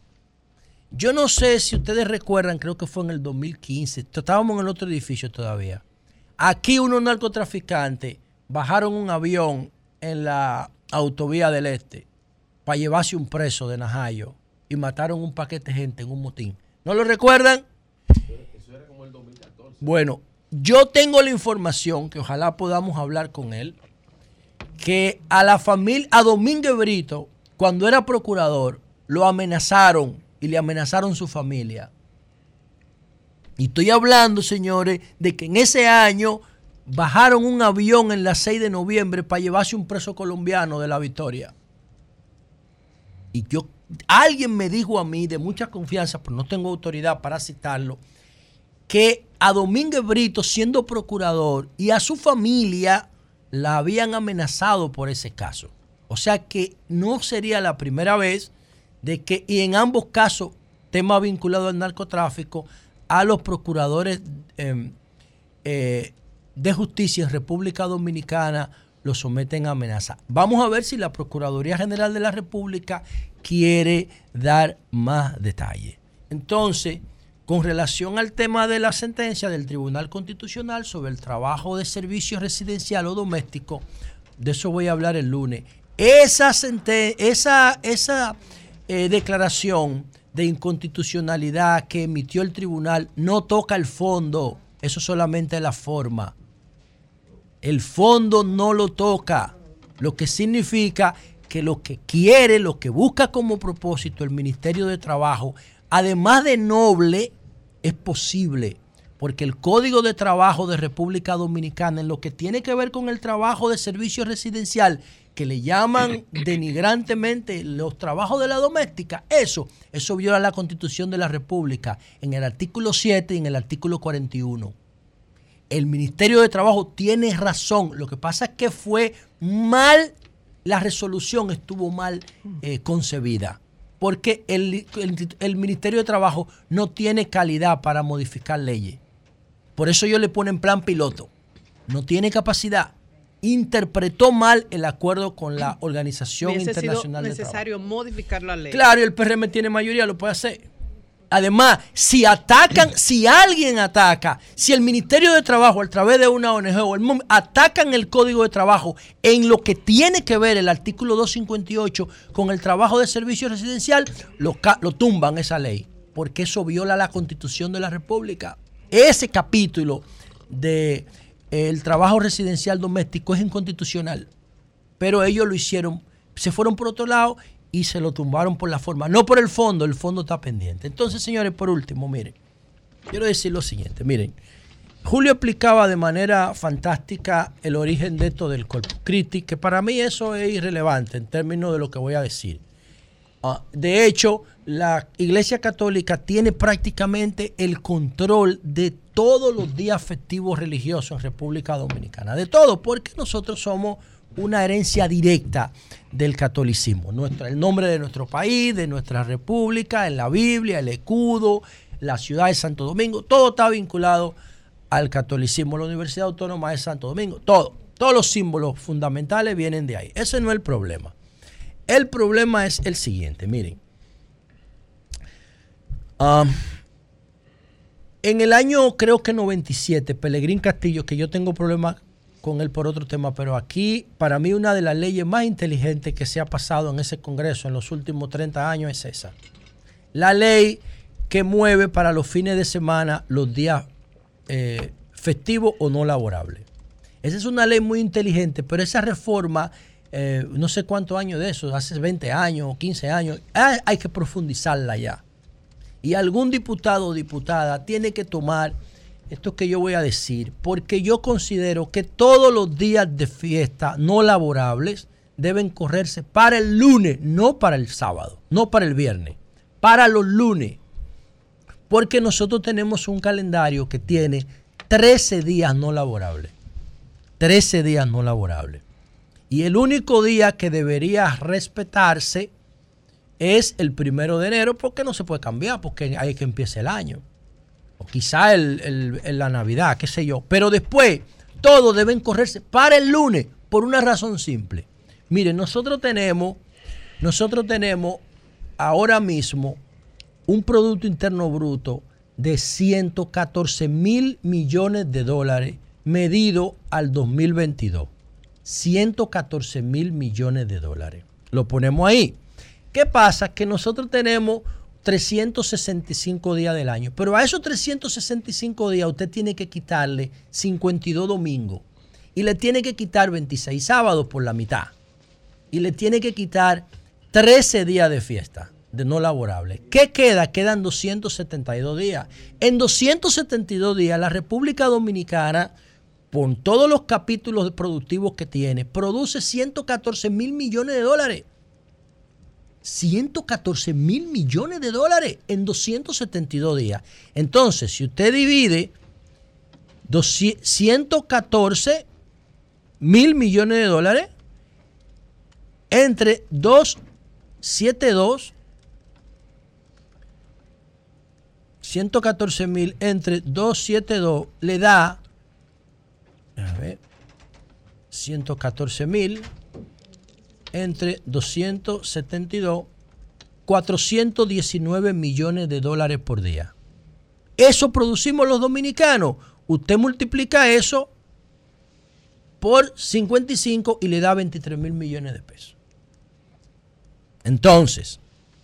yo no sé si ustedes recuerdan, creo que fue en el dos mil quince, estábamos en el otro edificio todavía. Aquí unos narcotraficantes bajaron un avión en la Autovía del Este para llevarse un preso de Najayo y mataron un paquete de gente en un motín. ¿No lo recuerdan? Eso era como el dos mil catorce. Bueno, yo tengo la información, que ojalá podamos hablar con él, que a la familia, a Domínguez Brito, cuando era procurador, lo amenazaron y le amenazaron su familia. Y estoy hablando, señores, de que en ese año bajaron un avión en la seis de noviembre para llevarse un preso colombiano de la Victoria. Y yo, alguien me dijo a mí de mucha confianza, pero no tengo autoridad para citarlo, que a Domínguez Brito, siendo procurador, y a su familia la habían amenazado por ese caso. O sea que no sería la primera vez de que, y en ambos casos, tema vinculado al narcotráfico, a los procuradores eh, eh, de justicia en República Dominicana lo someten a amenaza. Vamos a ver si la Procuraduría General de la República quiere dar más detalles. Entonces, con relación al tema de la sentencia del Tribunal Constitucional sobre el trabajo de servicio residencial o doméstico, de eso voy a hablar el lunes. Esa, esa, esa eh, declaración de inconstitucionalidad que emitió el tribunal no toca el fondo, eso solamente es la forma. El fondo no lo toca, lo que significa que lo que quiere, lo que busca como propósito el Ministerio de Trabajo, además de noble, es posible, porque el Código de Trabajo de República Dominicana, en lo que tiene que ver con el trabajo de servicio residencial, que le llaman denigrantemente los trabajos de la doméstica, eso, eso viola la Constitución de la República en el artículo siete y en el artículo cuarenta y uno. El Ministerio de Trabajo tiene razón, lo que pasa es que fue mal, la resolución estuvo mal eh, concebida, porque el, el, el Ministerio de Trabajo no tiene calidad para modificar leyes. Por eso ellos le ponen plan piloto, no tiene capacidad. Interpretó mal el acuerdo con la Organización Hubiese Internacional sido del Trabajo. necesario modificar la ley. Claro, y el P R M tiene mayoría, lo puede hacer. Además, si atacan, si alguien ataca, si el Ministerio de Trabajo a través de una O N G o el M O M atacan el Código de Trabajo en lo que tiene que ver el artículo doscientos cincuenta y ocho con el trabajo de servicio residencial, lo, lo tumban esa ley, porque eso viola la Constitución de la República. Ese capítulo de eh, el trabajo residencial doméstico es inconstitucional. Pero ellos lo hicieron, se fueron por otro lado y se lo tumbaron por la forma, no por el fondo, el fondo está pendiente. Entonces, señores, por último, miren, quiero decir lo siguiente, miren, Julio explicaba de manera fantástica el origen de esto del Corpus Christi, que para mí eso es irrelevante en términos de lo que voy a decir. Uh, de hecho, la Iglesia Católica tiene prácticamente el control de todos los días festivos religiosos en República Dominicana, de todo, porque nosotros somos una herencia directa del catolicismo. Nuestro, el nombre de nuestro país, de nuestra república, en la Biblia, el escudo, la ciudad de Santo Domingo, todo está vinculado al catolicismo. La Universidad Autónoma de Santo Domingo, todo, todos los símbolos fundamentales vienen de ahí. Ese no es el problema. El problema es el siguiente, miren. Um, en el año, creo que noventa y siete, Pelegrín Castillo, que yo tengo problemas con él por otro tema, pero aquí, para mí, una de las leyes más inteligentes que se ha pasado en ese Congreso en los últimos treinta años es esa. La ley que mueve para los fines de semana los días eh, festivos o no laborables. Esa es una ley muy inteligente, pero esa reforma... Eh, no sé cuántos años de eso, hace veinte años o quince años, hay, hay que profundizarla ya. Y algún diputado o diputada tiene que tomar esto que yo voy a decir, porque yo considero que todos los días de fiesta no laborables deben correrse para el lunes, no para el sábado, no para el viernes, para los lunes. Porque nosotros tenemos un calendario que tiene trece días no laborables. trece días no laborables. Y el único día que debería respetarse es el primero de enero, porque no se puede cambiar, porque hay que empiece el año. O quizá el, el, el, la Navidad, qué sé yo. Pero después, todos deben correrse para el lunes, por una razón simple. Miren, nosotros tenemos, nosotros tenemos ahora mismo un Producto Interno Bruto de ciento catorce mil millones de dólares medido al dos mil veintidós. ciento catorce mil millones de dólares. Lo ponemos ahí. ¿Qué pasa? Que nosotros tenemos trescientos sesenta y cinco días del año, pero a esos trescientos sesenta y cinco días usted tiene que quitarle cincuenta y dos domingos y le tiene que quitar veintiséis sábados por la mitad y le tiene que quitar trece días de fiesta de no laborables. ¿Qué queda? Quedan doscientos setenta y dos días. En doscientos setenta y dos días la República Dominicana, con todos los capítulos productivos que tiene, produce ciento catorce mil millones de dólares. ciento catorce mil millones de dólares en doscientos setenta y dos días. Entonces, si usted divide ciento catorce mil millones de dólares entre doscientos setenta y dos, ciento catorce mil entre doscientos setenta y dos le da... A ver, ciento catorce mil entre doscientos setenta y dos, cuatrocientos diecinueve millones de dólares por día. Eso producimos los dominicanos. Usted multiplica eso por cincuenta y cinco y le da veintitrés mil millones de pesos. Entonces,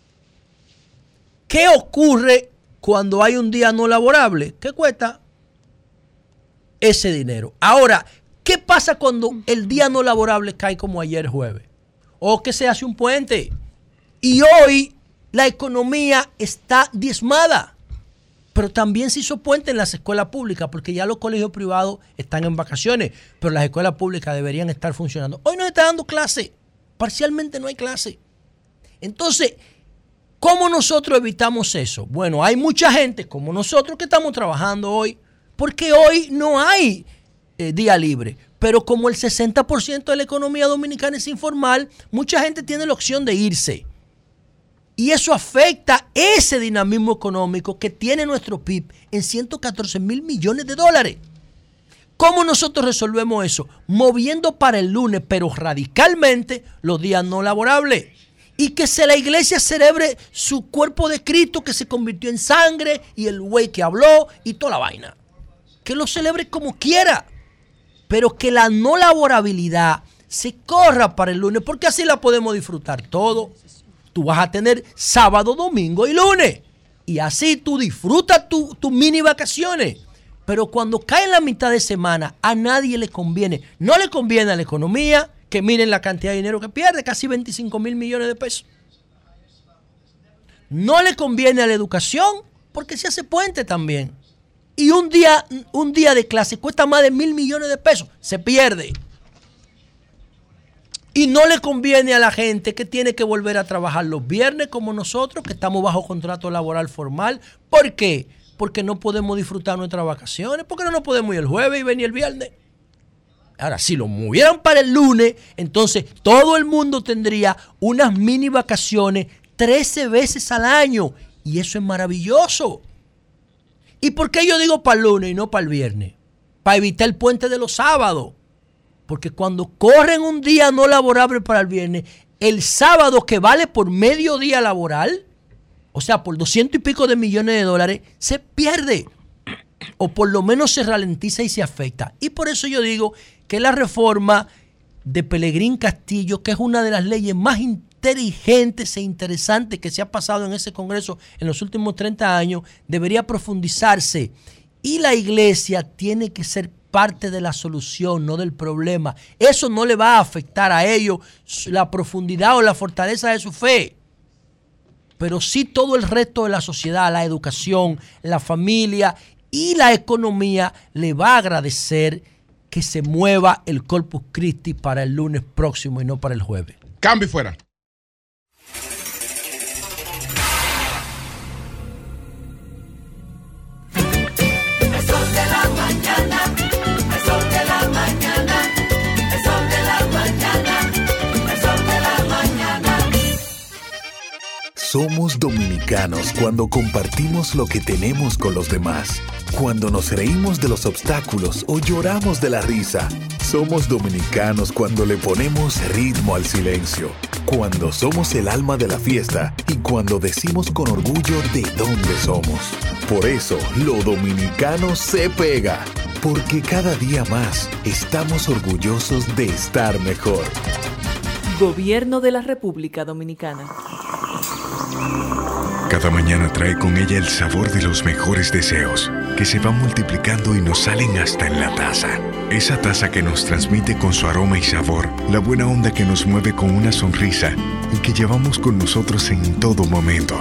¿qué ocurre cuando hay un día no laborable? ¿Qué cuesta? Ese dinero. Ahora, ¿qué pasa cuando el día no laborable cae como ayer jueves? O que se hace un puente. Y hoy la economía está diezmada. Pero también se hizo puente en las escuelas públicas, porque ya los colegios privados están en vacaciones, pero las escuelas públicas deberían estar funcionando. Hoy no se está dando clase. Parcialmente no hay clase. Entonces, ¿cómo nosotros evitamos eso? Bueno, hay mucha gente como nosotros que estamos trabajando hoy, porque hoy no hay eh, día libre. Pero como el sesenta por ciento de la economía dominicana es informal, mucha gente tiene la opción de irse. Y eso afecta ese dinamismo económico que tiene nuestro P I B en ciento catorce mil millones de dólares. ¿Cómo nosotros resolvemos eso? Moviendo para el lunes, pero radicalmente, los días no laborables. Y que se la iglesia celebre su cuerpo de Cristo que se convirtió en sangre y el güey que habló y toda la vaina. Que lo celebre como quiera, pero que la no laborabilidad se corra para el lunes, porque así la podemos disfrutar todo. Tú vas a tener sábado, domingo y lunes, y así tú disfrutas tus tu mini vacaciones. Pero cuando cae en la mitad de semana, a nadie le conviene. No le conviene a la economía, que miren la cantidad de dinero que pierde, casi veinticinco mil millones de pesos. No le conviene a la educación, porque se hace puente también. Y un día, un día de clase cuesta más de mil millones de pesos. Se pierde. Y no le conviene a la gente que tiene que volver a trabajar los viernes como nosotros, que estamos bajo contrato laboral formal. ¿Por qué? Porque no podemos disfrutar nuestras vacaciones. Porque no nos podemos ir el jueves y venir el viernes. Ahora, si lo movieran para el lunes, entonces todo el mundo tendría unas mini vacaciones trece veces al año. Y eso es maravilloso. ¿Y por qué yo digo para el lunes y no para el viernes? Para evitar el puente de los sábados. Porque cuando corren un día no laborable para el viernes, el sábado que vale por medio día laboral, o sea, por doscientos y pico de millones de dólares, se pierde. O por lo menos se ralentiza y se afecta. Y por eso yo digo que la reforma de Pelegrín Castillo, que es una de las leyes más inteligentes e interesantes que se ha pasado en ese Congreso en los últimos treinta años, debería profundizarse. Y la iglesia tiene que ser parte de la solución, no del problema. Eso no le va a afectar a ellos la profundidad o la fortaleza de su fe. Pero sí todo el resto de la sociedad, la educación, la familia y la economía le va a agradecer que se mueva el Corpus Christi para el lunes próximo y no para el jueves. Cambio fuera. El sol de la mañana, el sol de la mañana, el sol de la mañana, el sol de la mañana. Somos dominicanos cuando compartimos lo que tenemos con los demás. Cuando nos reímos de los obstáculos o lloramos de la risa. Somos dominicanos cuando le ponemos ritmo al silencio. Cuando somos el alma de la fiesta y cuando decimos con orgullo de dónde somos. Por eso, lo dominicano se pega. Porque cada día más estamos orgullosos de estar mejor. Gobierno de la República Dominicana. Cada mañana trae con ella el sabor de los mejores deseos, que se van multiplicando y nos salen hasta en la taza. Esa taza que nos transmite con su aroma y sabor, la buena onda que nos mueve con una sonrisa y que llevamos con nosotros en todo momento.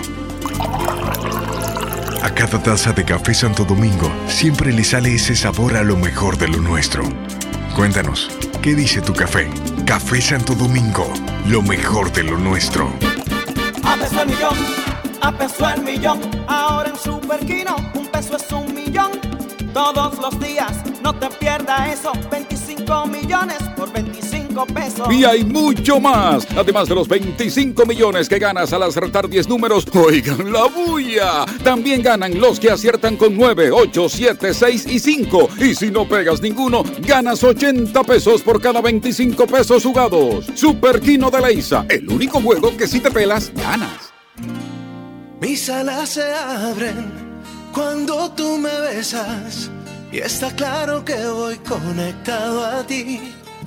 A cada taza de Café Santo Domingo siempre le sale ese sabor a lo mejor de lo nuestro. Cuéntanos, ¿qué dice tu café? Café Santo Domingo, lo mejor de lo nuestro. A peso el millón, a peso el millón. Ahora en Superquino, un peso es un millón. Todos los días, no te pierdas eso. veinticinco millones por veinticinco pesos. Y hay mucho más. Además de los veinticinco millones que ganas al acertar diez números, ¡oigan la bulla! También ganan los que aciertan con nueve, ocho, siete, seis y cinco. Y si no pegas ninguno, ganas ochenta pesos por cada veinticinco pesos jugados. Superquino de Leisa, el único juego que si te pelas, ganas. Mis alas se abren cuando tú me besas y está claro que voy conectado a ti.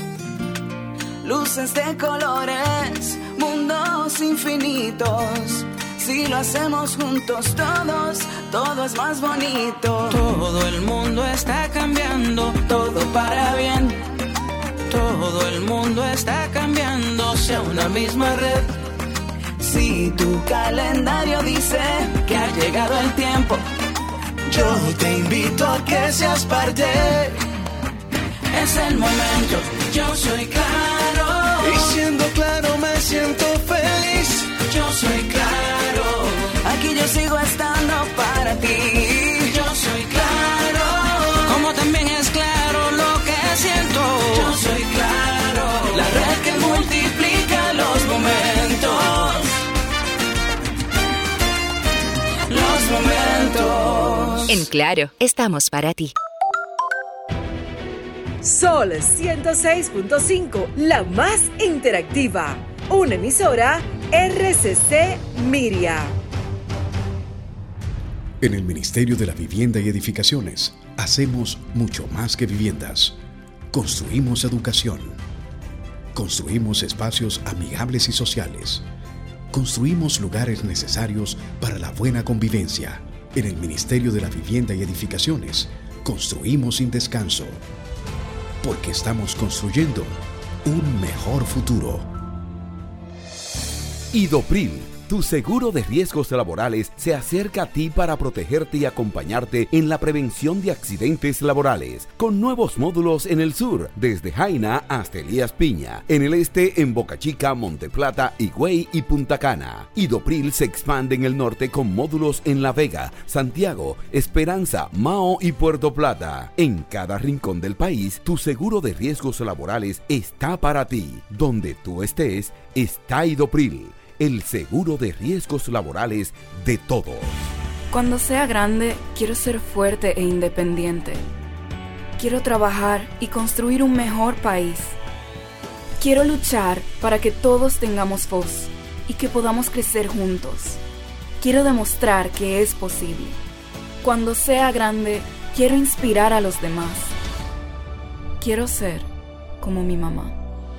Luces de colores, mundos infinitos. Si lo hacemos juntos todos, todo es más bonito. Todo el mundo está cambiando, todo para bien. Todo el mundo está cambiando, sea una misma red. Si tu calendario dice que ha llegado el tiempo, yo te invito a que seas parte. Es el momento, yo soy claro. Y siendo claro me siento feliz. Yo soy claro. Aquí yo sigo estando para ti. Yo soy claro. Como también es claro lo que siento. Yo soy claro. La red que multiplica los momentos. Los momentos. En Claro, estamos para ti. Sol ciento seis punto cinco, la más interactiva. Una emisora R C C Miria. En el Ministerio de la Vivienda y Edificaciones hacemos mucho más que viviendas. Construimos educación. Construimos espacios amigables y sociales. Construimos lugares necesarios para la buena convivencia. En el Ministerio de la Vivienda y Edificaciones construimos sin descanso, porque estamos construyendo un mejor futuro. Idopril, tu seguro de riesgos laborales, se acerca a ti para protegerte y acompañarte en la prevención de accidentes laborales, con nuevos módulos en el sur, desde Jaina hasta Elías Piña, en el este en Boca Chica, Monteplata, Higüey y Punta Cana. Idopril se expande en el norte con módulos en La Vega, Santiago, Esperanza, Mao y Puerto Plata. En cada rincón del país, tu seguro de riesgos laborales está para ti. Donde tú estés, está Idopril, el seguro de riesgos laborales de todos. Cuando sea grande, quiero ser fuerte e independiente. Quiero trabajar y construir un mejor país. Quiero luchar para que todos tengamos voz y que podamos crecer juntos. Quiero demostrar que es posible. Cuando sea grande, quiero inspirar a los demás. Quiero ser como mi mamá.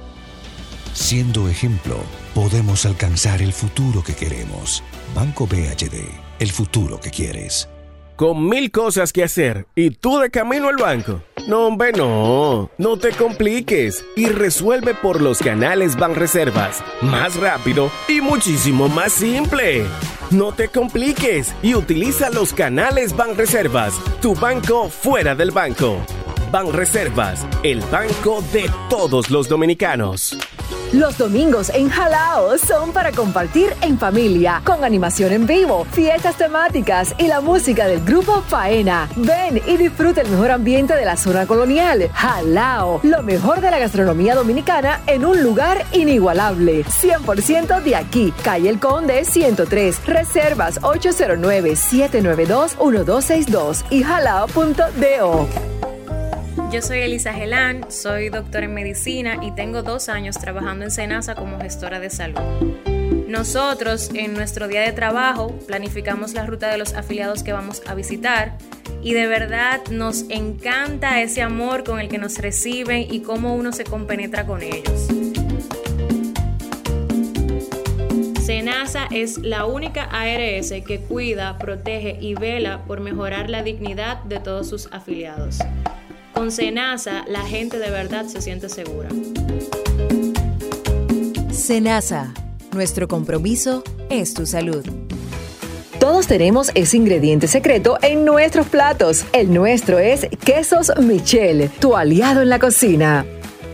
Siendo ejemplo, podemos alcanzar el futuro que queremos. Banco B H D, el futuro que quieres. Con mil cosas que hacer y tú de camino al banco. No, hombre, no. No te compliques y resuelve por los canales Banreservas. Más rápido y muchísimo más simple. No te compliques y utiliza los canales Banreservas. Tu banco fuera del banco. Banreservas, el banco de todos los dominicanos. Los domingos en Jalao son para compartir en familia, con animación en vivo, fiestas temáticas y la música del grupo Faena. Ven y disfruta el mejor ambiente de la zona colonial. Jalao, lo mejor de la gastronomía dominicana en un lugar inigualable. cien por ciento de aquí, calle El Conde ciento tres, reservas ocho cero nueve, siete nueve dos, uno dos seis dos y jalao punto do. Yo soy Elisa Gelán, soy doctora en medicina y tengo dos años trabajando en Senasa como gestora de salud. Nosotros, en nuestro día de trabajo, planificamos la ruta de los afiliados que vamos a visitar y de verdad nos encanta ese amor con el que nos reciben y cómo uno se compenetra con ellos. Senasa es la única A R S que cuida, protege y vela por mejorar la dignidad de todos sus afiliados. Con Senasa, la gente de verdad se siente segura. Senasa, nuestro compromiso es tu salud. Todos tenemos ese ingrediente secreto en nuestros platos. El nuestro es Quesos Michel, tu aliado en la cocina.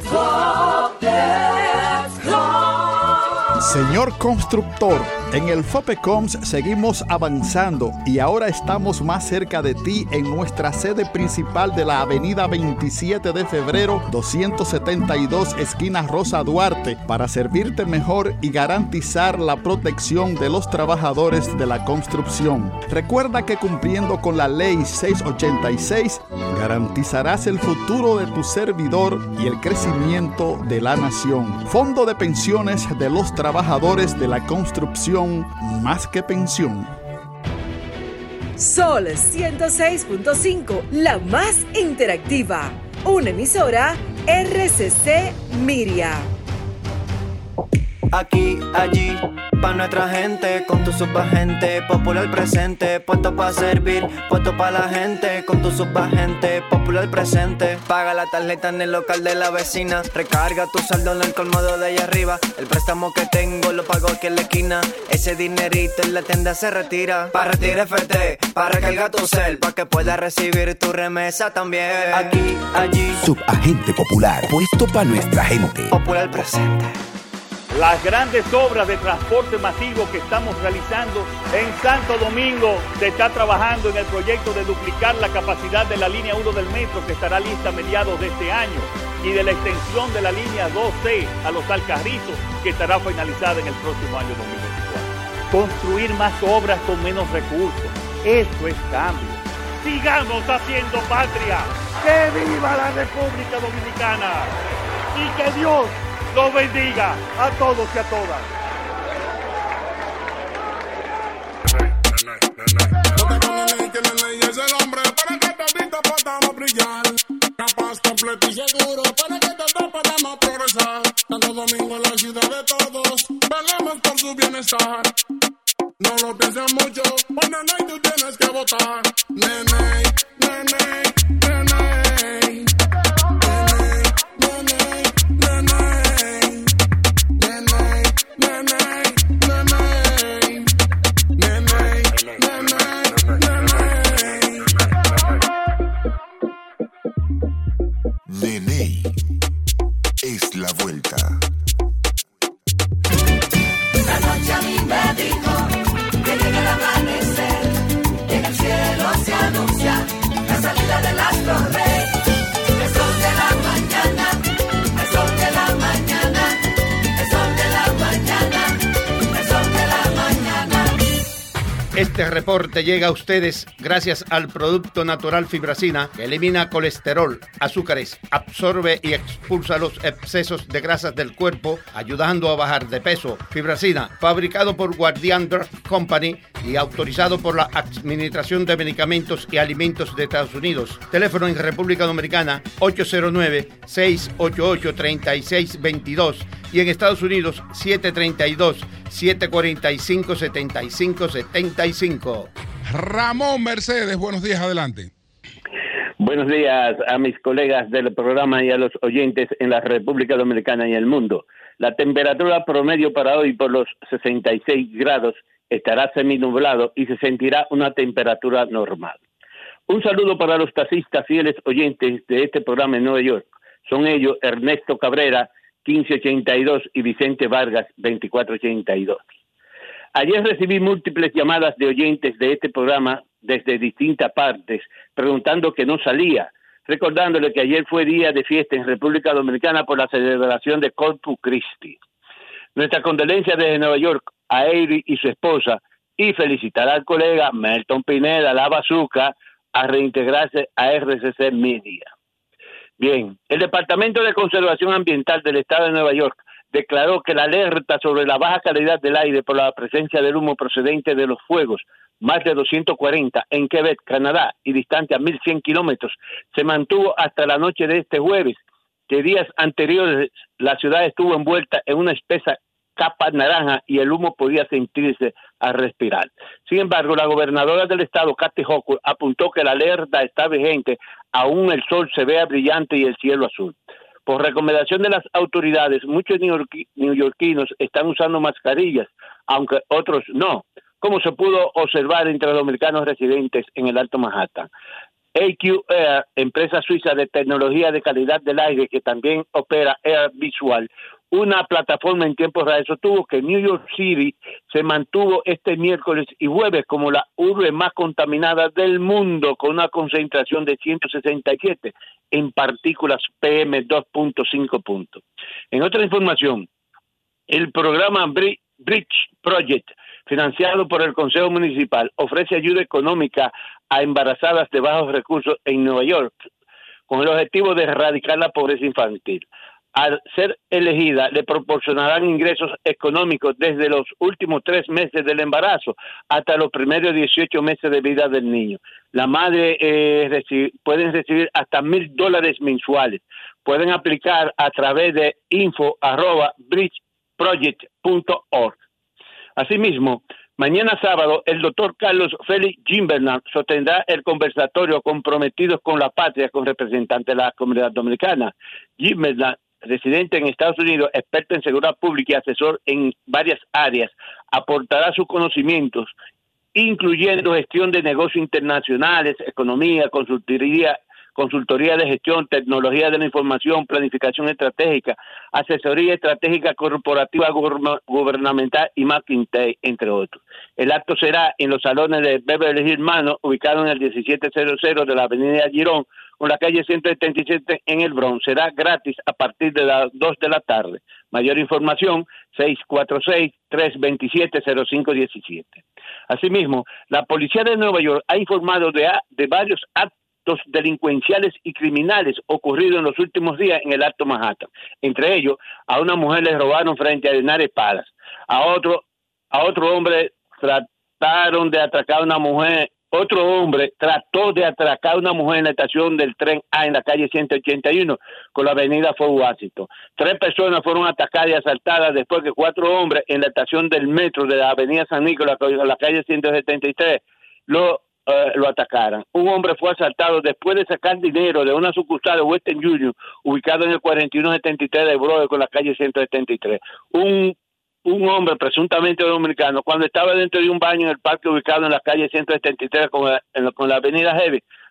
Señor constructor, en el FOPECOMS seguimos avanzando y ahora estamos más cerca de ti en nuestra sede principal de la avenida veintisiete de febrero, doscientos setenta y dos, esquina Rosa Duarte, para servirte mejor y garantizar la protección de los trabajadores de la construcción. Recuerda que cumpliendo con la ley seiscientos ochenta y seis, garantizarás el futuro de tu servidor y el crecimiento de la nación. Fondo de Pensiones de los Trabajadores de la Construcción, más que pensión. Sol ciento seis punto cinco, la más interactiva. Una emisora R C C Miria. Aquí, allí, pa' nuestra gente, con tu subagente, popular presente, puesto pa' servir, puesto pa' la gente, con tu subagente, popular presente. Paga la tarjeta en el local de la vecina, recarga tu saldo en el colmado de allá arriba, el préstamo que tengo lo pago aquí en la esquina, ese dinerito en la tienda se retira. Pa' retirar F T, pa' recargar tu cel, pa' que puedas recibir tu remesa también. Aquí, allí, Subagente Popular, puesto pa' nuestra gente. popular presente. Las grandes obras de transporte masivo que estamos realizando en Santo Domingo, se está trabajando en el proyecto de duplicar la capacidad de la línea uno del metro, que estará lista a mediados de este año, y de la extensión de la línea dos C a Los Alcarrizos, que estará finalizada en el próximo año dos mil veinticuatro. Construir más obras con menos recursos, eso es cambio. Sigamos haciendo patria. ¡Que viva la República Dominicana! Y que Dios los bendiga a todos y a todas. No te pones que la ley es el hombre para que todito podamos brillar. Capaz, completo y seguro para que todos podamos progresar. Santo Domingo es la ciudad de todos, velemos por su bienestar. No lo pienses mucho, pues nene, tú tienes que votar. Nene, nene. Leney es la vuelta. La noche a mí me dijo que llega el amanecer, en el cielo se anuncia la salida del astro rey. El sol de la mañana, el sol de la mañana, el sol de la mañana, el sol de la mañana. Este reporte llega a ustedes gracias al producto natural Fibracina, que elimina colesterol, azúcares, absorbe y expulsa los excesos de grasas del cuerpo, ayudando a bajar de peso. Fibracina, fabricado por Guardian Drug Company y autorizado por la Administración de Medicamentos y Alimentos de Estados Unidos. Teléfono en República Dominicana ocho cero nueve, seis ocho ocho, tres seis dos dos y en Estados Unidos siete tres dos, siete cuatro cinco, siete cinco siete cinco. Ramón Mercedes, buenos días, adelante. Buenos días a mis colegas del programa y a los oyentes en la República Dominicana y el mundo. La temperatura promedio para hoy por los sesenta y seis grados estará seminublado y se sentirá una temperatura normal. Un saludo para los taxistas fieles oyentes de este programa en Nueva York. Son ellos Ernesto Cabrera, quince ochenta y dos, y Vicente Vargas, veinticuatro ochenta y dos. Ayer recibí múltiples llamadas de oyentes de este programa desde distintas partes, preguntando que no salía, recordándole que ayer fue día de fiesta en República Dominicana por la celebración de Corpus Christi. Nuestra condolencia desde Nueva York a Eiri y su esposa, y felicitar al colega Melton Pineda, la Bazooka, a reintegrarse a R C C Media. Bien, el Departamento de Conservación Ambiental del Estado de Nueva York declaró que la alerta sobre la baja calidad del aire por la presencia del humo procedente de los fuegos, más de doscientos cuarenta, en Quebec, Canadá, y distante a mil cien kilómetros, se mantuvo hasta la noche de este jueves, que días anteriores la ciudad estuvo envuelta en una espesa capa naranja y el humo podía sentirse al respirar. Sin embargo, la gobernadora del estado, Kathy Hochul, apuntó que la alerta está vigente, aún el sol se vea brillante y el cielo azul. Por recomendación de las autoridades, muchos neoyorquinos están usando mascarillas, aunque otros no, como se pudo observar entre los dominicanos residentes en el Alto Manhattan. A Q Air, empresa suiza de tecnología de calidad del aire que también opera Air Visual, una plataforma en tiempo real, sostuvo que New York City se mantuvo este miércoles y jueves como la urbe más contaminada del mundo, con una concentración de ciento sesenta y siete en partículas P M dos punto cinco. En otra información, el programa Bridge Project, financiado por el Consejo Municipal, ofrece ayuda económica a embarazadas de bajos recursos en Nueva York, con el objetivo de erradicar la pobreza infantil. Al ser elegida, le proporcionarán ingresos económicos desde los últimos tres meses del embarazo hasta los primeros dieciocho meses de vida del niño. La madre eh, reci- pueden recibir hasta mil dólares mensuales. Pueden aplicar a través de info arroba bridge project punto org. Asimismo, mañana sábado, el doctor Carlos Félix Gimberland sostendrá el conversatorio Comprometidos con la Patria con representantes de la comunidad dominicana. Gimberland, residente en Estados Unidos, experto en seguridad pública y asesor en varias áreas, aportará sus conocimientos, incluyendo gestión de negocios internacionales, economía, consultoría, consultoría de gestión, tecnología de la información, planificación estratégica, asesoría estratégica corporativa gubernamental y marketing, entre otros. El acto será en los salones de Beverly Hills Manor, ubicado en el diecisiete cero de la avenida Girón, con la calle ciento setenta y siete en el Bronx. Será gratis a partir de las dos de la tarde. Mayor información, seis cuatro seis, tres dos siete, cero cinco uno siete. Asimismo, la policía de Nueva York ha informado de, de varios actos delincuenciales y criminales ocurridos en los últimos días en el Alto Manhattan. Entre ellos, a una mujer le robaron frente a Linares Palace. A otro, a otro hombre trataron de atracar a una mujer. Otro hombre trató de atracar a una mujer en la estación del tren A en la calle ciento ochenta y uno con la avenida Fort Washington. Tres personas fueron atacadas y asaltadas después que cuatro hombres en la estación del metro de la avenida San Nicolás, en la calle ciento setenta y tres, lo, uh, lo atacaran. Un hombre fue asaltado después de sacar dinero de una sucursal de Western Union ubicado en el cuarenta y uno setenta y tres de Broadway con la calle ciento setenta y tres. Un Un hombre presuntamente dominicano, cuando estaba dentro de un baño en el parque ubicado en la calle ciento setenta y tres con la, en la, con la avenida Heavy,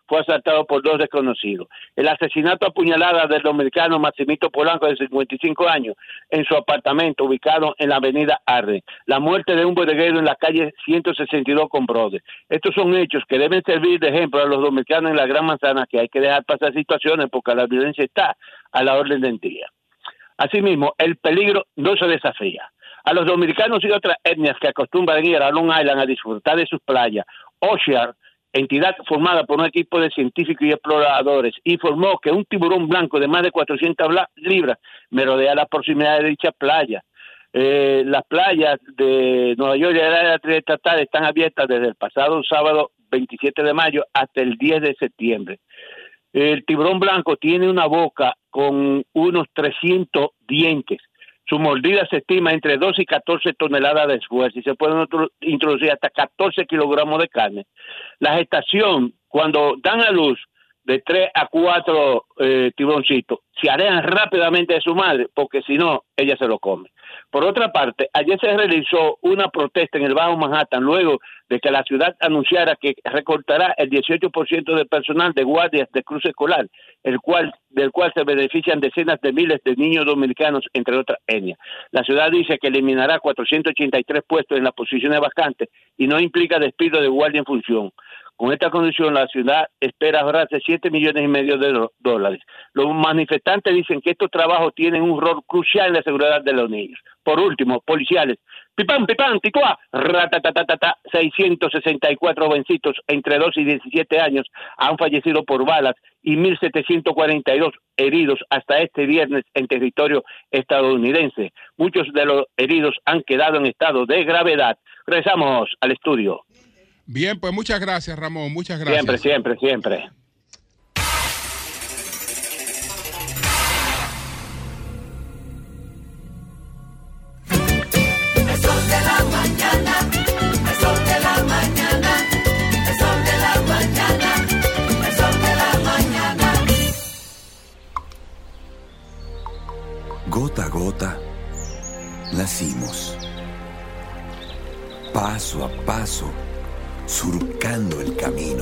fue asaltado por dos desconocidos. El asesinato a puñalada del dominicano Maximito Polanco, de cincuenta y cinco años, en su apartamento ubicado en la avenida Arden. La muerte de un bodeguero en la calle ciento sesenta y dos con Brothers. Estos son hechos que deben servir de ejemplo a los dominicanos en la Gran Manzana, que hay que dejar pasar situaciones porque la violencia está a la orden del día. Asimismo, el peligro no se desafía. A los dominicanos y otras etnias que acostumbran ir a Long Island a disfrutar de sus playas, Ocean, entidad formada por un equipo de científicos y exploradores, informó que un tiburón blanco de más de cuatrocientas libras merodea las proximidades de dicha playa. Eh, las playas de Nueva York y el área triestatal están abiertas desde el pasado sábado veintisiete de mayo hasta el diez de septiembre. El tiburón blanco tiene una boca con unos trescientos dientes. Su mordida se estima entre dos y catorce toneladas de esfuerzo y se pueden introducir hasta catorce kilogramos de carne. La gestación, cuando dan a luz de tres a cuatro eh, tiburoncitos, se alejan rápidamente de su madre porque si no, ella se lo come. Por otra parte, ayer se realizó una protesta en el Bajo Manhattan luego de que la ciudad anunciara que recortará el dieciocho por ciento del personal de guardias de cruce escolar, el cual, del cual se benefician decenas de miles de niños dominicanos, entre otras etnias. La ciudad dice que eliminará cuatrocientos ochenta y tres puestos en las posiciones vacantes y no implica despido de guardia en función. Con esta condición, la ciudad espera ahorrarse siete millones y medio de do- dólares. Los manifestantes dicen que estos trabajos tienen un rol crucial en la seguridad de los niños. Por último, policiales. Pipán, pipán, ticuá, ratatatatata, seiscientos sesenta y cuatro jovencitos entre dos y diecisiete años han fallecido por balas y mil setecientos cuarenta y dos heridos hasta este viernes en territorio estadounidense. Muchos de los heridos han quedado en estado de gravedad. Regresamos al estudio. Bien, pues muchas gracias, Ramón. Muchas gracias. Siempre, siempre, siempre. El sol de la mañana, el sol de la mañana, el sol de la mañana, el sol de la mañana. Gota a gota, nacimos. Paso a paso, surcando el camino.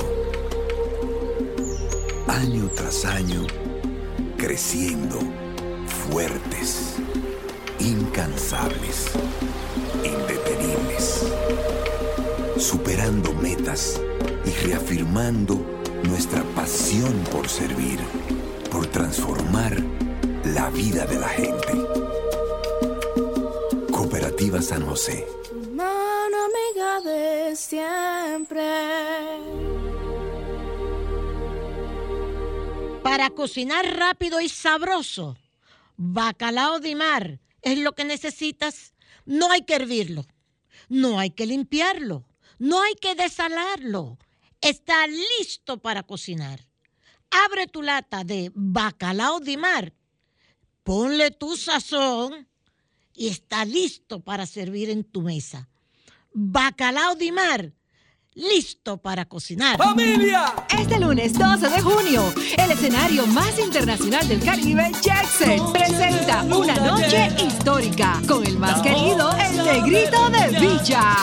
Año tras año, creciendo, fuertes, incansables, indetenibles, superando metas y reafirmando nuestra pasión por servir, por transformar la vida de la gente. Cooperativa San José. Mano amiga de siempre. Para cocinar rápido y sabroso, bacalao de mar es lo que necesitas. No hay que hervirlo, no hay que limpiarlo, no hay que desalarlo. Está listo para cocinar. Abre tu lata de bacalao de mar, ponle tu sazón y está listo para servir en tu mesa. Bacalao de mar, listo para cocinar. ¡Familia! Este lunes doce de junio, el escenario más internacional del Caribe, Jackson, presenta una noche histórica con el más querido, el Negrito de Villa.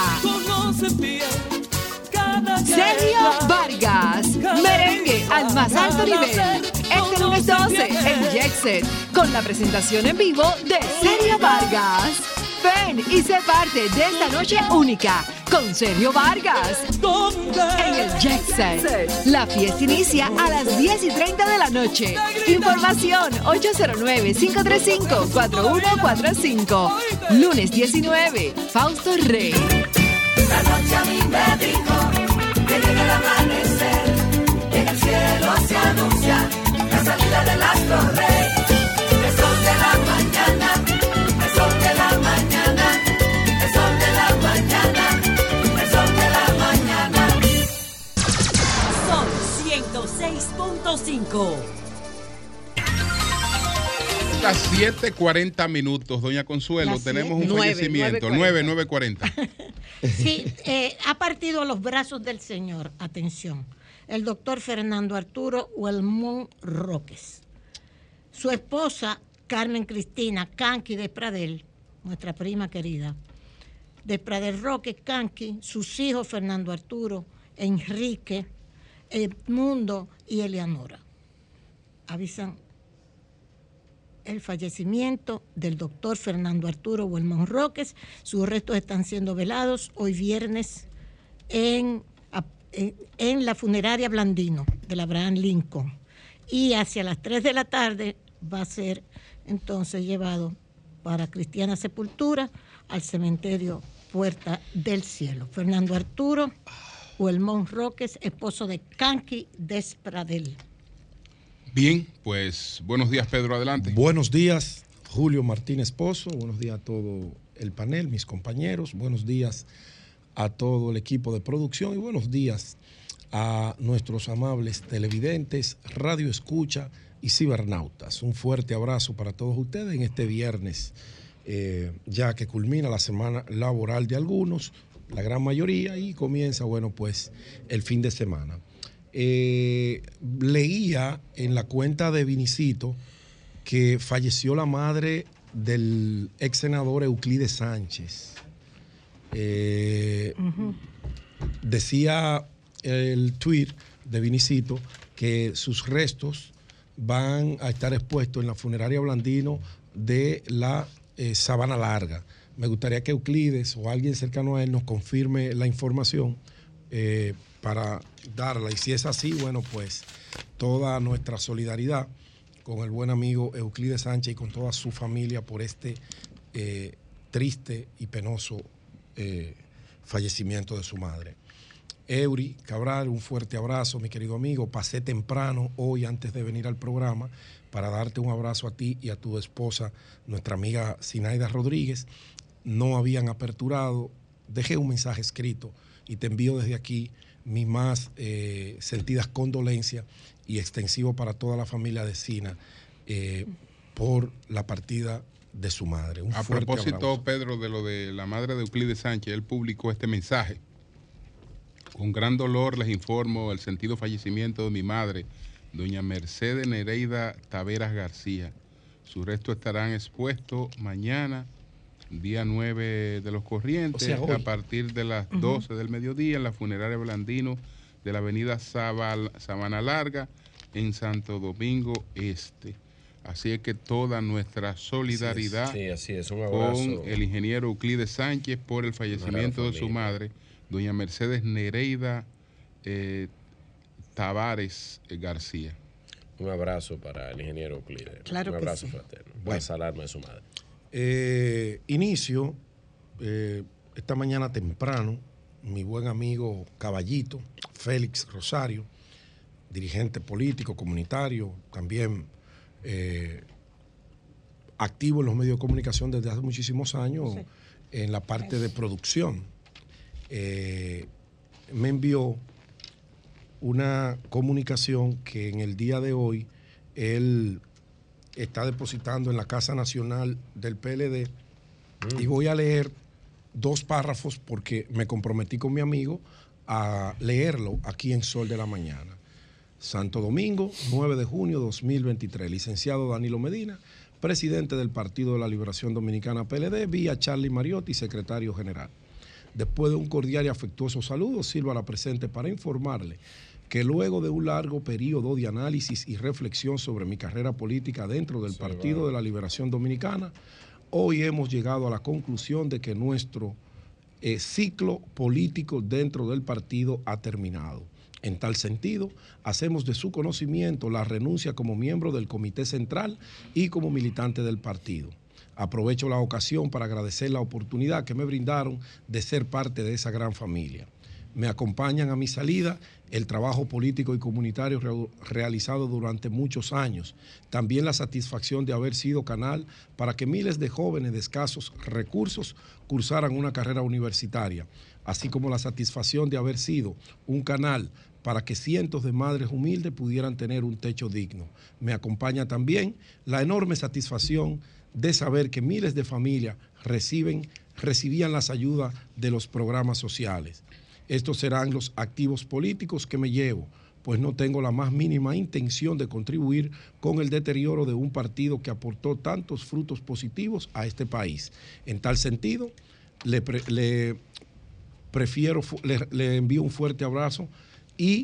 Sergio Vargas, merengue al más alto nivel. Este lunes doce en Jackson, con la presentación en vivo de Sergio Vargas. Ven y sé parte de esta noche única con Sergio Vargas en el Jackson. La fiesta inicia a las diez y treinta de la noche. Información ocho cero nueve, cinco tres cinco, cuatro uno cuatro cinco. Lunes diecinueve, Fausto Rey. La noche a mí me dijo que llega el amanecer, en el cielo se anuncia la salida del astro rey. El sol de la mañana, el sol de la mañana, el sol de la mañana, el sol de la mañana. Sol ciento seis punto cinco. Las siete cuarenta minutos, doña Consuelo, Las tenemos un nueve, fallecimiento. nueve nueve cuarenta. Sí, eh, ha partido a los brazos del Señor, atención, el doctor Fernando Arturo Huelmón Roques. Su esposa, Carmen Cristina Canqui de Pradel, nuestra prima querida, de Pradel Roque Canqui, sus hijos Fernando Arturo, Enrique, Edmundo y Eleanora. Avisan el fallecimiento del doctor Fernando Arturo Huelmón Roques. Sus restos están siendo velados hoy viernes en, en, en la funeraria Blandino del Abraham Lincoln. Y hacia las tres de la tarde va a ser entonces llevado para cristiana sepultura al cementerio Puerta del Cielo. Fernando Arturo Huelmón Roques, esposo de Kanki Despradel. Bien, pues buenos días, Pedro, adelante. Buenos días, Julio Martínez Pozo, buenos días a todo el panel, mis compañeros, buenos días a todo el equipo de producción y buenos días a nuestros amables televidentes, radio escucha y cibernautas. Un fuerte abrazo para todos ustedes en este viernes, eh, ya que culmina la semana laboral de algunos, la gran mayoría, y comienza, bueno, pues el fin de semana. Eh, leía en la cuenta de Vinicito que falleció la madre del ex senador Euclides Sánchez. Eh, uh-huh. Decía el tweet de Vinicito que sus restos van a estar expuestos en la funeraria Blandino de la eh, Sabana Larga. Me gustaría que Euclides o alguien cercano a él nos confirme la información eh, para darla, y si es así, bueno, pues toda nuestra solidaridad con el buen amigo Euclides Sánchez y con toda su familia por este eh, triste y penoso eh, fallecimiento de su madre. Eury Cabral, un fuerte abrazo, mi querido amigo. Pasé temprano hoy antes de venir al programa para darte un abrazo a ti y a tu esposa, nuestra amiga Zinaida Rodríguez. No habían aperturado, dejé un mensaje escrito y te envío desde aquí mis más eh, sentidas condolencias y extensivo para toda la familia de Sina eh, por la partida de su madre. Un a propósito, abrazo. Pedro, de lo de la madre de Euclides Sánchez, él publicó este mensaje. Con gran dolor les informo el sentido fallecimiento de mi madre, doña Mercedes Nereida Taveras García. Sus restos estarán expuestos mañana, día nueve de los Corrientes, o sea, a partir de las uh-huh. doce del mediodía en la funeraria Blandino de la avenida Sabal, Sabana Larga en Santo Domingo Este. Así es que toda nuestra solidaridad así es, sí, así es. Un abrazo con el ingeniero Euclides Sánchez por el fallecimiento de su madre, doña Mercedes Nereida eh, Tavares eh, García. Un abrazo para el ingeniero Euclides. Claro Un que abrazo sí. fraterno. Bueno. Más alarma de su madre. Eh, inicio eh, esta mañana temprano, mi buen amigo Caballito, Félix Rosario, dirigente político, comunitario, también eh, activo en los medios de comunicación desde hace muchísimos años, sí. en la parte de producción. Eh, me envió una comunicación que en el día de hoy él está depositando en la Casa Nacional del P L D mm. y voy a leer dos párrafos porque me comprometí con mi amigo a leerlo aquí en Sol de la Mañana. Santo Domingo, nueve de junio de dos mil veintitrés. Licenciado Danilo Medina, presidente del Partido de la Liberación Dominicana P L D, vía Charlie Mariotti, secretario general. Después de un cordial y afectuoso saludo, sirvo a la presente para informarle que luego de un largo periodo de análisis y reflexión sobre mi carrera política dentro del sí, Partido vale. de la Liberación Dominicana, hoy hemos llegado a la conclusión de que nuestro eh, ciclo político dentro del partido ha terminado. En tal sentido, hacemos de su conocimiento la renuncia como miembro del Comité Central y como militante del partido. Aprovecho la ocasión para agradecer la oportunidad que me brindaron de ser parte de esa gran familia. Me acompañan a mi salida el trabajo político y comunitario re- realizado durante muchos años. También la satisfacción de haber sido canal para que miles de jóvenes de escasos recursos cursaran una carrera universitaria, así como la satisfacción de haber sido un canal para que cientos de madres humildes pudieran tener un techo digno. Me acompaña también la enorme satisfacción de saber que miles de familias reciben, recibían las ayudas de los programas sociales. Estos serán los activos políticos que me llevo, pues no tengo la más mínima intención de contribuir con el deterioro de un partido que aportó tantos frutos positivos a este país. En tal sentido, le, pre, le prefiero, le, le envío un fuerte abrazo y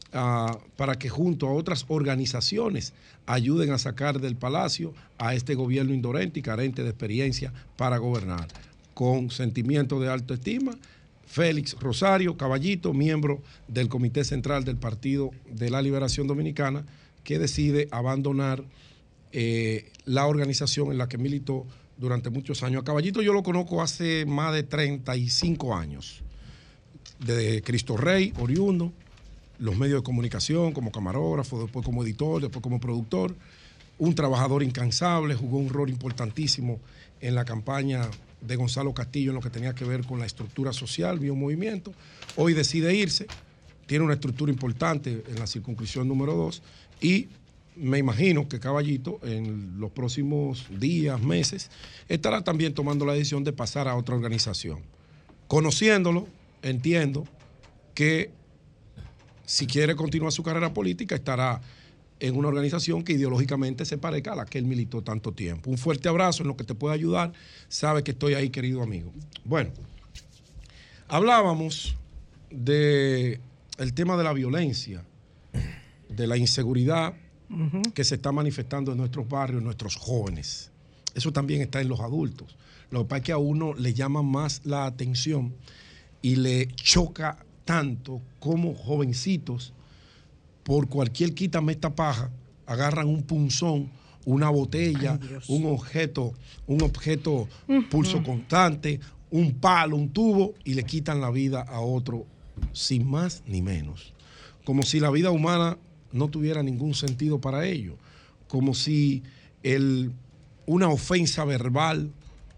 uh, para que junto a otras organizaciones ayuden a sacar del palacio a este gobierno indolente y carente de experiencia para gobernar. Con sentimiento de alta estima, Félix Rosario Caballito, miembro del Comité Central del Partido de la Liberación Dominicana, que decide abandonar eh, la organización en la que militó durante muchos años. A Caballito yo lo conozco hace más de treinta y cinco años, de Cristo Rey, oriundo, los medios de comunicación, como camarógrafo, después como editor, después como productor, un trabajador incansable, jugó un rol importantísimo en la campaña de Gonzalo Castillo en lo que tenía que ver con la estructura social, vio un movimiento, hoy decide irse, tiene una estructura importante en la circunscripción número dos y me imagino que Caballito en los próximos días, meses, estará también tomando la decisión de pasar a otra organización. Conociéndolo, entiendo que si quiere continuar su carrera política estará en una organización que ideológicamente se parezca a la que él militó tanto tiempo. Un fuerte abrazo en lo que te pueda ayudar. Sabe que estoy ahí, querido amigo. Bueno, hablábamos del tema de la violencia, de la inseguridad uh-huh. que se está manifestando en nuestros barrios, en nuestros jóvenes. Eso también está en los adultos. Lo que pasa es que a uno le llama más la atención y le choca tanto como jovencitos por cualquier quítame esta paja, agarran un punzón, una botella, Ay, un objeto, un objeto uh-huh. pulso constante, un palo, un tubo, y le quitan la vida a otro sin más ni menos. Como si la vida humana no tuviera ningún sentido para ellos. Como si el, una ofensa verbal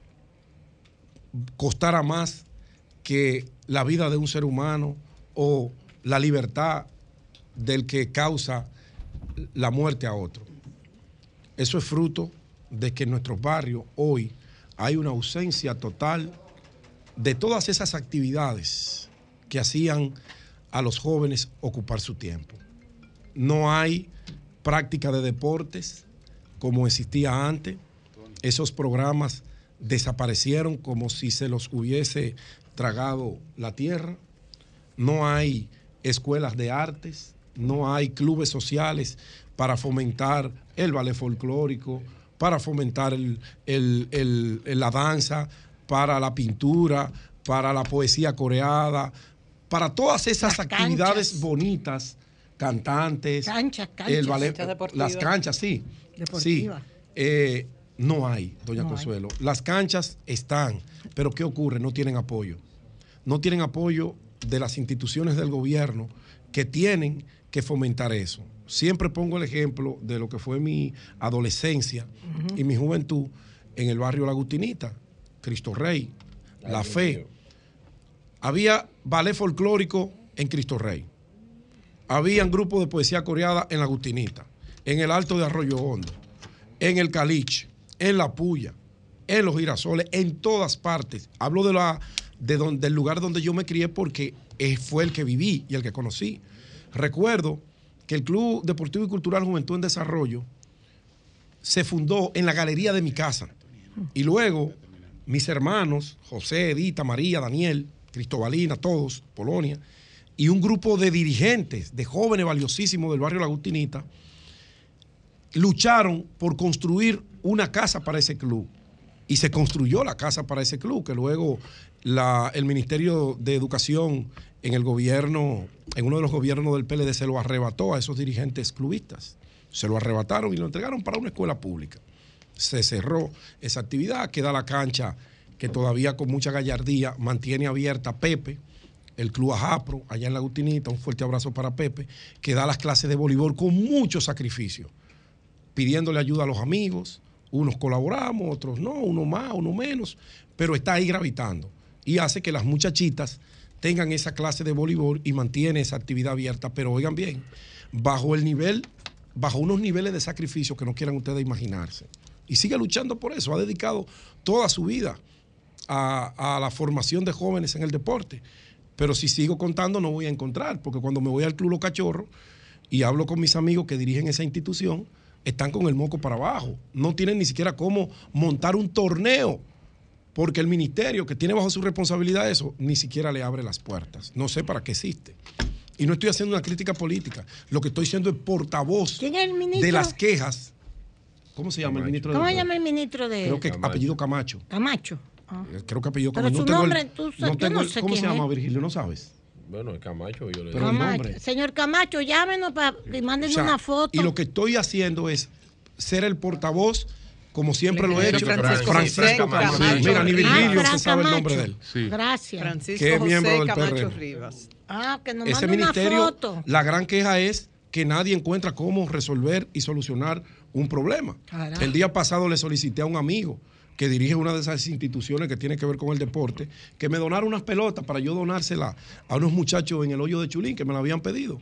costara más que la vida de un ser humano o la libertad del que causa la muerte a otro. Eso es fruto de que en nuestros barrios hoy hay una ausencia total de todas esas actividades que hacían a los jóvenes ocupar su tiempo. No hay práctica de deportes como existía antes. Esos programas desaparecieron como si se los hubiese tragado la tierra. No hay escuelas de artes. No hay clubes sociales para fomentar el ballet folclórico, para fomentar el, el, el, el, la danza, para la pintura, para la poesía coreada, para todas esas las actividades canchas. Bonitas, cantantes, canchas, canchas, el ballet, las canchas, sí, sí eh, no hay, doña no Consuelo. Hay. Las canchas están, pero ¿qué ocurre? No tienen apoyo. No tienen apoyo de las instituciones del gobierno que tienen que fomentar eso. Siempre pongo el ejemplo de lo que fue mi adolescencia uh-huh. y mi juventud en el barrio La Agustinita, Cristo Rey, Ay, La Fe. Dios. Había ballet folclórico en Cristo Rey. Habían grupos de poesía coreada en La Agustinita, en el Alto de Arroyo Hondo, en el Caliche, en La Puya, en Los Girasoles, en todas partes. Hablo de la, de donde, del lugar donde yo me crié porque fue el que viví y el que conocí. Recuerdo que el Club Deportivo y Cultural Juventud en Desarrollo se fundó en la galería de mi casa. Y luego mis hermanos, José, Edita, María, Daniel, Cristobalina, todos, Polonia, y un grupo de dirigentes, de jóvenes valiosísimos del barrio La Agustinita, lucharon por construir una casa para ese club. Y se construyó la casa para ese club, que luego la, el Ministerio de Educación en el gobierno, en uno de los gobiernos del P L D se lo arrebató a esos dirigentes clubistas. Se lo arrebataron y lo entregaron para una escuela pública. Se cerró esa actividad, queda la cancha que todavía con mucha gallardía mantiene abierta Pepe, el Club Ajapro, allá en La Agustinita, un fuerte abrazo para Pepe, que da las clases de voleibol con mucho sacrificio, pidiéndole ayuda a los amigos. Unos colaboramos, otros no, uno más, uno menos, pero está ahí gravitando y hace que las muchachitas tengan esa clase de voleibol y mantiene esa actividad abierta, pero oigan bien, bajo el nivel, bajo unos niveles de sacrificio que no quieran ustedes imaginarse. Y sigue luchando por eso, ha dedicado toda su vida a, a la formación de jóvenes en el deporte. Pero si sigo contando no voy a encontrar, porque cuando me voy al Club Los Cachorros y hablo con mis amigos que dirigen esa institución, están con el moco para abajo. No tienen ni siquiera cómo montar un torneo, porque el ministerio que tiene bajo su responsabilidad eso, ni siquiera le abre las puertas. No sé para qué existe. Y no estoy haciendo una crítica política. Lo que estoy siendo es portavoz ¿Quién es el ministro? de las quejas. ¿Cómo se llama Camacho. el ministro? ¿Cómo de se llama el ministro de...? Creo que Camacho. apellido Camacho. Camacho. Ah. Creo que apellido Pero Camacho. su No tengo nombre, el- tú sabes, no yo tengo no el- sé ¿Cómo se quién llama, es. Virgilio? ¿No sabes? Bueno, es Camacho. Yo le Pero el Camacho. nombre. Señor Camacho, llámenos para que manden O sea, una foto. Y lo que estoy haciendo es ser el portavoz, como siempre lo he hecho. Francisco Francisco José Camacho. Camacho Mira, ni Rivas. Virgilio Ah, se Fran sabe el nombre de Camacho. él. Sí. Gracias. Francisco que es miembro José del Camacho P R M. Rivas. Ah, que nos Ese manden una ministerio, foto. la gran queja es que nadie encuentra cómo resolver y solucionar un problema. Carajo. El día pasado le solicité a un amigo que dirige una de esas instituciones que tiene que ver con el deporte, que me donara unas pelotas para yo donárselas a unos muchachos en el hoyo de Chulín que me la habían pedido.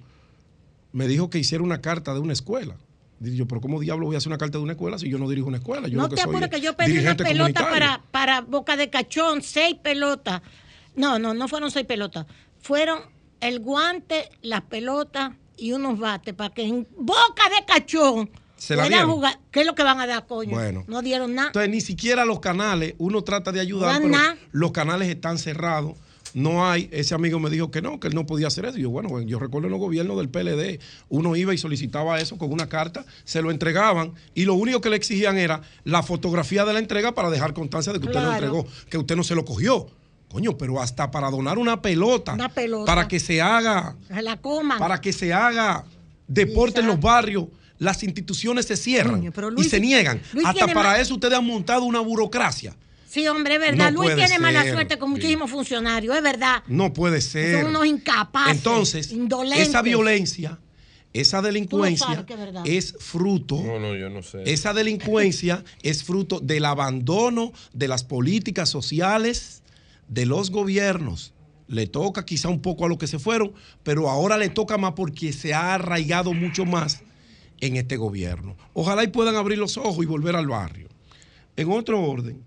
Me dijo que hiciera una carta de una escuela. Dije yo, pero ¿cómo diablo voy a hacer una carta de una escuela si yo no dirijo una escuela? Yo No lo que te soy apures es que yo pedí una dirigente pelota comunitario. para, para Boca de Cachón, seis pelotas. No, no, no fueron seis pelotas. Fueron el guante, las pelotas y unos bates para que en Boca de Cachón ¿Se la puedan dieron? jugar. ¿Qué es lo que van a dar, coño? Bueno. No dieron nada. Entonces, ni siquiera los canales, uno trata de ayudar, No dan pero nada. los canales están cerrados. No hay, ese amigo me dijo que no, que él no podía hacer eso. Y yo, bueno, yo recuerdo en los gobiernos del P L D, uno iba y solicitaba eso con una carta, se lo entregaban y lo único que le exigían era la fotografía de la entrega para dejar constancia de que usted lo Claro. entregó, que usted no se lo cogió. Coño, pero hasta para donar una pelota, Una pelota. para que se haga, Se la coman. para que se haga deporte en los barrios, las instituciones se cierran Coño, pero y Luis- se niegan. Luis Hasta tiene para más- eso ustedes han montado una burocracia. Sí, hombre, es verdad. No Luis puede tiene mala ser. suerte con muchísimos funcionarios, es verdad. No puede ser. Son unos incapaces. Entonces, indolentes. esa violencia, esa Tú lo delincuencia sabes que es verdad. es fruto. No, no, yo no sé. Esa delincuencia es fruto del abandono de las políticas sociales de los gobiernos. Le toca quizá un poco a los que se fueron, pero ahora le toca más porque se ha arraigado mucho más en este gobierno. Ojalá y puedan abrir los ojos y volver al barrio. En otro orden,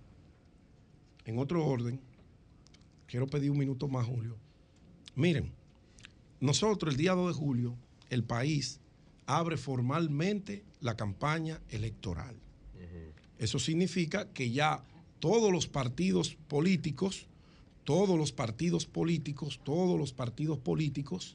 en otro orden, quiero pedir un minuto más, Julio. Miren, nosotros el día dos de julio, el país abre formalmente la campaña electoral. Eso significa que ya todos los partidos políticos, todos los partidos políticos, todos los partidos políticos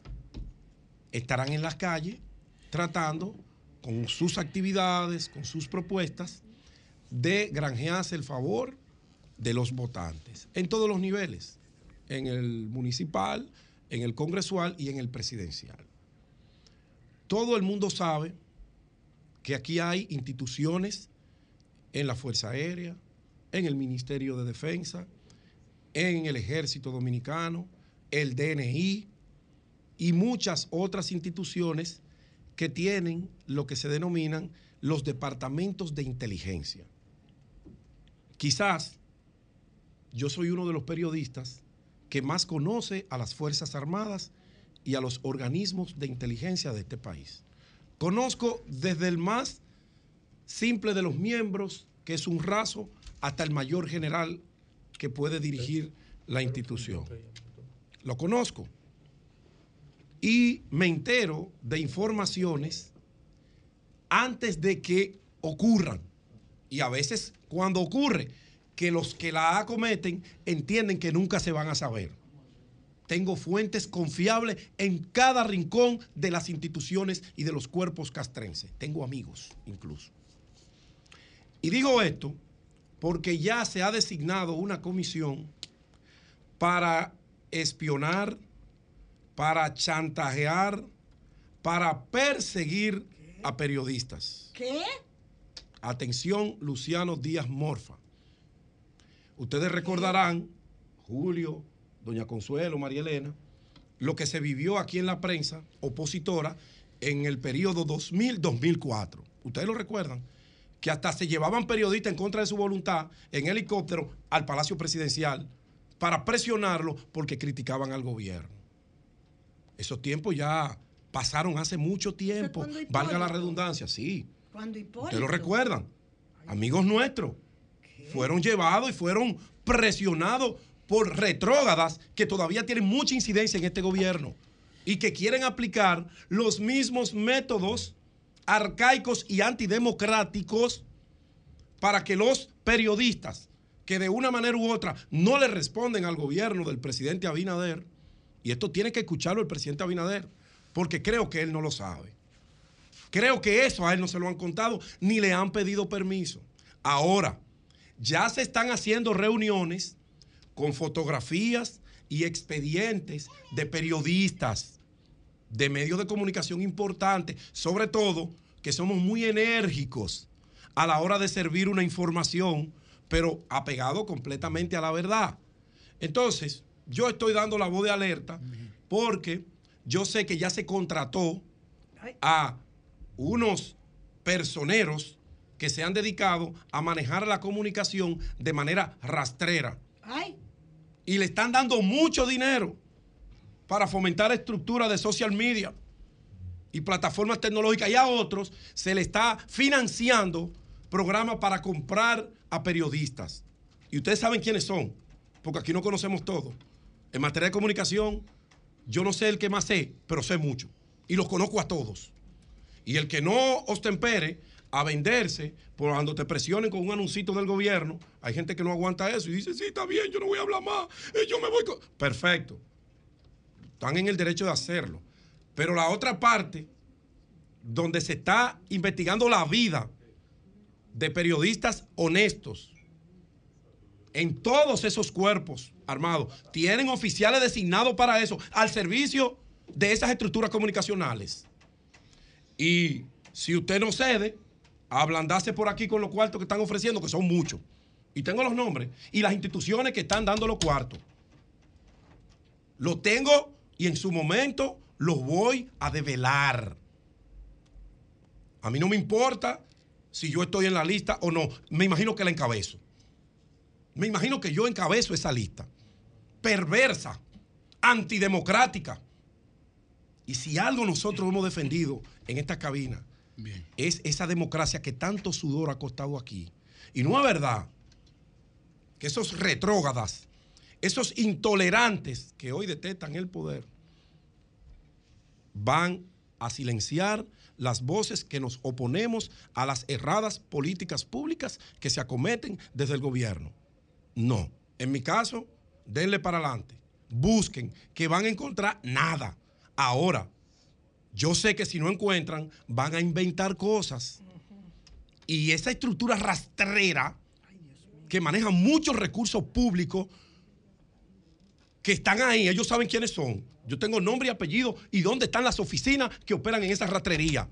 estarán en las calles tratando con sus actividades, con sus propuestas, de granjearse el favor de los votantes en todos los niveles, en el municipal, en el congresual y en el presidencial. Todo el mundo sabe que aquí hay instituciones en la Fuerza Aérea, en el Ministerio de Defensa, en el Ejército Dominicano, el D N I y muchas otras instituciones que tienen lo que se denominan los departamentos de inteligencia. Quizás yo soy uno de los periodistas que más conoce a las Fuerzas Armadas y a los organismos de inteligencia de este país. Conozco desde el más simple de los miembros, que es un raso, hasta el mayor general que puede dirigir la institución. Lo conozco. Y me entero de informaciones antes de que ocurran. Y a veces cuando ocurre, que los que la acometen entienden que nunca se van a saber. Tengo fuentes confiables en cada rincón de las instituciones y de los cuerpos castrenses. Tengo amigos incluso. Y digo esto porque ya se ha designado una comisión para espionar, para chantajear, para perseguir a periodistas. ¿Qué? Atención, Luciano Díaz Morfa. Ustedes recordarán, Julio, doña Consuelo, María Elena, lo que se vivió aquí en la prensa opositora en el periodo dos mil a dos mil cuatro. Ustedes lo recuerdan, que hasta se llevaban periodistas en contra de su voluntad en helicóptero al Palacio Presidencial para presionarlo porque criticaban al gobierno. Esos tiempos ya pasaron hace mucho tiempo, valga la redundancia, sí. Cuando Hipólito. Ustedes lo recuerdan, amigos nuestros. Fueron llevados y fueron presionados por retrógradas que todavía tienen mucha incidencia en este gobierno y que quieren aplicar los mismos métodos arcaicos y antidemocráticos para que los periodistas que de una manera u otra no le responden al gobierno del presidente Abinader Y esto tiene que escucharlo el presidente Abinader, porque creo que él no lo sabe. Creo que eso a él no se lo han contado, ni le han pedido permiso. Ahora, ya se están haciendo reuniones con fotografías y expedientes de periodistas, de medios de comunicación importantes, sobre todo que somos muy enérgicos a la hora de servir una información, pero apegado completamente a la verdad. Entonces, yo estoy dando la voz de alerta porque yo sé que ya se contrató a unos personeros que se han dedicado a manejar la comunicación de manera rastrera. Ay. Y le están dando mucho dinero para fomentar estructuras de social media y plataformas tecnológicas, y a otros se le está financiando programas para comprar a periodistas. Y ustedes saben quiénes son, porque aquí no conocemos todo. En materia de comunicación, yo no sé el que más sé, pero sé mucho. Y los conozco a todos. Y el que no ostempere a venderse, por cuando te presionen con un anuncito del gobierno, hay gente que no aguanta eso y dice, sí, está bien, yo no voy a hablar más, eh, yo me voy con... Perfecto. Están en el derecho de hacerlo. Pero la otra parte, donde se está investigando la vida de periodistas honestos, en todos esos cuerpos armados, tienen oficiales designados para eso, al servicio de esas estructuras comunicacionales. Y si usted no cede, ablandarse por aquí con los cuartos que están ofreciendo, que son muchos. Y tengo los nombres. Y las instituciones que están dando los cuartos. Los tengo y en su momento los voy a develar. A mí no me importa si yo estoy en la lista o no. Me imagino que la encabezo. Me imagino que yo encabezo esa lista. Perversa, antidemocrática. Y si algo nosotros hemos defendido en esta cabina, bien, es esa democracia que tanto sudor ha costado aquí. Y no es verdad que esos retrógradas, esos intolerantes que hoy detestan el poder, van a silenciar las voces que nos oponemos a las erradas políticas públicas que se acometen desde el gobierno. No. En mi caso, denle para adelante. Busquen, que van a encontrar nada. Ahora, yo sé que si no encuentran, van a inventar cosas. Y esa estructura rastrera que maneja muchos recursos públicos que están ahí, ellos saben quiénes son. Yo tengo nombre y apellido y dónde están las oficinas que operan en esa rastrería.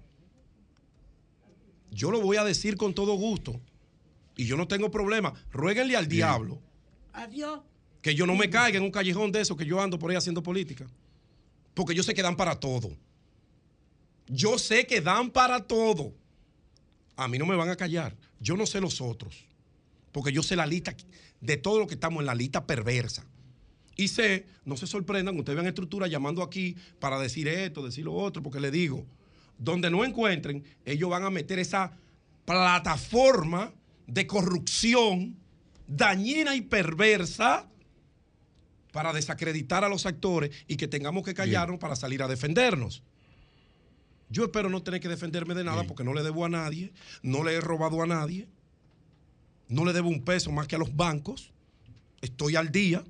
Yo lo voy a decir con todo gusto. Y yo no tengo problema. Ruéguenle al Bien. diablo. Adiós. Que yo no me caiga en un callejón de eso, que yo ando por ahí haciendo política. Porque yo sé que dan para todo. Yo sé que dan para todo. A mí no me van a callar. Yo no sé los otros. Porque yo sé la lista de todo lo que estamos en la lista perversa. Y sé, no se sorprendan, ustedes vean estructura llamando aquí para decir esto, decir lo otro, porque les digo, donde no encuentren, ellos van a meter esa plataforma de corrupción dañina y perversa para desacreditar a los actores y que tengamos que callarnos Bien. para salir a defendernos. Yo espero no tener que defenderme de nada Bien. porque no le debo a nadie, no le he robado a nadie, no le debo un peso más que a los bancos, estoy al día.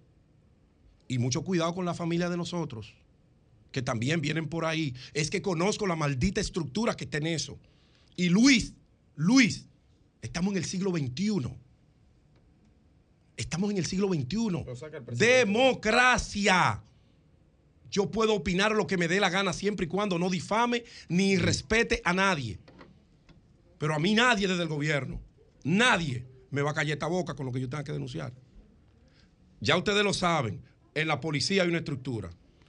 Y mucho cuidado con la familia de nosotros, que también vienen por ahí. Es que conozco la maldita estructura que está en eso. Y Luis, Luis, estamos en el siglo veintiuno. Estamos en el siglo veintiuno. Democracia. Yo puedo opinar lo que me dé la gana siempre y cuando no difame ni respete a nadie. Pero a mí nadie desde el gobierno, nadie me va a callar esta boca con lo que yo tenga que denunciar. Ya ustedes lo saben. En la policía hay una estructura.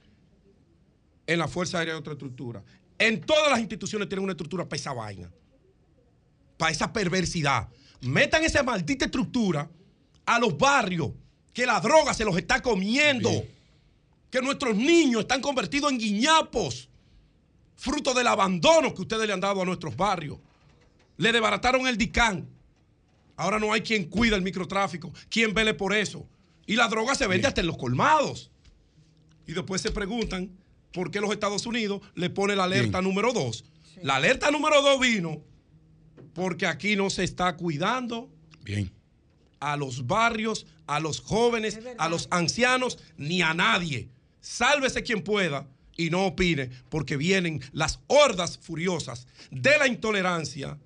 En la Fuerza Aérea hay otra estructura. En todas las instituciones tienen una estructura para esa vaina. Para esa perversidad. Metan esa maldita estructura a los barrios, que la droga se los está comiendo. Bien. Que nuestros niños están convertidos en guiñapos, fruto del abandono que ustedes le han dado a nuestros barrios. Le desbarataron el DICAN. Ahora no hay quien cuida el microtráfico, quien vele por eso. Y la droga se vende Bien. hasta en los colmados. Y después se preguntan por qué los Estados Unidos le pone la alerta Bien. número dos. Sí. La alerta número dos vino porque aquí no se está cuidando Bien. a los barrios, a los jóvenes, a los ancianos, ni a nadie. sálvese quien pueda y no opine, porque vienen las hordas furiosas de la intolerancia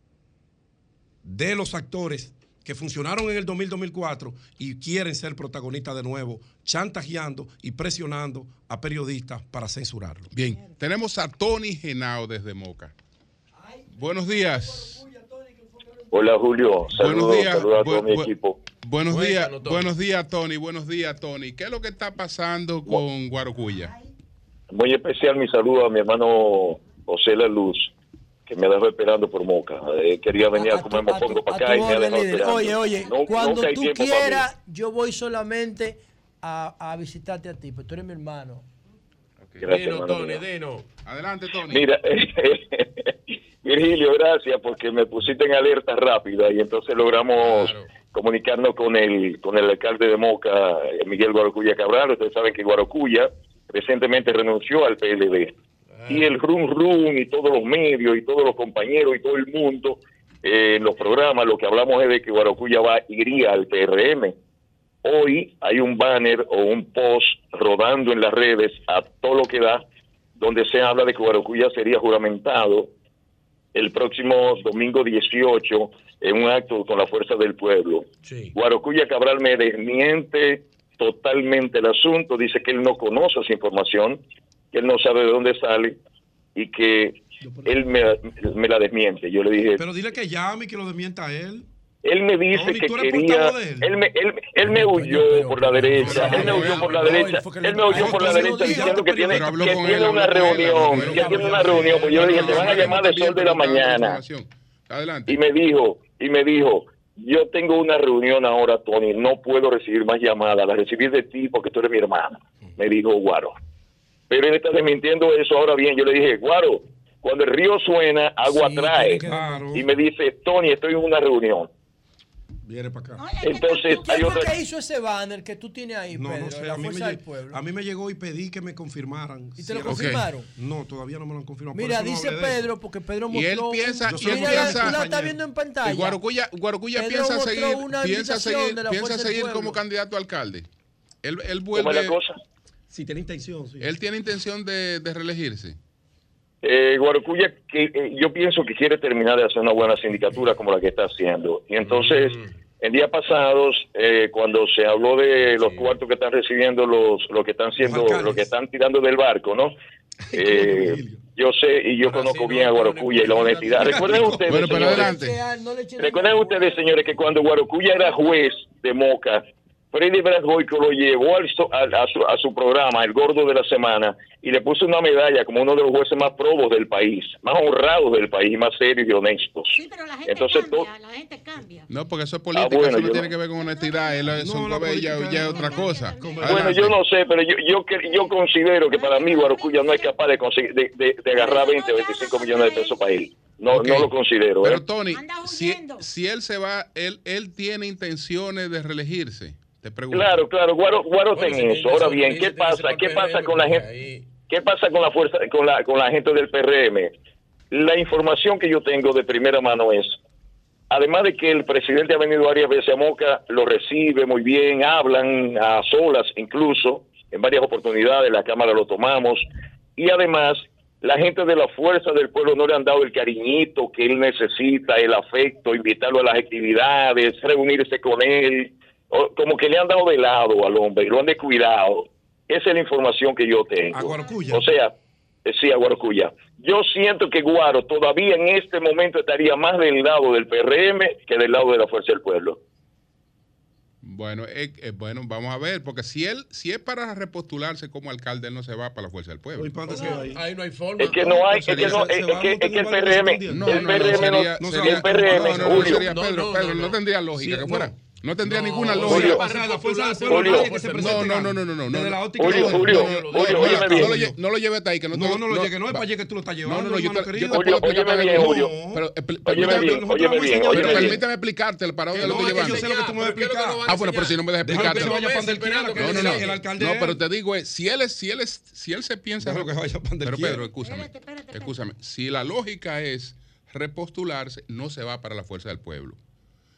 de los actores que funcionaron en el dos mil, dos mil cuatro y quieren ser protagonistas de nuevo, chantajeando y presionando a periodistas para censurarlo. Bien, tenemos a Tony Genao desde Moca. Buenos días. Hola Julio, saludos, buenos días, saludos a todo bu mi bu equipo. Buenos Bueno, días, Tony. buenos días Tony, buenos días Tony. ¿Qué es lo que está pasando con Guarocuya? Muy especial mi saludo a mi hermano José La Luz, que me dejó esperando por Moca. Eh, quería venir a, a comer mofongo para acá y me ha dejado esperando. Oye, oye, No- cuando nunca hay tú tiempo para quieras, yo voy solamente a, a visitarte a ti, pues tú eres mi hermano. Gracias, Dino, hermano Tony, mío. Dino. Adelante, Tony. Mira, Virgilio, gracias porque me pusiste en alerta rápida y entonces logramos comunicarnos con el con el alcalde de Moca, eh, Miguel Guarocuya Cabral. Ustedes saben que Guarocuya recientemente renunció al P L D. Y el run run y todos los medios y todos los compañeros y todo el mundo eh, en los programas, lo que hablamos es de que Guarocuya va iría al P R M. Hoy hay un banner o un post rodando en las redes a todo lo que da, donde se habla de que Guarocuya sería juramentado el próximo domingo dieciocho en un acto con la fuerza del pueblo. Sí. Guarocuya Cabral me desmiente totalmente el asunto, dice que él no conoce esa información, que él no sabe de dónde sale y que él me, me la desmiente. Yo le dije, Pero dile que llame y que lo desmienta a él. él me dice Tony, que ¿tú eres quería, portavoz de él? él me, él, él me huyó por la derecha, él me huyó por la derecha, él me huyó por la derecha diciendo que tiene, que tiene una reunión, que tiene una reunión, pues yo le dije, te van a llamar de sol de la mañana. Adelante. Y me dijo, y me dijo, yo tengo una reunión ahora, Tony, no puedo recibir más llamadas, la recibí de ti porque tú eres mi hermana, me dijo Guaro. Pero él está desmintiendo eso. Ahora bien, yo le dije, Guaro, cuando el río suena, agua Sí, trae. claro. Y me dice, Tony, estoy en una reunión. Viene para acá. Entonces, ¿Quién hay fue otra... que hizo ese banner que tú tienes ahí, No, Pedro, no sé, de la a mí, me Fuerza del llegó, Pueblo? a mí me llegó y pedí que me confirmaran. ¿Y te lo era- confirmaron? No, todavía no me lo han confirmado. por Mira, eso no dice hablé de eso. Pedro, porque Pedro Y él mostró... piensa, un- y él Mira, piensa, tú la estás viendo en pantalla. y Guarocuya, Guarocuya Pedro piensa mostró seguir, una piensa invitación seguir, de la piensa Fuerza del seguir Pueblo. como candidato a alcalde. Él, él ¿Cómo es vuelve. la cosa? Si tiene intención, sí. Él tiene intención de, de reelegirse. Eh, Guarocuya, que, eh, yo pienso que quiere terminar de hacer una buena sindicatura como la que está haciendo. Y entonces, en días pasados, eh, cuando se habló de los cuartos que están recibiendo los, los que están siendo, los que están tirando del barco, ¿no? Eh, yo sé y yo conozco bien a Guarocuya y la honestidad. Recuerden ustedes, Bueno, pero señores, adelante. recuerden ustedes, señores, que cuando Guarocuya era juez de Moca, Freddy Brasgoico lo llevó al so- a, a su, a su programa, El Gordo de la Semana, y le puso una medalla como uno de los jueces más probos del país, más honrados del país, más serios y honestos. Sí, pero la gente Entonces, cambia, la gente cambia. No, porque eso es política, Ah, bueno, eso no yo tiene no- que ver con honestidad. Él es un joven, ya, ya es otra cosa. Bueno, Adelante. yo no sé, pero yo yo, que- yo considero que para mí Guarocuya no es capaz de conseguir de, de, de agarrar veinte o veinticinco millones de pesos para él. No, Ok. no lo considero. ¿eh? Pero Tony, si, si él se va, él, él tiene intenciones de reelegirse. Te pregunto. Claro, claro, Guaro, Guaro Bueno, ten si eso. Ahora tiene bien, eso, ¿qué tiene ese pasa? ¿Qué papel, pasa con la gente? ¿Qué pasa con la fuerza, con la, con la gente del P R M? La información que yo tengo de primera mano es, además de que el presidente ha venido varias veces a Moca, lo recibe muy bien, hablan a solas incluso, en varias oportunidades, la Cámara lo tomamos, y además la gente de la Fuerza del Pueblo no le han dado el cariñito que él necesita, el afecto, invitarlo a las actividades, reunirse con él, o- como que le han dado de lado al hombre y lo han descuidado. Esa es la información que yo tengo. ¿A Guarocuya? O sea, eh, sí, a Guarocuya. Yo siento que Guaro todavía en este momento estaría más del lado del P R M que del lado de la Fuerza del Pueblo. Bueno, eh, eh, bueno, vamos a ver, porque si él, si es para repostularse como alcalde, él no se va para la Fuerza del Pueblo. Ahí no hay forma. Es que no hay, es que no, es, es que, es que el P R M, No, el no, P R M no, no, sería, el P R M, no, no, no, Julio. sería, Pedro, Pedro, no tendría lógica Sí, que no. fuera. No tendría ninguna Julio. lógica. La Fuerza del Julio. Pueblo, nadie que se No, presente no, no, gana. no, no, no. Desde la no, óptica Julio, de- Julio, no, no, Julio, no, óyeme no, bien. no lo lle- No lo lleve hasta ahí, que no te No, lo- no lo llegue, no es para allá que tú lo estás llevando. No, no, no, yo te, hermano yo te querido. puedo Julio, explicar óyeme para bien, que- Julio. Pero, eh, Óyeme permítame- bien, pero óyeme bien, óyeme bien. permítame explicarte para dónde Que lo no, estoy es que yo llevando. sé lo que tú me vas a explicar. Ah, bueno, pero si no me dejas Déjalo que explicarte. se vaya para donde él quiera, que No, no, el- no. el alcalde No, es. pero te digo, es, si él es, si él es, si él se piensa. Déjalo que vaya para donde él Pero quiera. Pedro, escúchame. Escúchame. Si la lógica es repostularse, no se va para la Fuerza del Pueblo.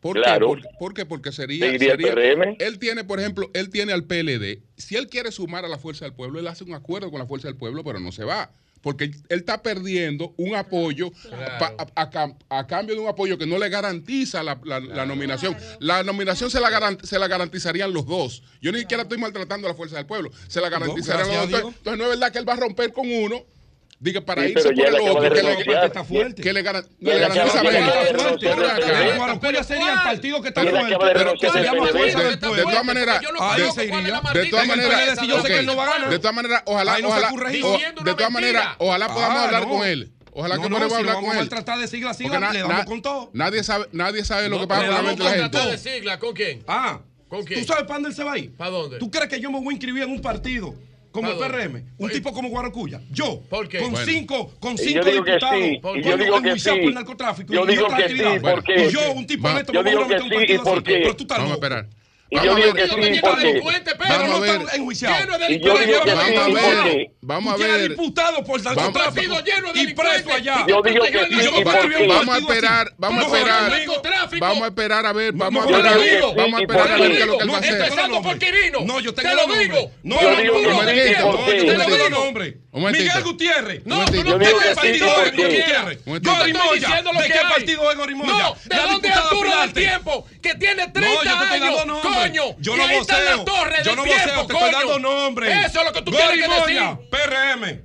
¿Por Claro. qué? ¿Por, por qué? Porque sería, ¿Seguiría el sería- P R M? él tiene, por ejemplo, él tiene al P L D. Si él quiere sumar a la Fuerza del Pueblo, él hace un acuerdo con la Fuerza del Pueblo, pero no se va. Porque él, él está perdiendo un apoyo pa- a, a cam- a cambio de un apoyo que no le garantiza la, la- la nominación. La nominación se la, garan- se la garantizarían los dos. Yo ni siquiera estoy maltratando a la Fuerza del Pueblo. Se la garantizarían gracias los a dos. Dios. Entonces no es verdad que él va a romper con uno. Diga, para Sí, irse pero ya por el él acaba otro, de que le, renunciar. Está fuerte. que le garan- Ya le él acaba garantiza de menos. renunciar. Pero ven acá. El Guarocuya sería el partido que está Él fuerte. acaba de Pero renunciar se del llama P L D. Fuerza del De Pueblo. todas maneras, Ahí de- se iría. de todas En el maneras, P L D, si yo sé ok. que él no va a ganar. De todas maneras, ojalá, Ahí no se ojalá, ocurre o- diciendo de todas maneras, ojalá podamos Ah, hablar no. con él. Ojalá No, que no, podamos si hablar lo vamos con a él. tratar de sigla a sigla, Porque na- le damos na- con todo. Nadie sabe, nadie sabe lo que No, pasa le con la damos mente de la con gente. todo. de sigla, ¿con quién? Ah, ¿Con quién? ¿tú sabes para dónde él se va a ir? ¿Para dónde? ¿Tú crees que yo me voy a inscribir en un partido como el ¿Para P R dónde? M? Un tipo como Guarocuya. Yo, ¿Por qué? con Bueno. cinco, con Y cinco yo digo que diputados. sí, y con yo digo que enjuiciados sí. por narcotráfico. Yo y digo otras que sí, actividades. ¿por qué? Y yo, un tipo Va- neto, yo me voy a digo meter que un sí, partido ¿y por así. qué? Pero tú estás Vamos a loco. esperar. Y Vamos yo a digo ver. que sí, porque Pero Vamos no a ver. están enjuiciados. Lleno de Y yo digo que Vamos a sí, ver. porque Vamos a Tú tienes ver. diputados por narcotráfico partido lleno de y preso delincuentes. allá. yo digo que Y sí, yo y me inscribí en un Vamos a partido así. esperar, vamos a No, esperar. narcotráfico. Vamos a esperar a ver, vamos a no, esperar, yo digo que sí, vamos a y esperar a por ver qué. qué es lo que él va a hacer. Empezando por Quirino. No, yo tengo Te los lo digo. nombres. No, Yo no, digo no, que no, sí, no, ¿por no, qué? yo te Un tengo los momentito. nombres. Un momentito. Miguel Gutiérrez. Un No, tú momentito. no Yo digo tienes que sí, partido ¿por de qué? Gutiérrez. Un momentito. Yo te estoy Gorimoya. diciendo lo ¿De que qué hay. partido es Gorimoya? No, La ¿de dónde diputada Arturo del Pilarte. Tiempo? Que tiene No, treinta yo te estoy dando años. nombres. Coño. Yo Y no ahí están voceo. las torres Yo del no tiempo, voceo, te estoy coño. dando nombres. Eso es lo que tú tienes que Gorimoya, decir. P R M.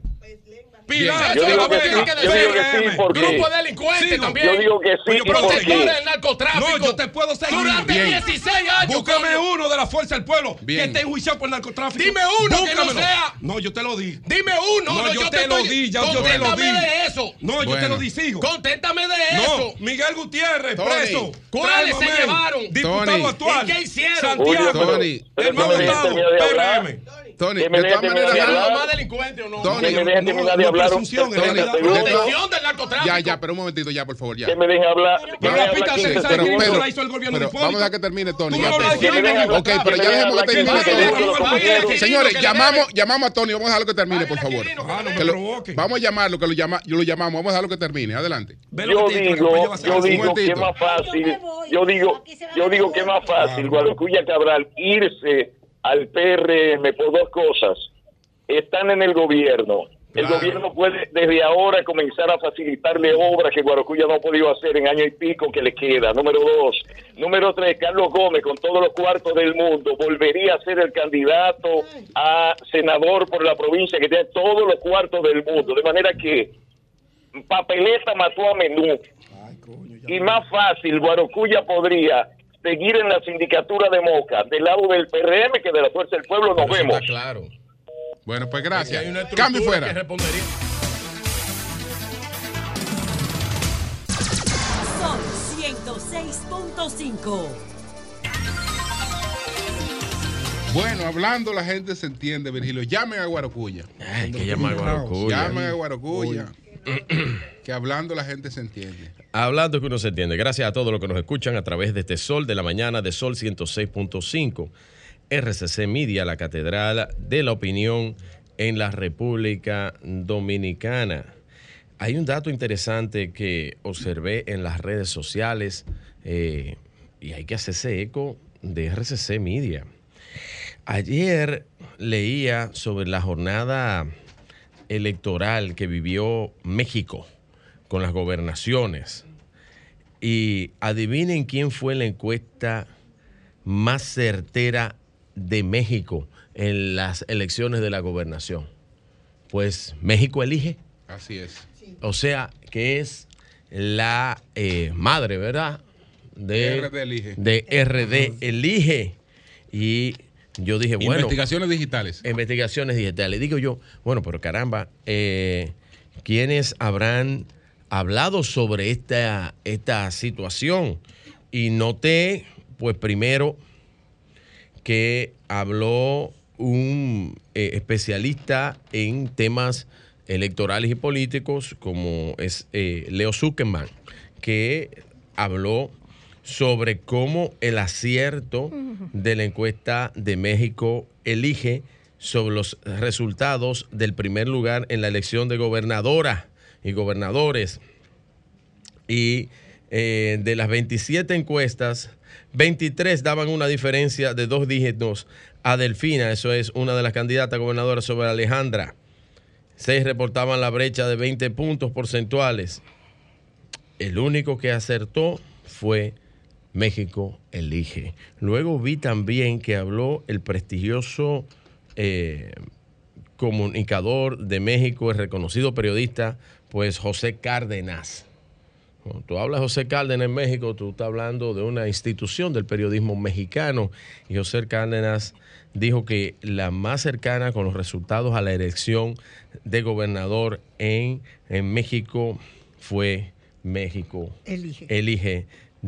Pilar, Yo digo que sí, Tienes que yo digo que decir. sí, porque Grupo de delincuentes Sigo. también. yo digo que sí, Coño, y pero por Protectores qué. del narcotráfico. No, yo te puedo seguir. Durante Bien. dieciséis años. Búscame coño. uno de la Fuerza del Pueblo Bien. que esté enjuiciado por narcotráfico. Dime uno que no Búscamelo. sea. No, yo te lo di. Dime uno. No, yo te te lo estoy- di, ya yo te lo Conténtame di. de eso. No, yo Bueno. te lo di, sigo. Conténtame de No, eso. Miguel Gutiérrez, Tony. preso. ¿Cuáles se Tráemame. llevaron? Diputado Tony. actual. ¿Y qué hicieron? Santiago. Oye, pero- Tony. pero El más que me dejen votado, terminar de P R hablar. M. Tony, Que me de dejen todas terminar de maneras, hablar. ¿Más delincuente o no? Tony, Que me dejen No, terminar no de es hablar un presunción, en treinta realidad. segundos. Protección del narcotráfico. ya, ya, pero un momentito ya, por favor, ya. Que me dejen hablar. Que me Pero dejen la pista hablar quince se pero, sabe segundos. la hizo el gobierno pero de vamos a dejar Hipólito. que termine Tony. Tú me Ya. hablas de Que me dejen hablar. Ok, pero ya dejemos que termine quince Tony. segundos, compañero. Señores, que le llamamos, debe. llamamos a Tony, vamos a dejarlo que termine, por favor. Ah, no me Que lo- provoque. vamos a llamarlo, que lo llama, yo lo llamamos, vamos a dejarlo que termine. Adelante. Ve lo Yo que te digo, que digo, después yo voy a hacer yo así. digo Un que es momentito. más fácil, yo digo, yo digo que es más fácil Guarocuya Cabral irse al P R M por dos cosas. Están en el gobierno. El Claro. gobierno puede desde ahora comenzar a facilitarle obras que Guarocuya no ha podido hacer en año y pico que le queda. Número dos. Número tres, Carlos Gómez, con todos los cuartos del mundo, volvería a ser el candidato a senador por la provincia que tiene todos los cuartos del mundo. De manera que papeleta mató a Menú. Y más fácil, Guarocuya podría seguir en la sindicatura de Moca, del lado del P R M que de la Fuerza del Pueblo. Nos Pero eso vemos. está claro. Bueno, pues Aquí gracias. hay una estructura Cambio que fuera. respondería. Sol ciento seis punto cinco. Bueno, hablando la gente se entiende, Virgilio. Llamen a Guarocuya. Hay que llamar a Guarocuya. Llamen a Guarocuya. Que hablando la gente se entiende. Hablando que uno se entiende. Gracias a todos los que nos escuchan a través de este Sol de la Mañana de Sol ciento seis punto cinco. R C C Media, la catedral de la opinión en la República Dominicana. Hay un dato interesante que observé en las redes sociales eh, y hay que hacerse eco de R C C Media. Ayer leía sobre la jornada electoral que vivió México con las gobernaciones y adivinen quién fue la encuesta más certera de México en las elecciones de la gobernación. Pues México elige. Así es. O sea, que es la eh, madre, ¿verdad? De R D elige. De R D elige. Y yo dije, bueno. Investigaciones digitales. Investigaciones digitales. Digo yo, bueno, pero caramba, eh, ¿quiénes habrán hablado sobre esta, esta situación? Y noté, pues primero, que habló un eh, especialista en temas electorales y políticos, como es eh, Leo Zuckerman, que habló sobre cómo el acierto de la encuesta de México elige sobre los resultados del primer lugar en la elección de gobernadoras y gobernadores. Y eh, de las veintisiete encuestas, veintitrés daban una diferencia de dos dígitos a Delfina, eso es una de las candidatas gobernadoras sobre Alejandra. Seis reportaban la brecha de veinte puntos porcentuales. El único que acertó fue México Elige. Luego vi también que habló el prestigioso eh, comunicador de México, el reconocido periodista, pues José Cárdenas. Cuando tú hablas de José Cárdenas en México, tú estás hablando de una institución del periodismo mexicano. Y José Cárdenas dijo que la más cercana con los resultados a la elección de gobernador en, en México fue México Elige. Elige.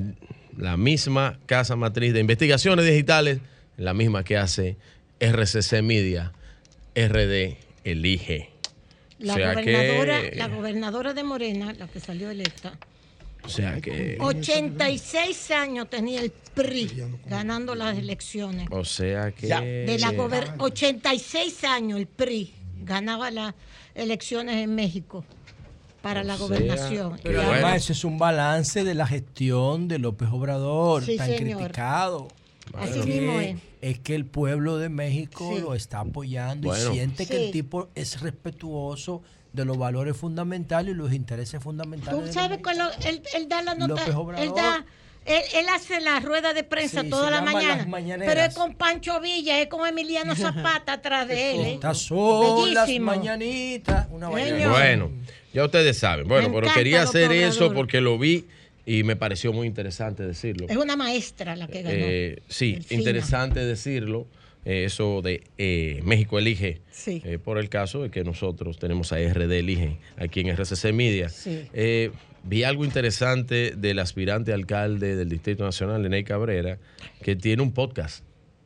La misma casa matriz de investigaciones digitales, la misma que hace R C C Media, R D Elige. La, o sea gobernadora, que, la gobernadora de Morena, la que salió electa, o sea que, ochenta y seis años tenía el P R I ganando las elecciones. o sea que, De la gober- ochenta y seis años el P R I ganaba las elecciones en México para la sea, gobernación. Pero Y además ahora- ese es un balance de la gestión de López Obrador, Sí, tan señor. criticado. Así Es mismo que- es. Es que el pueblo de México Sí. lo está apoyando Bueno. y siente que Sí. el tipo es respetuoso de los valores fundamentales y los intereses fundamentales. Tú de sabes México. cuál lo- él, él da la nota, López Obrador. él da, él, él hace la rueda de prensa Sí, toda se la llama mañana, Las Mañaneras. pero es con Pancho Villa, es con Emiliano Zapata atrás de él. ¿eh? Estas son las Bellísimo. mañanitas. Una vaina. Señor. bueno, ya ustedes saben. Bueno, Me pero encanta quería López hacer eso Obrador. porque lo vi y me pareció muy interesante decirlo. Es una maestra la que ganó. Eh, sí, Delfina. interesante decirlo, eh, eso de eh, México Elige, Sí. eh, por el caso de que nosotros tenemos a R D Elige aquí en R C C Media. Sí. Eh, vi algo interesante del aspirante alcalde del Distrito Nacional, Neney Cabrera, que tiene un podcast.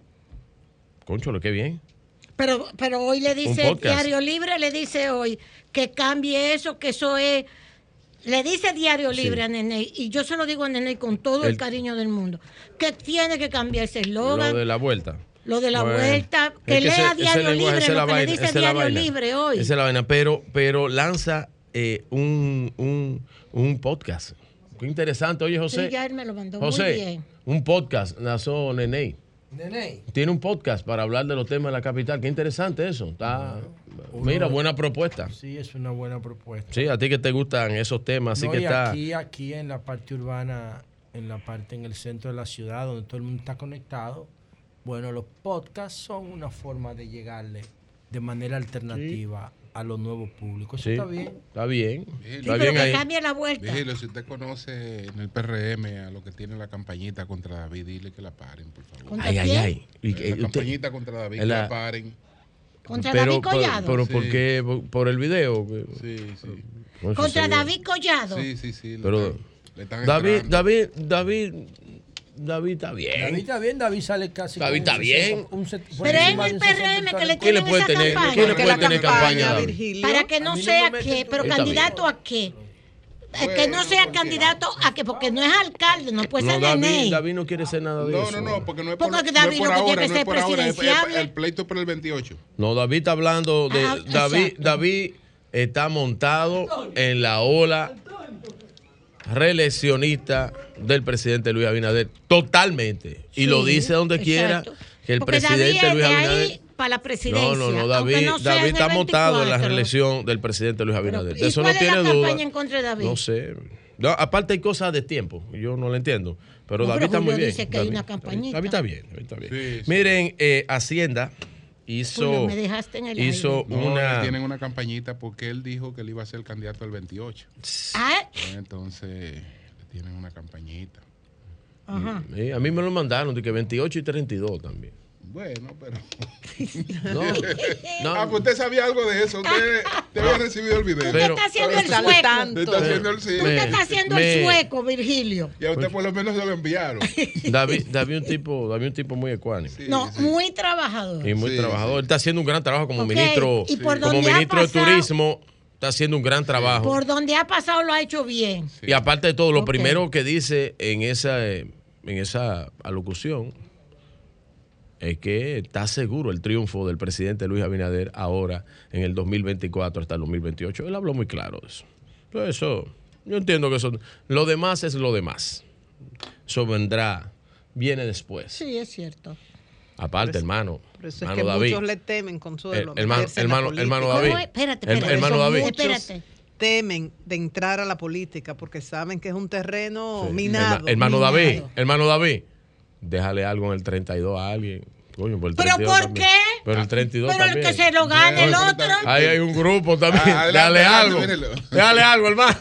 Concholo, qué bien. Pero, pero hoy le dice Un podcast. Diario Libre, le dice hoy que cambie eso, que eso es. Le dice Diario Sí. Libre a Neney, y yo se lo digo a Neney con todo el, El- cariño del mundo, que tiene que cambiar ese eslogan, Lo de la vuelta. lo de la Bueno, vuelta, que es lea ese- ese Diario lenguaje, Libre, esa es la lo que vaina, le dice esa es la Diario vaina. Libre hoy. Esa es la vaina, pero, pero lanza eh, un, un, un podcast. Qué interesante, oye, José. Sí, ya él me lo mandó José, muy bien. un podcast, lanzó Neney. Neney. Tiene un podcast para hablar de los temas de la capital. Qué interesante eso. Está, mira, buena propuesta. Sí, es una buena propuesta. Sí, a ti que te gustan esos temas, así No, que y está. aquí, aquí en la parte urbana, en la parte en el centro de la ciudad, donde todo el mundo está conectado, bueno, los podcasts son una forma de llegarle de manera alternativa a los nuevos públicos. Eso Sí, está bien. está bien. Sí, Está pero bien que ahí. cambie la vuelta. Vigilio, si usted conoce en el P R M a lo que tiene la campañita contra David, dile que la paren, por favor. ¿Contra Ay, ay, quién? ay. Y que La usted- campañita contra David, en que la- la paren. Contra pero, David por- Collado. Pero, Sí. ¿por qué? ¿Por, por el video? Sí, sí. No, eso Contra se ve. David Collado. Sí, sí, sí. le Pero están- le están David, esperando. David, David, David está bien. David está bien, David sale casi. David con está un bien. sesenta, un set- por Pero es en encima de el un P R M que le ¿Quién le tienen puede esa tener, campaña. ¿quién le Porque puede la tener campaña, campaña, David? Virgilio. Para que no A mí no sea me meten que, en pero Está candidato a qué. Eh, que no sea candidato a que, porque no es alcalde, no puede No, ser David, Neney. David no quiere ser nada de No, eso. no, no, porque no es por, Porque no es David por lo que tiene ahora, que no ser es por ahora, es- es- presidenciable. el pleito por el veintiocho. No, David está hablando de. Ah, David, exacto. David está montado en la ola reeleccionista del presidente Luis Abinader. Totalmente. Y Sí, lo dice donde quiera exacto. que el Porque presidente David es Luis de Abinader. ahí para la presidencia. No, no, no, aunque David, no sea David en está el montado en la veinticuatro. reelección del presidente Luis Abinader. ¿Y De eso no cuál es tiene la duda. campaña en contra de David? No sé. No, aparte hay cosas de tiempo, yo no lo entiendo. Pero No, David pero está muy Julio bien. dice que hay David, una campañita. David está bien, David está bien. Sí, sí. Miren, eh, Hacienda hizo, Julio, me dejaste en el hizo aire. No, una... le tienen una campañita porque él dijo que él iba a ser candidato al veintiocho. Ah, Entonces, le tienen una campañita. ajá. Sí, a mí me lo mandaron de que veintiocho y treinta y dos también. Bueno, pero. No, no. Ah, pues usted sabía algo de eso. Usted, usted había recibido el video. Tú te estás haciendo el Está al sueco. tanto. Usted está haciendo el sí. Tú te estás haciendo me- el sueco, Virgilio. Y a usted por lo menos se lo enviaron. David, David un tipo, David un tipo muy ecuánime. Sí, No, sí. muy trabajador. Y muy Sí, trabajador. sí. Él está haciendo un gran trabajo como Ok, ministro, ¿y por como dónde ha ministro de pasado? turismo. Está haciendo un gran trabajo. Por donde ha pasado lo ha hecho bien. Y aparte de todo, lo Ok. primero que dice en esa, eh, en esa alocución es que está seguro el triunfo del presidente Luis Abinader ahora en el dos mil veinticuatro hasta el dos mil veintiocho. Él habló muy claro de eso. Entonces, eso, Yo entiendo que eso, lo demás es lo demás. Eso vendrá, viene después. Sí, es cierto. Aparte, Por eso- hermano, Por eso es hermano que David. muchos le temen, Consuelo. Eh, hermano- meterse en la hermano- política. hermano David. ¿Cómo es? Espérate, Her- espérate. hermano David. Muchos Espérate. temen de entrar a la política porque saben que es un terreno Sí. minado. Herma- hermano minado. David, hermano David, déjale algo en el treinta y dos a alguien. Coño, por el ¿Pero treinta y dos por también. qué? Pero el treinta y dos Pero el también. que se lo gane el Bueno, otro. Ahí hay un grupo también. Ah, adelante, Déjale adelante, algo. mírelo. Déjale algo, hermano.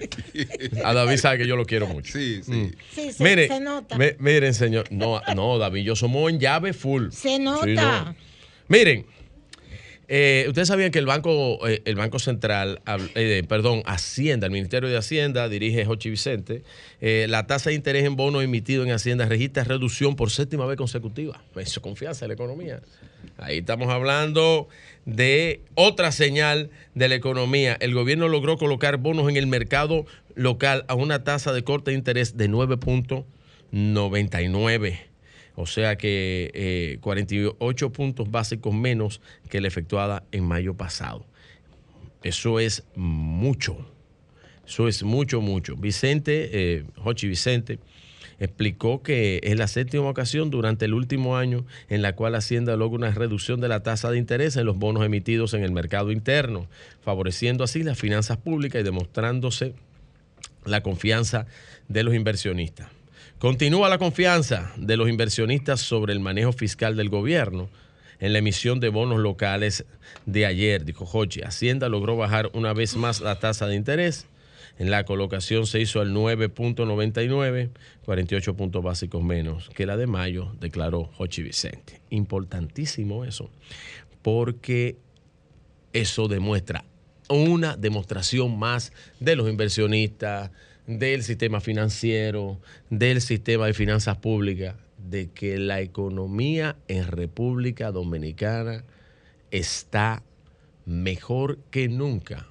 A David sabe que yo lo quiero mucho. Sí, sí. Mm. Sí, se, Mire, se nota. mi- miren, señor. No, no, David, yo somos en llave full. Se nota. Sí, no. Miren, eh, ustedes sabían que el Banco, eh, el Banco Central, hab- eh, perdón, Hacienda, el Ministerio de Hacienda, dirige Jochi Vicente, eh, la tasa de interés en bonos emitidos en Hacienda registra reducción por séptima vez consecutiva. Eso es confianza en la economía. Ahí estamos hablando de otra señal de la economía. El gobierno logró colocar bonos en el mercado local a una tasa de corte de interés de nueve punto noventa y nueve. O sea que eh, cuarenta y ocho puntos básicos menos que la efectuada en mayo pasado. Eso es mucho. Eso es mucho, mucho. Vicente, eh, Jochi Vicente, explicó que es la séptima ocasión durante el último año en la cual Hacienda logra una reducción de la tasa de interés en los bonos emitidos en el mercado interno, favoreciendo así las finanzas públicas y demostrándose la confianza de los inversionistas. Continúa la confianza de los inversionistas sobre el manejo fiscal del gobierno. En la emisión de bonos locales de ayer, dijo Jochi, Hacienda logró bajar una vez más la tasa de interés. En la colocación se hizo al nueve punto noventa y nueve, cuarenta y ocho puntos básicos menos que la de mayo, declaró Jochi Vicente. Importantísimo eso, porque eso demuestra una demostración más de los inversionistas, del sistema financiero, del sistema de finanzas públicas, de que la economía en República Dominicana está mejor que nunca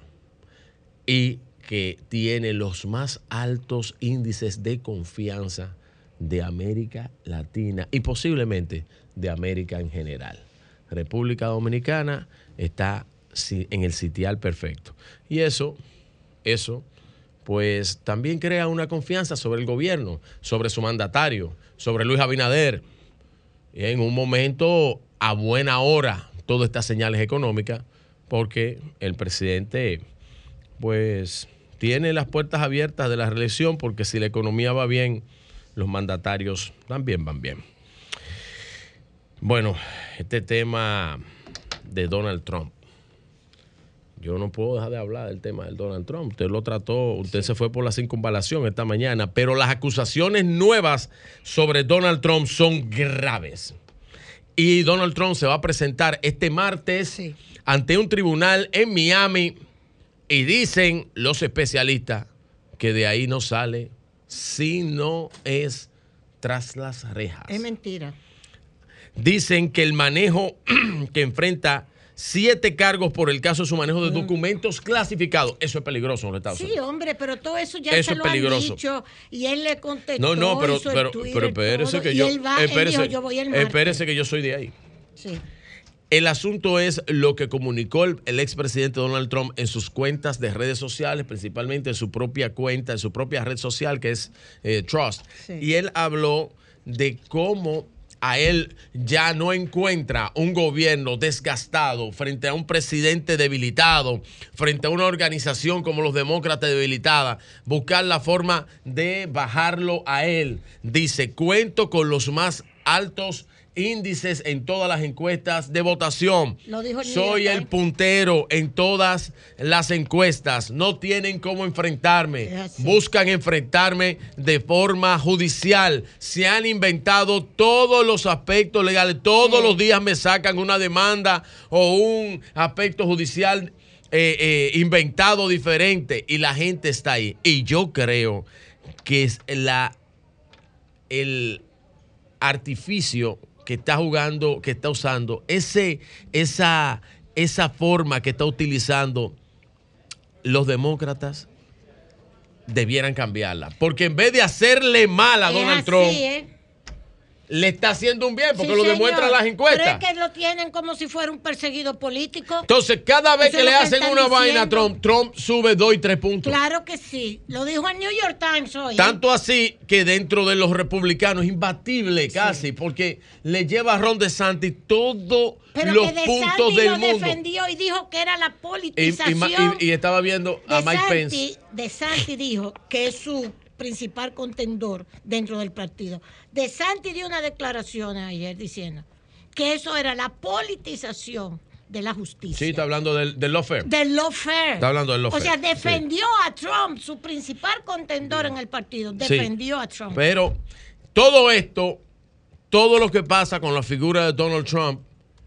y que tiene los más altos índices de confianza de América Latina y posiblemente de América en general. República Dominicana está en el sitial perfecto. Y eso, eso, pues también crea una confianza sobre el gobierno, sobre su mandatario, sobre Luis Abinader. Y en un momento, a buena hora, todas estas señales económicas, porque el presidente, pues, tiene las puertas abiertas de la reelección, porque si la economía va bien, los mandatarios también van bien. Bueno, este tema de Donald Trump. Yo no puedo dejar de hablar del tema del Donald Trump. Usted lo trató, usted se fue por la circunvalación esta mañana, pero las acusaciones nuevas sobre Donald Trump son graves. Y Donald Trump se va a presentar este martes sí. ante un tribunal en Miami y dicen los especialistas que de ahí no sale si no es tras las rejas. Es mentira. Dicen que el manejo que enfrenta siete cargos por el caso de su manejo de documentos clasificados. Eso es peligroso en los Estados Unidos. Sí, hombre, pero todo eso ya eso se es lo peligroso. han dicho y él le contestó. No, no, pero, hizo el pero, Twitter, pero espérese todo, que y yo, él va, él espérese, dijo, yo voy el martes. espérese que yo soy de ahí. Sí. El asunto es lo que comunicó el, el expresidente Donald Trump en sus cuentas de redes sociales, principalmente en su propia cuenta, en su propia red social que es eh, Trust. Sí. Y él habló de cómo a él ya no encuentra un gobierno desgastado frente a un presidente debilitado, frente a una organización como los demócratas debilitada, buscar la forma de bajarlo a él. Dice, cuento con los más altos índices en todas las encuestas de votación. Lo dijo el Soy el puntero en todas las encuestas. No tienen cómo enfrentarme. Buscan enfrentarme de forma judicial. Se han inventado todos los aspectos legales. Todos sí. los días me sacan una demanda o un aspecto judicial eh, eh, inventado diferente y la gente está ahí. Y yo creo que es la, el artificio que está jugando, que está usando, ese, esa, esa forma que está utilizando los demócratas, debieran cambiarla. Porque en vez de hacerle mal a es Donald así, Trump, ¿eh? le está haciendo un bien, porque Sí, lo señor. demuestran las encuestas. Pero es que lo tienen como si fuera un perseguido político. Entonces, cada vez Eso que es le lo que hacen están una vaina a diciendo. Trump, Trump sube dos y tres puntos. Claro que sí. Lo dijo el New York Times hoy. ¿eh? Tanto así que dentro de los republicanos es imbatible casi, porque le lleva a Ron DeSantis todos Pero los que puntos DeSantis del lo mundo. defendió y dijo que era la Y, y, politización. y- y estaba viendo a Mike Pence. DeSantis, DeSantis dijo que es su principal contendor dentro del partido. DeSantis dio una declaración ayer diciendo que eso era la politización de la justicia. Sí, está hablando del, del lawfare. Del lawfare. Está hablando del O lawfare, sea, sí. defendió a Trump, su principal contendor en el partido. Sí. Defendió a Trump. Pero todo esto, todo lo que pasa con la figura de Donald Trump,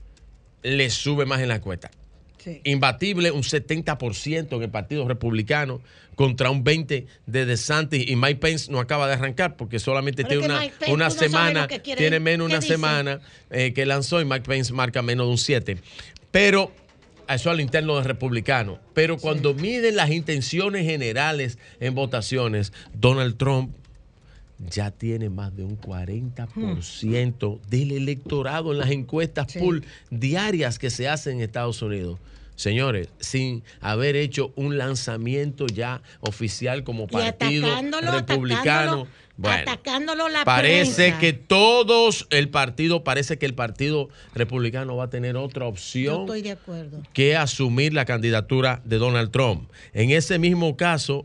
le sube más en la encuesta. Imbatible, un setenta por ciento en el Partido Republicano contra un veinte por ciento de DeSantis, y Mike Pence no acaba de arrancar porque solamente Pero tiene es que una, Mike Pence, una tú no sabes semana, lo que quiere. tiene menos ¿Qué una dice? semana eh, que lanzó, y Mike Pence marca menos de un siete. Pero eso al interno de republicano. Pero cuando miden las intenciones generales en votaciones, Donald Trump ya tiene más de un cuarenta por ciento del electorado en las encuestas poll diarias que se hacen en Estados Unidos. Señores, sin haber hecho un lanzamiento ya oficial como Y partido atacándolo, republicano. atacándolo, Bueno, atacándolo la parece prensa. que todos el partido, parece que el partido republicano va a tener otra Yo opción estoy de acuerdo. que asumir la candidatura de Donald Trump. En ese mismo caso,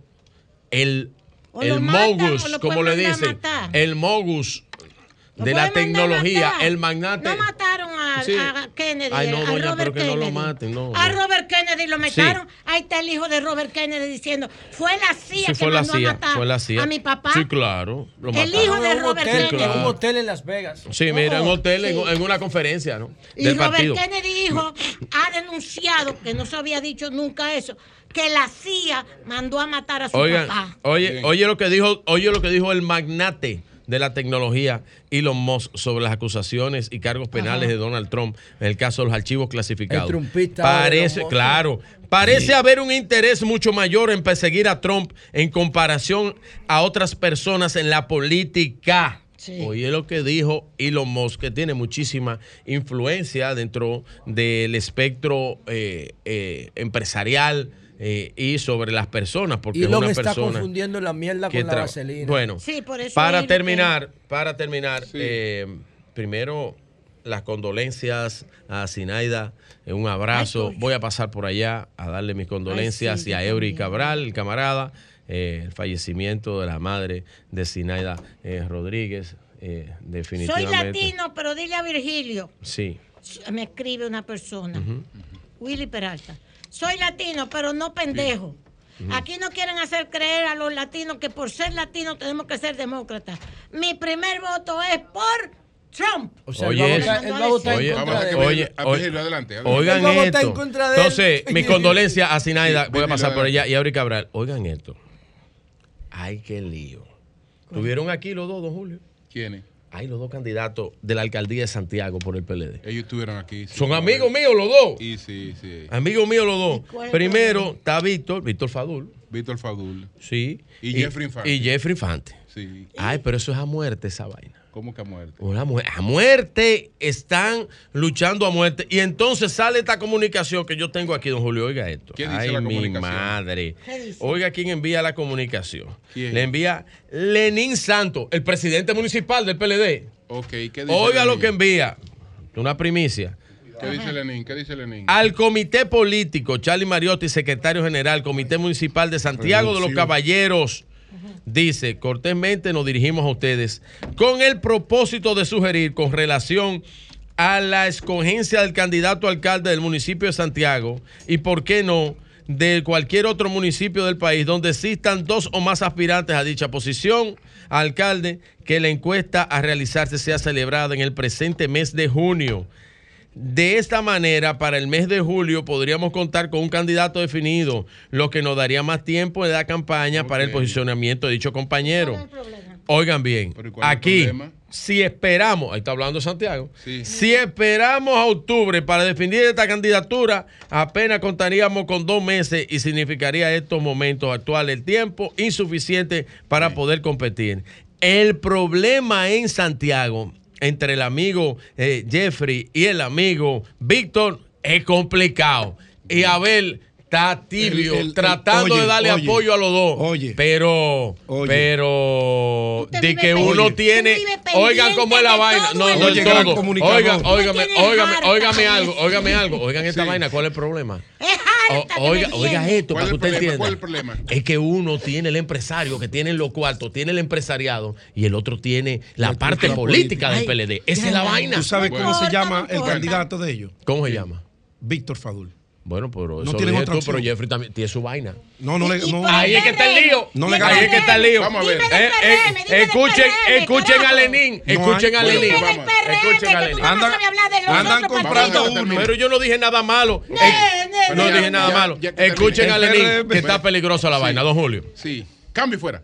el, O el lo matan, mogus, o lo como le pueden mandar a dicen, matar. el mogus Lo de la pueden mandar a tecnología, matar. el magnate. No mataron a, Sí. a Kennedy, Ay, no, a doña, Robert pero que no Kennedy. lo maten, no, A no. Robert Kennedy lo mataron. Ahí está el hijo de Robert Kennedy diciendo, fue la C I A Sí, que fue la mandó C I A, a matar fue la C I A. a mi papá. Sí, claro. Lo El mataron. hijo de un Robert hotel, Kennedy. en un hotel en Las Vegas. Sí, mira, en un Oh, hotel, en- sí. en, una conferencia, ¿no? Y Del Robert partido. Kennedy hijo ha denunciado, que no se había dicho nunca eso, que la C I A mandó a matar a su Oigan, papá. oye, oye lo que dijo, oye lo que dijo el magnate de la tecnología, Elon Musk, sobre las acusaciones y cargos penales Ajá. de Donald Trump en el caso de los archivos clasificados. El trumpista Parece, Elon Musk. claro, parece haber un interés mucho mayor en perseguir a Trump en comparación a otras personas en la política. Oye lo que dijo Elon Musk, que tiene muchísima influencia dentro del espectro eh, eh, empresarial eh, y sobre las personas, porque Elon es una está persona confundiendo la mierda que con la tra- vaselina. Bueno, Sí, por eso para es lo terminar, para terminar, eh, primero las condolencias a Zinaida, eh, un abrazo. Voy a pasar por allá a darle mis condolencias Ay, sí, y a yo Eury también. Cabral, el camarada, eh, el fallecimiento de la madre de Zinaida eh, Rodríguez, eh, Soy definitivamente. latino, pero dile a Virgilio. Sí. Me escribe una persona, Ujú. Willy Peralta. Soy latino, pero no pendejo. Aquí no quieren hacer creer a los latinos que por ser latinos tenemos que ser demócratas. Mi primer voto es por Trump. O sea, Oye, él va a votar- él va a votar en oye, contra de él. oye, A oye, Virgilio, adelante, adelante. oigan Él va a votar esto. en contra de él. Entonces, mi condolencia a Zinaida, Sí, voy a Virgilio, pasar por adelante. ella, y a Eury Cabral. Oigan esto. Ay, qué lío. ¿Tuvieron aquí los dos, don Julio? ¿Quiénes? Hay los dos candidatos de la alcaldía de Santiago por el P L D. Ellos estuvieron aquí. sí. Son amigos míos los dos. Y sí, sí. Amigos míos los dos. cuál es Primero está Víctor, Víctor Fadul. Víctor Fadul. Sí. Y Jeffrey Infante. Y Jeffrey Infante. Sí. Ay, pero eso es a muerte esa vaina. ¿Cómo que a muerte? Una mu- a muerte, están luchando a muerte. Y entonces sale esta comunicación que yo tengo aquí, don Julio. Oiga esto. ¿Qué dice Ay, la mi comunicación? madre. ¿Qué dice? Oiga quién envía la comunicación. ¿Quién? Le envía Lenín Santos, el presidente municipal del P L D. Ok, ¿qué dice Oiga lo Lenín? que envía. Una primicia. ¿Qué dice Lenín? ¿Qué dice Lenín? Al comité político, Charlie Mariotti, secretario general, Comité Municipal de Santiago de los Renunció. Caballeros, dice, cortésmente nos dirigimos a ustedes con el propósito de sugerir con relación a la escogencia del candidato alcalde del municipio de Santiago y, por qué no, de cualquier otro municipio del país donde existan dos o más aspirantes a dicha posición, alcalde, que la encuesta a realizarse sea celebrada en el presente mes de junio. De esta manera, para el mes de julio podríamos contar con un candidato definido, lo que nos daría más tiempo de la campaña para el posicionamiento de dicho compañero. Oigan bien, ¿Pero y cuál es el aquí, problema? si esperamos, ahí está hablando Santiago, Sí. si esperamos a octubre para definir esta candidatura, apenas contaríamos con dos meses y significaría estos momentos actuales el tiempo insuficiente para poder competir. El problema en Santiago entre el amigo eh, Jeffrey y el amigo Víctor es complicado. Y Abel está tibio, el, el, tratando oye, de darle oye, apoyo a los dos. Oye, pero, oye. pero, de que uno oye. tiene, oigan cómo es la vaina. No, no, oye, todo. Oigan, óigame, óigame, óigame algo, óigame algo. Oigan esta sí. vaina, ¿cuál es el problema? O, oiga, oiga esto, para que usted entienda. ¿Cuál es el problema? Es que uno tiene el empresario, que tiene los cuartos, tiene el empresariado, y el otro tiene la el parte política, política del P L D. Esa es la vaina. ¿Tú sabes bueno. cómo se llama el candidato de ellos? ¿Cómo se llama? Víctor Fadul. Bueno, pero eso no tiene otra tú, pero Jeffrey también tiene su vaina. No, no le. No, ahí es que está el lío. No le ahí es que está el lío. Vamos a ver. Eh, eh, escuchen, escuchen a Lenín. Escuchen a Lenín. Escuchen a Lenín. Andan, andan comprando uno. Pero yo no dije nada malo. Eh, no dije nada malo. Escuchen a Lenín, que está peligrosa la vaina, don Julio. Sí. Cambio y fuera.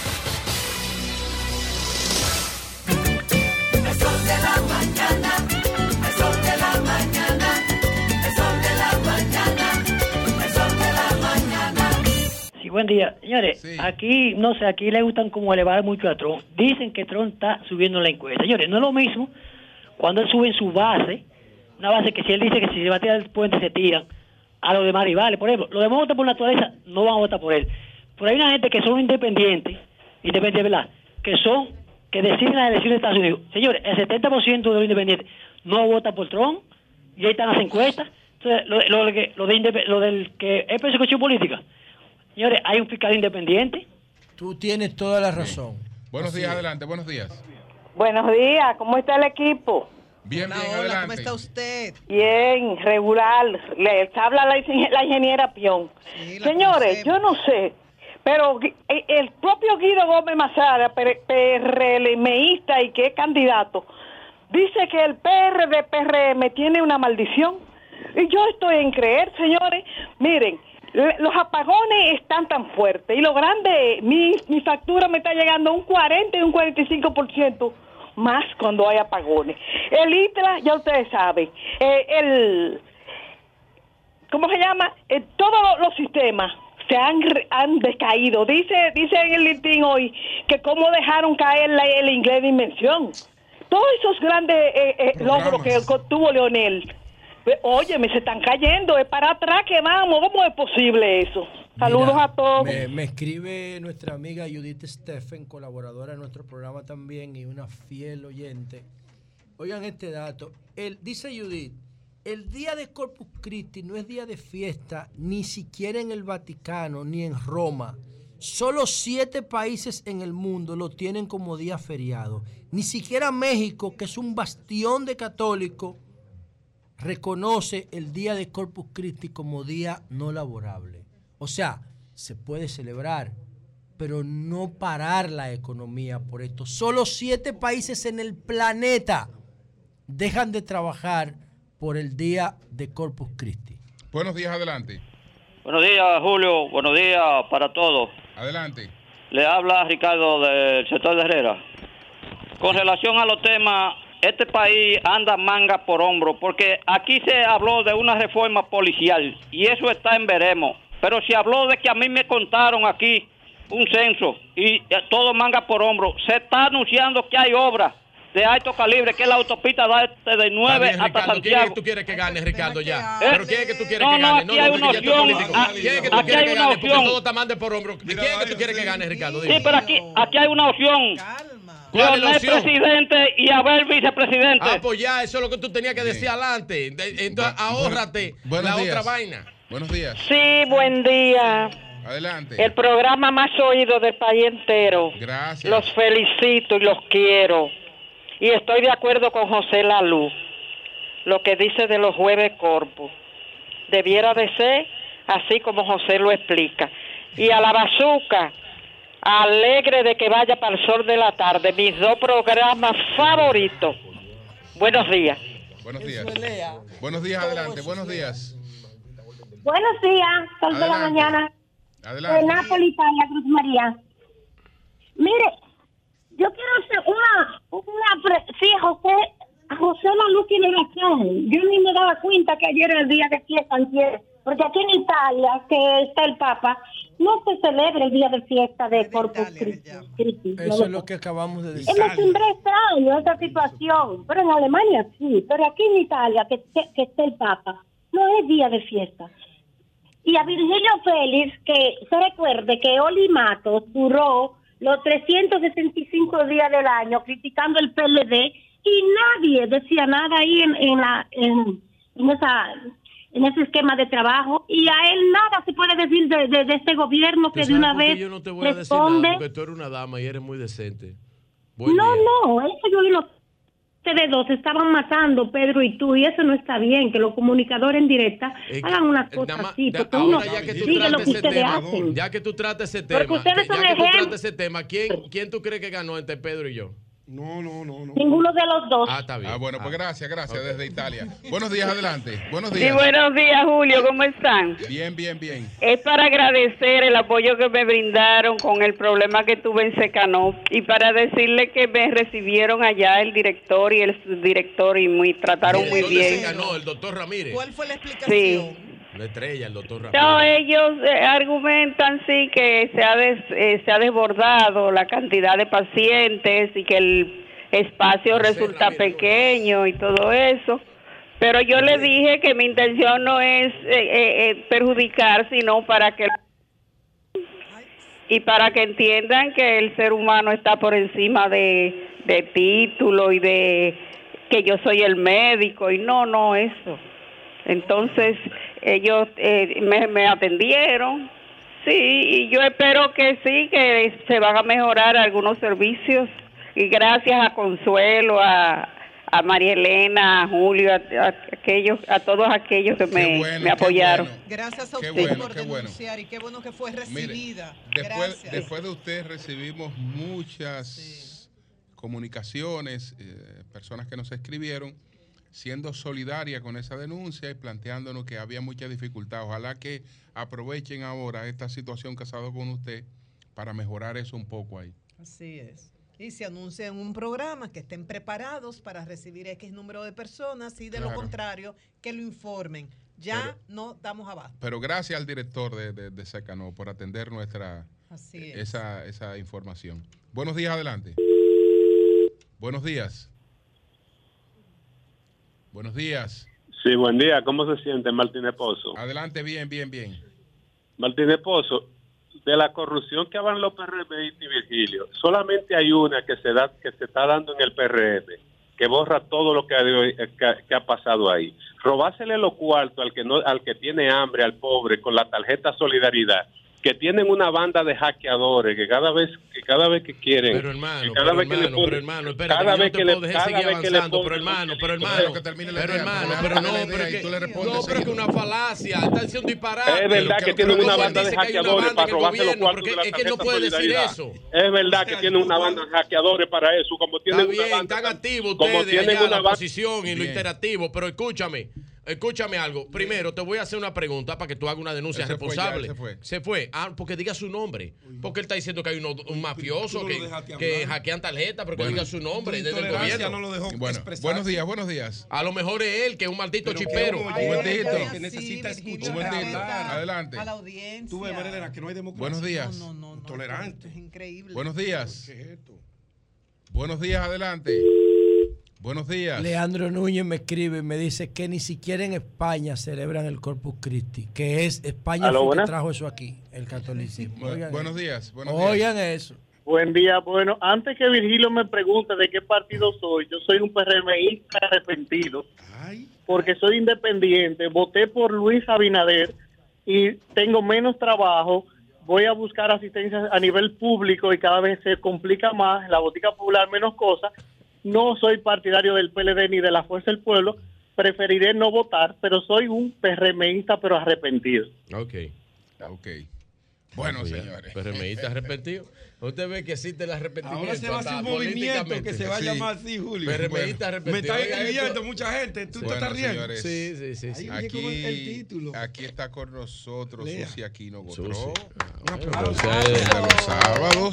Buen día, señores. Sí. Aquí, no sé, aquí le gustan como elevar mucho a Trump. Dicen que Trump está subiendo la encuesta. Señores, no es lo mismo cuando él sube en su base, una base que si él dice que si se va a tirar el puente se tiran, a los demás rivales. Por ejemplo, los demócratas por naturaleza no van a votar por él. Pero hay una gente que son independientes, independientes, ¿verdad? Que son, que deciden las elecciones de Estados Unidos. Señores, el setenta por ciento de los independientes no vota por Trump, y ahí están las encuestas. Entonces, lo, lo, lo, lo, de, lo del que es persecución política. Señores, hay un fiscal independiente. Tú tienes toda la razón. Sí. Buenos Así días, es. adelante, buenos días. Buenos días, ¿cómo está el equipo? Bien, hola, bien, hola, adelante. ¿Cómo está usted? Bien, regular. Les habla la, la ingeniera Pion. Sí, Señores, yo no sé, pero el propio Guido Gómez Mazara, PRLMista y que es candidato, dice que el P R D P R M tiene una maldición. Y yo estoy en creer, señores. Miren, los apagones están tan fuertes y lo grande, mi, mi factura me está llegando a un cuarenta y un cuarenta y cinco por ciento más cuando hay apagones. El I T R A, ya ustedes saben, eh, el, ¿cómo se llama? Eh, todos los, los sistemas se han, han decaído. Dice dice en el listín hoy que cómo dejaron caer la, el inglés de invención. Todos esos grandes eh, eh, logros que tuvo Leonel, óyeme, se están cayendo, es para atrás que vamos, ¿cómo es posible eso? Saludos Mira, a todos. Me, me escribe nuestra amiga Judith Steffen, colaboradora de nuestro programa también y una fiel oyente. Oigan este dato, el, dice Judith, el día de Corpus Christi no es día de fiesta, ni siquiera en el Vaticano, ni en Roma. Solo siete países en el mundo lo tienen como día feriado. Ni siquiera México, que es un bastión de católicos, reconoce el día de Corpus Christi como día no laborable. O sea, se puede celebrar, pero no parar la economía por esto. Solo siete países en el planeta dejan de trabajar por el día de Corpus Christi. Buenos días, adelante. Buenos días, Julio. Buenos días para todos. Adelante. Le habla Ricardo del sector de Herrera. Con relación a los temas, este país anda manga por hombro, porque aquí se habló de una reforma policial y eso está en veremos. Pero se habló de que a mí me contaron aquí un censo y todo manga por hombro. Se está anunciando que hay obras de alto calibre, que es la autopista de nueve bien, hasta Ricardo, Santiago. ¿Quién es que tú quieres que gane, Ricardo, ya? ¿Eh? ¿Pero quién es que tú quieres no, que no, gane? Aquí no, hay una opción. A, ¿Quién es que tú aquí quieres hay que una gane? opción. Porque todo está mande por hombro. ¿Quién es que tú quieres que gane, Ricardo? Dime. Sí, pero aquí, aquí hay una opción. Leonel presidente y Abel vicepresidente. Ah, pues ya, eso es lo que tú tenías que decir adelante. Entonces, ahórrate la otra vaina. Buenos días. Sí, buen día. Adelante. El programa más oído del país entero. Gracias. Los felicito y los quiero. Y estoy de acuerdo con José Lalú. Lo que dice de los jueves corpus. Debiera de ser así como José lo explica. Y a la bazuca, alegre de que vaya para el sol de la tarde. Mis dos programas favoritos. Buenos días. Buenos días. Buenos días, adelante. Buenos días. Buenos días, sol de la mañana. Adelante. De Nápoles, Italia, Cruz María. Mire, yo quiero hacer una, una pre- sí, José, José Lalú tiene razón. Yo ni me daba cuenta que ayer era el día de fiesta, antier, porque aquí en Italia, que está el Papa, no se celebra el día de fiesta de Corpus Christi. Eso es lo que acabamos de decir. Me siempre extraño esa situación, pero en Alemania sí, pero aquí en Italia, que, que, que esté el Papa, no es día de fiesta. Y a Virgilio Félix, que se recuerde que Oli Matos duró los trescientos sesenta y cinco días del año criticando el P L D y nadie decía nada ahí en, en, la, en, en, esa, en ese esquema de trabajo, y a él nada se puede decir de, de, de este gobierno que de una vez yo no te voy a decir responde. nada porque tú eres una dama y eres muy decente. No, no, eso yo vi los ustedes dos estaban matando, Pedro y tú, y eso no está bien, que los comunicadores en directa Es que- hagan unas cosas Nada más- así, da- porque ahora uno ya que tú sigue lo tratas que ese ustedes tema, hacen. ya que tú tratas ese Porque tema, ustedes que- son ya que tú ejemplo. tratas ese tema, ¿quién, ¿quién tú crees que ganó entre Pedro y yo? No, no, no, no. Ninguno de los dos. Ah, está bien. Ah, bueno, pues gracias, gracias, desde Italia. Buenos días, adelante. Buenos Sí, días. buenos días, Julio, ¿cómo están? Bien, bien, bien. Es para agradecer el apoyo que me brindaron con el problema que tuve en Secanó y para decirle que me recibieron allá el director y el subdirector y muy trataron muy ¿Dónde bien. se ganó el doctor Ramírez? ¿Cuál fue la explicación? Sí. La estrella, el doctor Ramírez. No, ellos eh, argumentan sí que se ha, des- eh, se ha desbordado la cantidad de pacientes y que el espacio resulta pequeño y todo eso. Pero yo le dije que mi intención no es eh, eh, eh, perjudicar, sino para que y para que entiendan que el ser humano está por encima de, de título y de que yo soy el médico y no, no eso. Entonces ellos eh, me, me atendieron, sí, y yo espero que sí, que se van a mejorar algunos servicios y gracias a Consuelo, a, a María Elena, a Julio, a, a aquellos, a todos aquellos que me, bueno, me qué apoyaron. bueno. Gracias a Qué usted bueno, por qué bueno. denunciar y qué bueno que fue recibida. Después, Gracias. después de usted recibimos muchas comunicaciones, eh, personas que nos escribieron siendo solidaria con esa denuncia y planteándonos que había mucha dificultad. Ojalá que aprovechen ahora esta situación casado con usted para mejorar eso un poco ahí. Así es. Y se anuncia en un programa que estén preparados para recibir X número de personas y de Claro. lo contrario, que lo informen. Ya no damos abasto. Pero gracias al director de, de, de Secano por atender nuestra Así es. esa, esa información. Buenos días, adelante. Buenos días. Buenos días. Sí, buen día. ¿Cómo se siente Martínez Pozo? Adelante, bien, bien, bien. Martínez Pozo, de la corrupción que hablan los P R M y Virgilio, solamente hay una que se da que se está dando en el P R M, que borra todo lo que ha, que, que ha pasado ahí. Robársele los cuartos al que no, al que tiene hambre, al pobre, con la tarjeta Solidaridad, que tienen una banda de hackeadores que cada vez que cada vez que quieren, Pero hermano, que cada pero vez que le hermano, ponen- pero hermano, espérate, cada que yo vez te que le- puedo dejar cada seguir vez que le avanzando, ponen- pero hermano, pero Pero hermano, que termine la pero idea, hermano, pero pero déjame no, la idea pero y que, tú le respondes no, pero que seguido. una falacia, está diciendo un disparate. Es verdad que tienen una banda de hackeadores para robarse los cuartos porque de la es que no tarjeta puede decir Solidaridad. eso. Es verdad que tienen una banda de hackeadores para eso, como tienen Está bien, una banda, están activos como ustedes tienen allá, una la banda- oposición y lo Bien. interactivo, pero escúchame, escúchame algo. Primero, te voy a hacer una pregunta para que tú hagas una denuncia Él se fue ya, responsable. él se fue. Se fue. Ah, porque diga su nombre. Porque él está diciendo que hay uno- un mafioso tú no lo que, dejaste que hablar. hackean tarjeta, pero que Bueno. diga su nombre Tu desde el intolerancia gobierno. no lo dejó Bueno, expresarse. buenos días, buenos días. A lo mejor es él, que es un maldito Pero que chipero. oye, Un momentito. que necesita escuchar Un momentito. hablar. Adelante. A la audiencia. Tú ves, María Elena, que no hay democracia. Buenos días. No, no, no. Tolerante. Esto es increíble. Buenos días. ¿Qué es esto? Buenos días, adelante. Buenos días. Leandro Núñez me escribe y me dice que ni siquiera en España celebran el Corpus Christi, que es España ¿Aló, fue que buenas? trajo eso aquí, el catolicismo. Bu- Oigan buenos eso. días. Buenos días. Oigan eso. Buen día. Bueno, antes que Virgilio me pregunte de qué partido soy, yo soy un PRMista arrepentido, porque soy independiente, voté por Luis Abinader y tengo menos trabajo, voy a buscar asistencia a nivel público y cada vez se complica más, en la botica popular menos cosas. No soy partidario del P L D ni de la Fuerza del Pueblo, preferiré no votar, pero soy un PRMista pero arrepentido. Ok. Ok. Bueno, Pues ya, señores. Pero me está arrepentido. Usted ve que existe el arrepentimiento. Ahora se va a hacer un hasta movimiento políticamente. que se va a Sí. llamar así, Julio. Pero Bueno, está me arrepentido. está Oiga escribiendo esto. mucha gente. ¿Tú te Bueno, estás riendo? señores, Sí, sí, sí. sí. Ahí oye como el Aquí, título. aquí está con nosotros Lea. Susi Aquino Gotró. Susi. Un bueno, aplauso. entonces- De los sábados,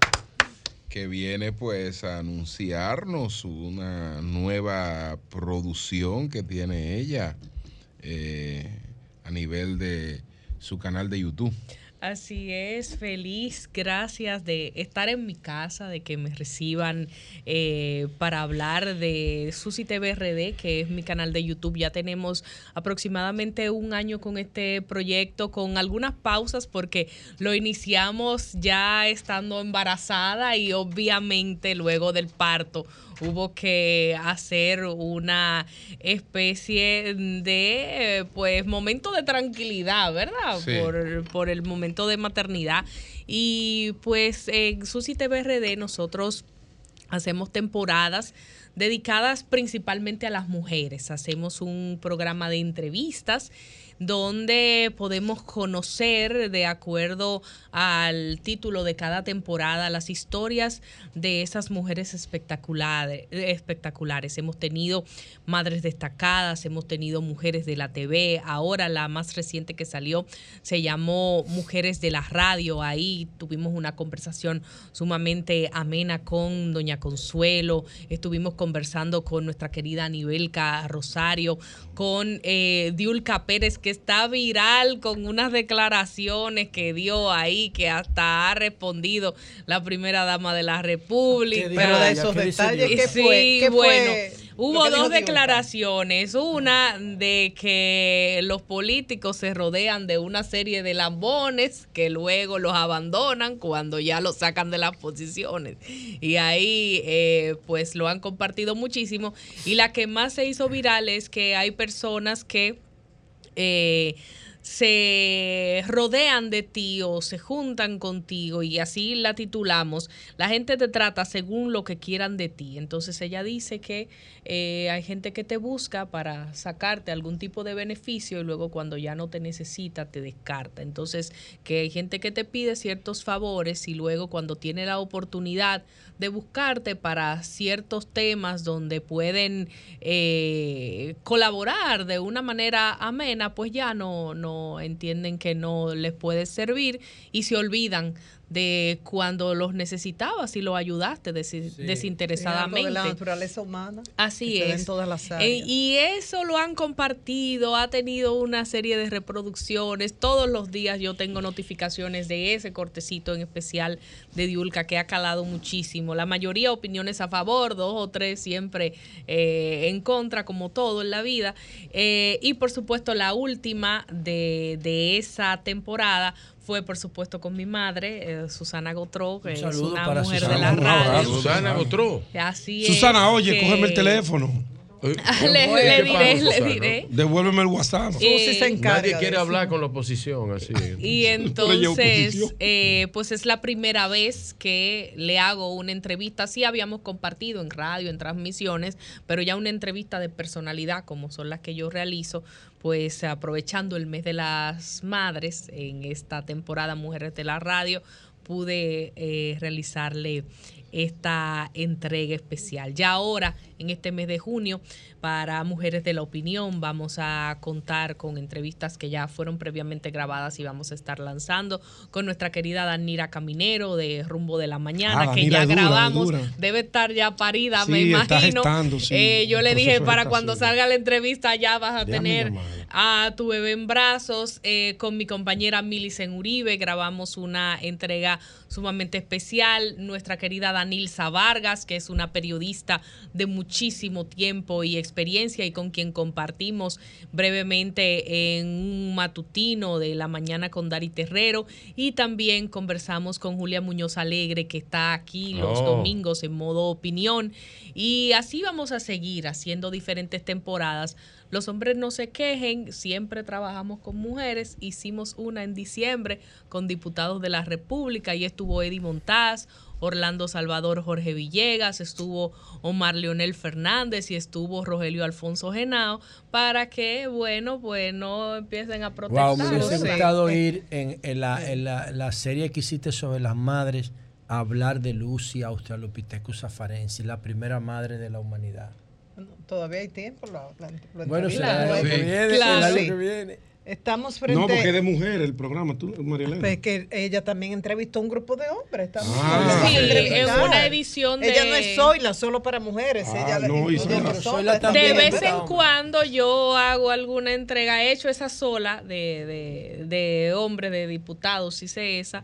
que viene pues a anunciarnos una nueva producción que tiene ella eh, a nivel de su canal de YouTube. Así es, feliz, gracias de estar en mi casa, de que me reciban eh, para hablar de Susi T V R D, que es mi canal de YouTube. Ya tenemos aproximadamente un año con este proyecto, con algunas pausas porque lo iniciamos ya estando embarazada y obviamente luego del parto hubo que hacer una especie de pues momento de tranquilidad, ¿verdad? Sí. Por, por el momento de maternidad. Y pues en Susi T V R D nosotros hacemos temporadas dedicadas principalmente a las mujeres. Hacemos un programa de entrevistas donde podemos conocer, de acuerdo al título de cada temporada, las historias de esas mujeres espectaculares. espectaculares. Hemos tenido madres destacadas, hemos tenido mujeres de la T V. Ahora la más reciente que salió se llamó Mujeres de la Radio. Ahí tuvimos una conversación sumamente amena con doña Consuelo. Estuvimos conversando con nuestra querida Anibelka Rosario, con eh, Diulca Pérez, que está viral con unas declaraciones que dio ahí, que hasta ha respondido la primera dama de la República. Pero de esos detalles, ¿qué sí, fue? ¿Qué bueno, fue hubo dos Diulca? declaraciones. Una de que los políticos se rodean de una serie de lambones que luego los abandonan cuando ya los sacan de las posiciones. Y ahí eh, pues lo han compartido muchísimo. Y la que más se hizo viral es que hay personas que Eh, se rodean de ti o se juntan contigo, y así la titulamos. La gente te trata según lo que quieran de ti. Entonces ella dice que eh, hay gente que te busca para sacarte algún tipo de beneficio y luego cuando ya no te necesita te descarta. Entonces que hay gente que te pide ciertos favores y luego cuando tiene la oportunidad de buscarte para ciertos temas donde pueden eh, colaborar de una manera amena, pues ya no, no entienden que no les puede servir y se olvidan de cuando los necesitabas y los ayudaste des sí. desinteresadamente. Sí, algo de la naturaleza humana. Así es. es. En todas las eh, áreas. y eso lo han compartido, ha tenido una serie de reproducciones. Todos los días yo tengo notificaciones de ese cortecito en especial de Diulca, que ha calado muchísimo. La mayoría opiniones a favor, dos o tres siempre eh, en contra, como todo en la vida. Eh, y por supuesto la última de, de esa temporada fue, por supuesto, con mi madre, eh, Susana Gotró, que es una mujer Susana, de la radio. Susana Gotró. Así Susana, es, oye, que... cógeme el teléfono. le, le diré, le diré. Devuélveme el WhatsApp. Eh, se Nadie quiere hablar con la oposición, así. Y entonces, eh, pues es la primera vez que le hago una entrevista. Sí habíamos compartido en radio, en transmisiones, pero ya una entrevista de personalidad, como son las que yo realizo, pues aprovechando el mes de las madres en esta temporada Mujeres de la Radio, pude eh, realizarle esta entrega especial. Ya ahora, en este mes de junio, para Mujeres de la Opinión, vamos a contar con entrevistas que ya fueron previamente grabadas y vamos a estar lanzando con nuestra querida Danira Caminero de Rumbo de la Mañana, ah, que ya dura, grabamos. Dura. Debe estar ya parida, sí, me imagino. Está gestando, sí, eh, yo le dije, para cuando gestación. salga la entrevista ya vas a Déjame tener llamarle. a tu bebé en brazos. Eh, con mi compañera Milicen Uribe grabamos una entrega sumamente especial. Nuestra querida Danilza Vargas, que es una periodista de muchísimo tiempo y experiencia y con quien compartimos brevemente en un matutino de la mañana con Dari Terrero, y también conversamos con Julia Muñoz Alegre, que está aquí los Oh. domingos en modo opinión, y así vamos a seguir haciendo diferentes temporadas. Los hombres no se quejen, siempre trabajamos con mujeres. Hicimos una en diciembre con diputados de la República y estuvo Eddie Montaz, Orlando Salvador, Jorge Villegas, estuvo Omar Leonel Fernández y estuvo Rogelio Alfonso Genao, para que, bueno, pues no empiecen a protestar. Wow, me hubiese Sí. gustado ir en, en, la, en la, la serie que hiciste sobre las madres a hablar de Lucy Australopithecus afarensis, la primera madre de la humanidad. Todavía hay tiempo. Lo, lo Bueno, entrevista. será el año que viene, Claro. el año Sí. que viene. Estamos frente... No, porque es de mujer el programa, tú, María Elena. Pues que ella también entrevistó a un grupo de hombres. Estamos Ah. Sí, en una edición de... Ella no es Zoila, solo para mujeres. Ah, ella no, le y incluye Zoila. otros Zoila hombres. también. De vez ¿verdad? en cuando yo hago alguna entrega. He hecho esa sola de, de, de hombres, de diputados, hice esa.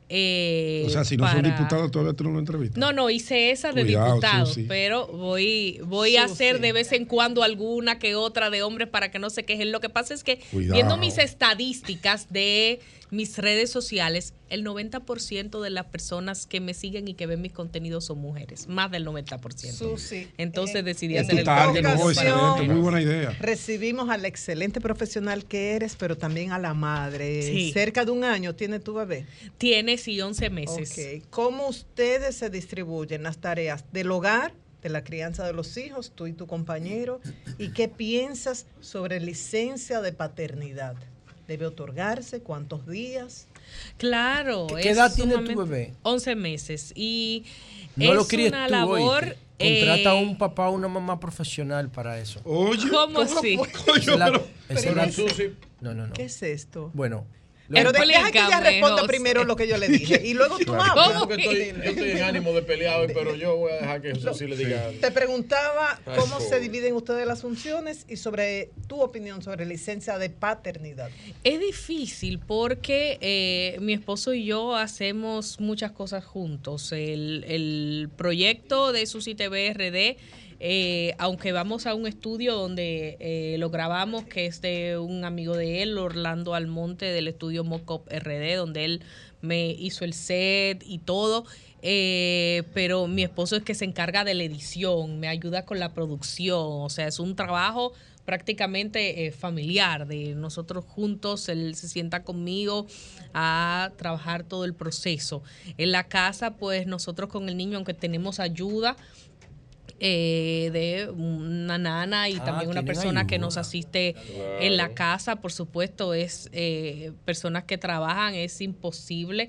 Eh, O sea, si no son para- diputados, todavía tú no lo entrevistas. No, no, hice esa de Cuidado, diputados, Susi. pero voy voy a hacer de vez en cuando alguna que otra de hombres para que no se quejen. Lo que pasa es que Cuidado. viendo mis estadísticas de mis redes sociales, el noventa por ciento de las personas que me siguen y que ven mis contenidos son mujeres, más del noventa por ciento. Susi, Entonces eh, decidí en hacer el tu target, ocasión, no, excelente, muy buena idea. Recibimos al excelente profesional que eres, pero también a la madre. Sí. Cerca de un año tiene tu bebé. Tiene sí once meses. Ok. ¿Cómo ustedes se distribuyen las tareas del hogar, de la crianza de los hijos, tú y tu compañero? ¿Y qué piensas sobre licencia de paternidad? ¿Debe otorgarse? ¿Cuántos días? Claro. ¿Qué- qué es edad tiene tu sumamente- bebé? once meses. Y No es lo críes una tú, labor... oíste. Contrata a eh, un papá o una mamá profesional para eso. Oye, ¿Cómo así? Esa es la- esa es pero la- eso- No, no, no. ¿Qué es esto? Bueno. Pero de- deja que ella Explícame, responda José. primero lo que yo le dije y luego tú Claro. hablas. ¿Cómo? Porque estoy, yo estoy en ánimo de pelear hoy, pero yo voy a dejar que Jesús sí le diga. Te preguntaba Ay, cómo pobre. se dividen ustedes las funciones y sobre tu opinión sobre licencia de paternidad. Es difícil porque eh, mi esposo y yo hacemos muchas cosas juntos. El, el proyecto de Susi T V R D, eh, aunque vamos a un estudio donde eh, lo grabamos, que es de un amigo de él, Orlando Almonte, del estudio Mockup R D, donde él me hizo el set y todo. Eh, pero mi esposo es que se encarga de la edición, me ayuda con la producción, o sea, es un trabajo prácticamente eh, familiar, de nosotros juntos, él se sienta conmigo a trabajar todo el proceso. En la casa, pues nosotros con el niño, aunque tenemos ayuda, eh, de una nana y Ah, también una tienen persona que ayuda. nos asiste en la casa, por supuesto, es eh, personas que trabajan, es imposible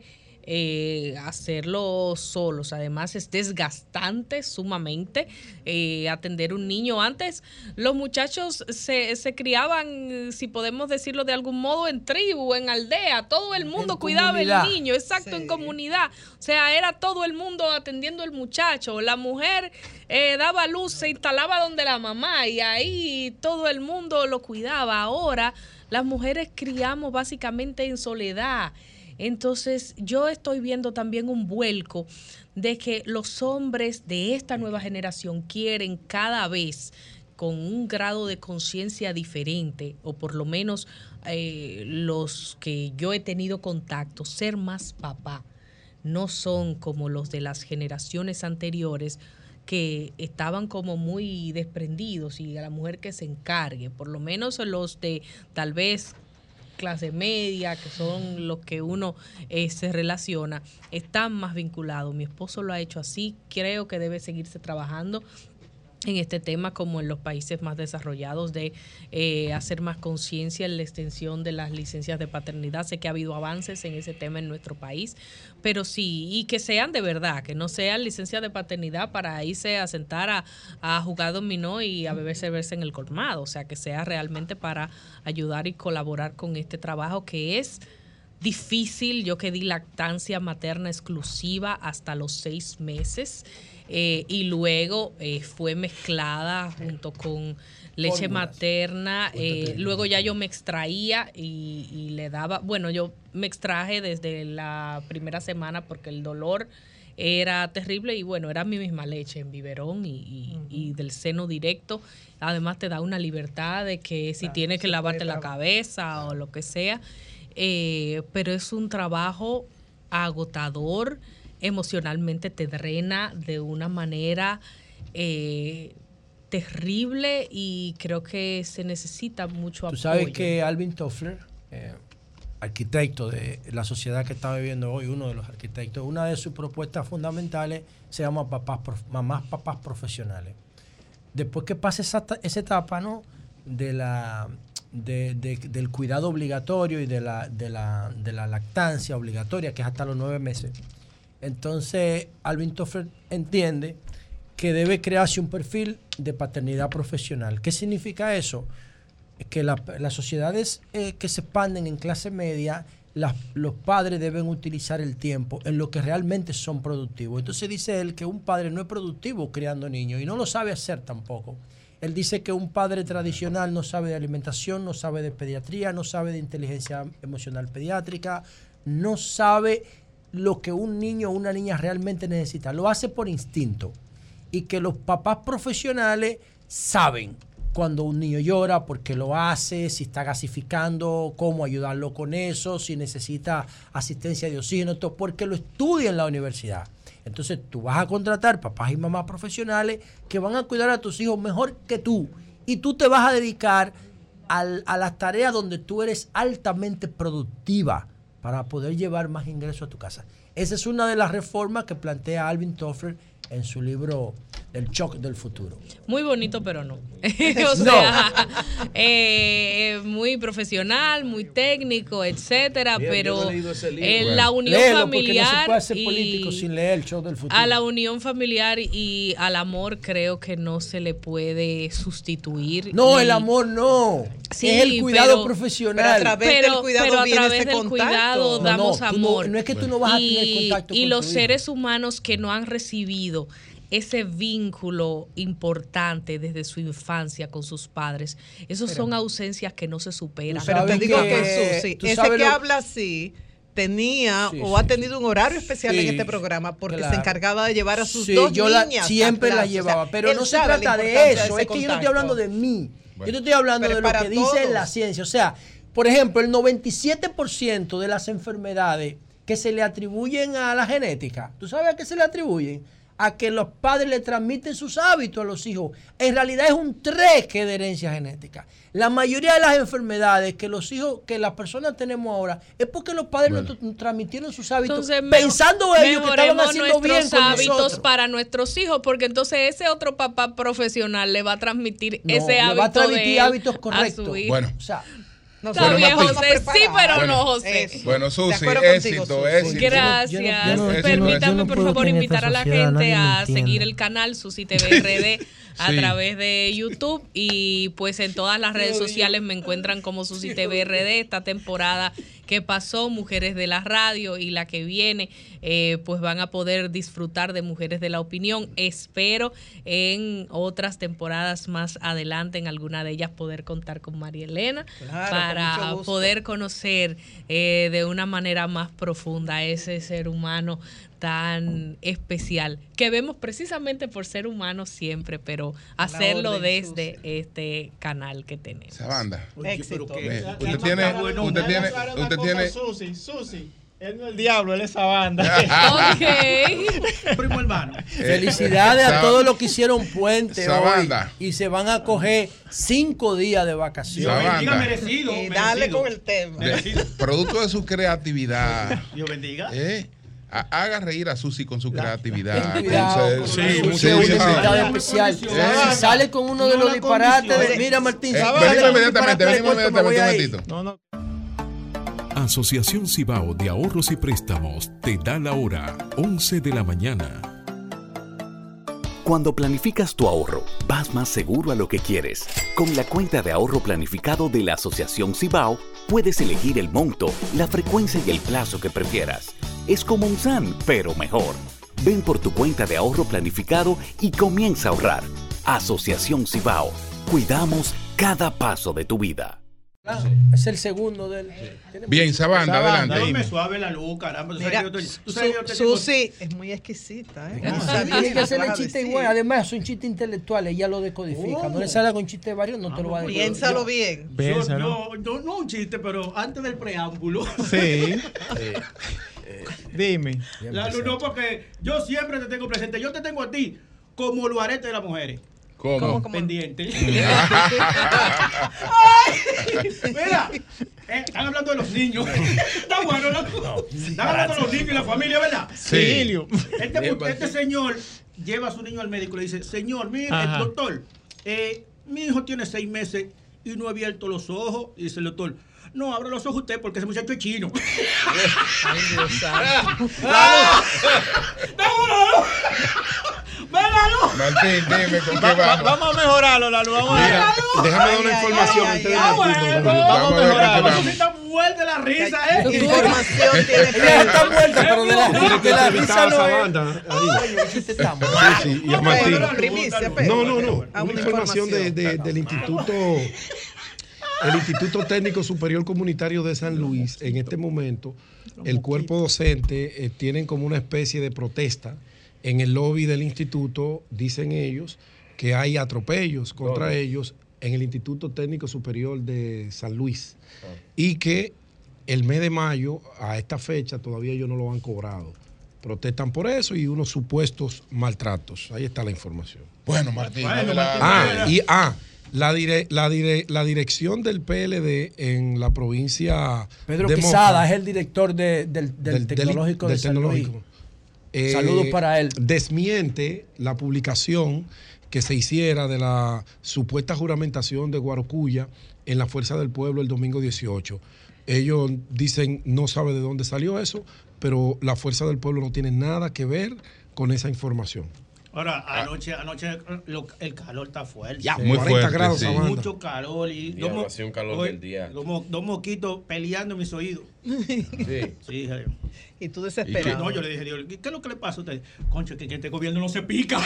eh, hacerlo solos. Además es desgastante sumamente eh, atender un niño. Antes los muchachos se, se criaban, si podemos decirlo de algún modo, en tribu, en aldea. Todo el mundo En cuidaba comunidad. el niño, exacto, en comunidad. O sea, era todo el mundo atendiendo al muchacho. La mujer eh, daba luz, se instalaba donde la mamá y ahí todo el mundo lo cuidaba. Ahora las mujeres criamos básicamente en soledad. Entonces yo estoy viendo también un vuelco de que los hombres de esta nueva generación quieren cada vez con un grado de conciencia diferente, o por lo menos eh, los que yo he tenido contacto, ser más papá. No son como los de las generaciones anteriores que estaban como muy desprendidos y a la mujer que se encargue, por lo menos los de tal vez clase media, que son los que uno eh, se relaciona, están más vinculados. Mi esposo lo ha hecho así, creo que debe seguirse trabajando en este tema como en los países más desarrollados de eh, hacer más conciencia en la extensión de las licencias de paternidad. Sé que ha habido avances en ese tema en nuestro país, pero sí, y que sean de verdad, que no sean licencias de paternidad para irse a sentar a, a jugar dominó y a beber cerveza en el colmado, o sea, que sea realmente para ayudar y colaborar con este trabajo que es difícil. Yo que di lactancia materna exclusiva hasta los seis meses eh, y luego eh, fue mezclada junto con leche Fórmulas. materna. Eh, luego ya yo me extraía y, y le daba, bueno, yo me extraje desde la primera semana porque el dolor era terrible y bueno, era mi misma leche en biberón y, y, y del seno directo. Además te da una libertad de que si Claro, tienes que se lavarte puede la trabajar. cabeza o lo que sea, eh, pero es un trabajo agotador, emocionalmente te drena de una manera eh, terrible y creo que se necesita mucho Tú apoyo. sabes que Alvin Toffler, eh, arquitecto de la sociedad que está viviendo hoy, uno de los arquitectos, una de sus propuestas fundamentales se llama papás, prof- mamás, papás profesionales. Después que pase esa, ta- esa etapa, ¿no? de la de, de- del cuidado obligatorio y de la, de, la, de la lactancia obligatoria, que es hasta los nueve meses, entonces Alvin Toffler entiende que debe crearse un perfil de paternidad profesional. ¿Qué significa eso? que la- las sociedades eh, que se expanden en clase media, las- los padres deben utilizar el tiempo en lo que realmente son productivos. Entonces dice él que un padre no es productivo criando niños y no lo sabe hacer tampoco. Él dice que un padre tradicional no sabe de alimentación, no sabe de pediatría, no sabe de inteligencia emocional pediátrica, no sabe lo que un niño o una niña realmente necesita. Lo hace por instinto. Y que los papás profesionales saben cuando un niño llora, por qué lo hace, si está gasificando, cómo ayudarlo con eso, si necesita asistencia de oxígeno, todo, porque lo estudia en la universidad. Entonces tú vas a contratar papás y mamás profesionales que van a cuidar a tus hijos mejor que tú. Y tú te vas a dedicar al, a las tareas donde tú eres altamente productiva para poder llevar más ingresos a tu casa. Esa es una de las reformas que plantea Alvin Toffler en su libro El Shock del Futuro. Muy bonito, pero no. O sea, eh, muy profesional, muy técnico, etcétera, Bien, pero yo no he leído ese libro. en Bueno. la unión Léelo, porque familiar no se puede hacer y político sin leer El Shock del Futuro. a la unión familiar y al amor creo que no se le puede sustituir. No, y- el amor no. Sí, es el cuidado pero- profesional. pero a través del Pero- cuidado pero a viene través ese del contacto. cuidado No, damos no, tú amor. no- No es que tú no vas a tener Y- contacto Y con los tu hijo. seres humanos que no han recibido ese vínculo importante desde su infancia con sus padres, esos Pero- son ausencias que no se superan. Pero te digo que, que- Susi, tú ese sabes que lo- habla así tenía Sí, o sí, ha tenido un horario especial Sí, en este programa porque claro. se encargaba de llevar a sus Sí, dos yo la- niñas. siempre a la clase. O sea, llevaba, pero él no se sabe la trata de importancia eso, ese es que yo no estoy contacto. hablando de mí, Bueno. yo te estoy hablando Pero de lo para que dice todos. la ciencia. O sea, por ejemplo, el noventa y siete por ciento de las enfermedades que se le atribuyen a la genética, ¿tú sabes a qué se le atribuyen? A que los padres le transmiten sus hábitos a los hijos. En realidad es un treque de herencia genética. La mayoría de las enfermedades que los hijos, que las personas tenemos ahora, es porque los padres Bueno. nos, nos transmitieron sus hábitos, Entonces, pensando ellos que estaban mejoremos haciendo bien nuestros con hábitos nosotros. para nuestros hijos, porque entonces ese otro papá profesional le va a transmitir No, ese le hábito va a transmitir de él hábitos a correctos. su hijo. Bueno. O sea, No, Está Bueno, bien, Martín. José, sí, pero Bueno. no, José. Eso. Bueno, De Susi, acuerdo contigo, éxito, Susi. éxito. Gracias. Yo no- yo no- Permítame, yo no por puedo favor, que en esta invitar a la sociedad gente nadie me a entienda. seguir el canal Susi T V R D a Sí. través de YouTube y pues en todas las redes sociales me encuentran como Susi T V R D. Esta temporada que pasó, Mujeres de la Radio, y la que viene, eh, pues van a poder disfrutar de Mujeres de la Opinión. Espero en otras temporadas más adelante, en alguna de ellas, poder contar con María Elena Claro, con para mucho gusto. poder conocer eh, de una manera más profunda ese ser humano tan especial que vemos precisamente por ser humanos siempre, pero hacerlo orden, desde este canal que tenemos. Esa banda. Éxito. Bien. Usted tiene, usted tiene, usted tiene. Susi, Susi, él no es el diablo, él es esa banda. Ok. Primo hermano. felicidades a Esa- todos los que hicieron puente esa hoy banda. y se van a coger cinco días de Esa vacaciones. banda. Diga merecido. Y dale merecido. con el tema. De- producto de su creatividad. Dios bendiga. ¿eh? Ha- Haga reír a Susi con su creatividad. Ten cuidado, Con su- con sí, Susi, mucho es una cuidado. invitada especial. Eh. Si sale con uno de No los la disparates, de- condiciones. mira Martín, Eh, si sale venimos con un inmediatamente, disparate venimos de cuento, me voy inmediatamente, a ir. un momentito. No, no. Asociación Cibao de Ahorros y Préstamos te da la hora, once de la mañana. Cuando planificas tu ahorro, vas más seguro a lo que quieres. Con la cuenta de ahorro planificado de la Asociación Cibao, puedes elegir el monto, la frecuencia y el plazo que prefieras. Es como un S A N, pero mejor. Ven por tu cuenta de ahorro planificado y comienza a ahorrar. Asociación Cibao. Cuidamos cada paso de tu vida. Ah, es el segundo del. Bien, esa banda, adelante. Dame dime. suave la luz, caramba. Tú sabes Mira, que yo te- tú sabes que yo te Su- tengo- Susi es muy exquisita. ¿eh? Ah, O sea, tiene que te hacerle vas a chiste decir. igual. Además, son chistes intelectuales. Ella lo decodifica. Oh. No le salga con chiste de varios, no te lo va a decir. Piénsalo bien. Yo, Piénsalo. yo, yo- no un chiste, pero antes del preámbulo. Sí. Dime. La luz, no, porque yo siempre te tengo presente. Yo te tengo a ti como los aretes de las mujeres. ¿Cómo? Pendiente. Ay, mira, eh, están hablando de los niños. Está bueno, ¿no? Están hablando de los niños y la familia, ¿verdad? Sí. Este, Bien, mu- este pues, sí. señor lleva a su niño al médico y le dice, señor, mire, Ajá. doctor, eh, mi hijo tiene seis meses y no ha abierto los ojos. Y dice el doctor, no, abra los ojos usted porque ese muchacho es chino. Ay, Dios santo. ¡Ah! ¡Dame una luz! ¡Ven la luz! Martín, dime con qué Va- va- vamos. Vamos a mejorarlo, Lalu. Vamos a Mira, déjame dar una información antes de Ah, Martín, bueno, don Julio. vamos a mejorarlo. Vamos. Está muerta la risa, ¿eh? Información tiene que Ella está muerta, pero de la, Tienes que de la entrevistar risa a no es. Sabanda ahí. Ay, usted está muerto. Sí, sí, y a Martín. Pedro, primicia, Pedro. No, no, no. Ah, Una una información de, de- del Instituto, el Instituto Técnico Superior Comunitario de San Luis. En este momento, el cuerpo docente eh, tienen como una especie de protesta en el lobby del instituto. Dicen ellos que hay atropellos contra ¿Dónde? ellos en el Instituto Técnico Superior de San Luis y que el mes de mayo a esta fecha todavía ellos no lo han cobrado. Protestan por eso y unos supuestos maltratos. Ahí está la información. Bueno, Martín. Bueno, adelante. Martín. Ah, y ah, la, dire- la, dire- la dirección del P L D en la provincia Pedro de Quesada Moca, es el director de- del, del del- del- tecnológico del de San Luis. tecnológico, eh, Saludos para él. desmiente la publicación que se hiciera de la supuesta juramentación de Guarocuya en la Fuerza del Pueblo el domingo dieciocho. Ellos dicen, no sabe de dónde salió eso, pero la Fuerza del Pueblo no tiene nada que ver con esa información. Ahora, anoche, anoche lo- el calor está fuerte. Ya, muy cuarenta fuerte, grados, sí. Sabanda. Mucho calor y dos, Diablo, mo- hacía un calor oye, del día. dos mo- dos mosquitos peleando en mis oídos. Sí. Sí, Javier. Y tú Que desesperado. no, yo le dije, Dios, ¿qué es lo que le pasa a usted? Concho, que, que este gobierno no se pica.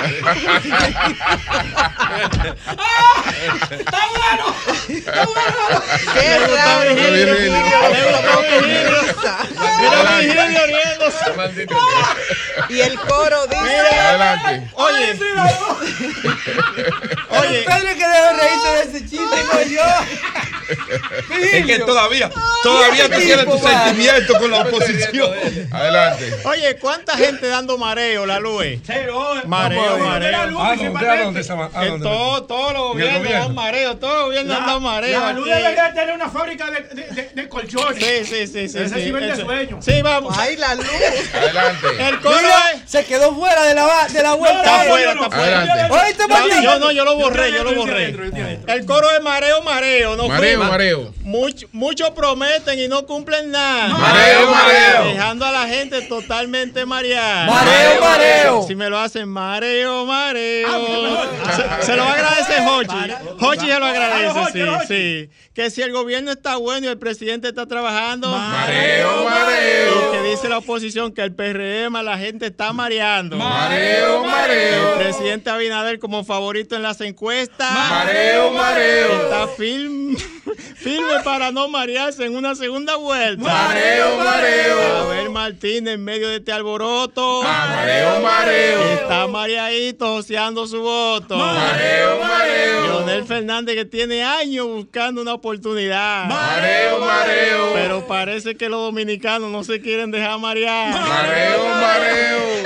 ¡Está bueno! ¡Está bueno! Qué raro. Está bien, Virgilio, Virgilio. Virgilio. Mira, Virgilio riéndose. Maldito. Y el coro dice. Adelante. Oye, oye, Pedro que debe reírse de ese chiste, no yo. Es que todavía, todavía tú tienes tu sentimiento con la oposición. Adelante. oye, ¿cuánta gente dando mareo, la luz? Mareo, mareo. ¿A dónde? ¿A dónde se va? ¿A En dónde? todo, todos los ¿En el gobiernos gobierno? dan mareo, todos los gobiernos La, dan mareo. la luz aquí. debería tener una fábrica de, de, de, de colchones. Sí, sí, sí, sí. Ese sí, sí vende eso. sueño. Sí, vamos. Ay, la luz. Adelante. El coro Mira, es. se quedó fuera de la, de la vuelta. Está no, fuera, yo no. está fuera. Adelante. ¿Oíste, Yo, Martín? yo no, yo lo borré, yo lo Yo borré. adentro, yo adentro. El coro es mareo, mareo. No Mareo, fuimos. mareo. Much- muchos prometen y no cumplen nada. Mareo, mareo. Dejando a la gente totalmente mareada. Mareo, mareo. Si me lo hacen mareo, mareo. se, se lo va a agradecer Hochi. Hochi se lo agradece, sí, sí. Que si el gobierno está bueno y el presidente está trabajando. Mareo, mareo. Y que dice la oposición que el P R M a la gente está mareando. Mareo, mareo. El presidente Abinader como favorito en las encuestas. Mareo, mareo. Está firme, firme para no marearse en una segunda vuelta. Mareo, mareo. Abel Martínez en medio de este alboroto. Mareo, mareo. Está mareadito joseando su voto. Mareo, mareo. Leonel Fernández que tiene años buscando una oportunidad. Mareo, mareo. Pero parece que los dominicanos no se quieren dejar marear. Mareo, mareo.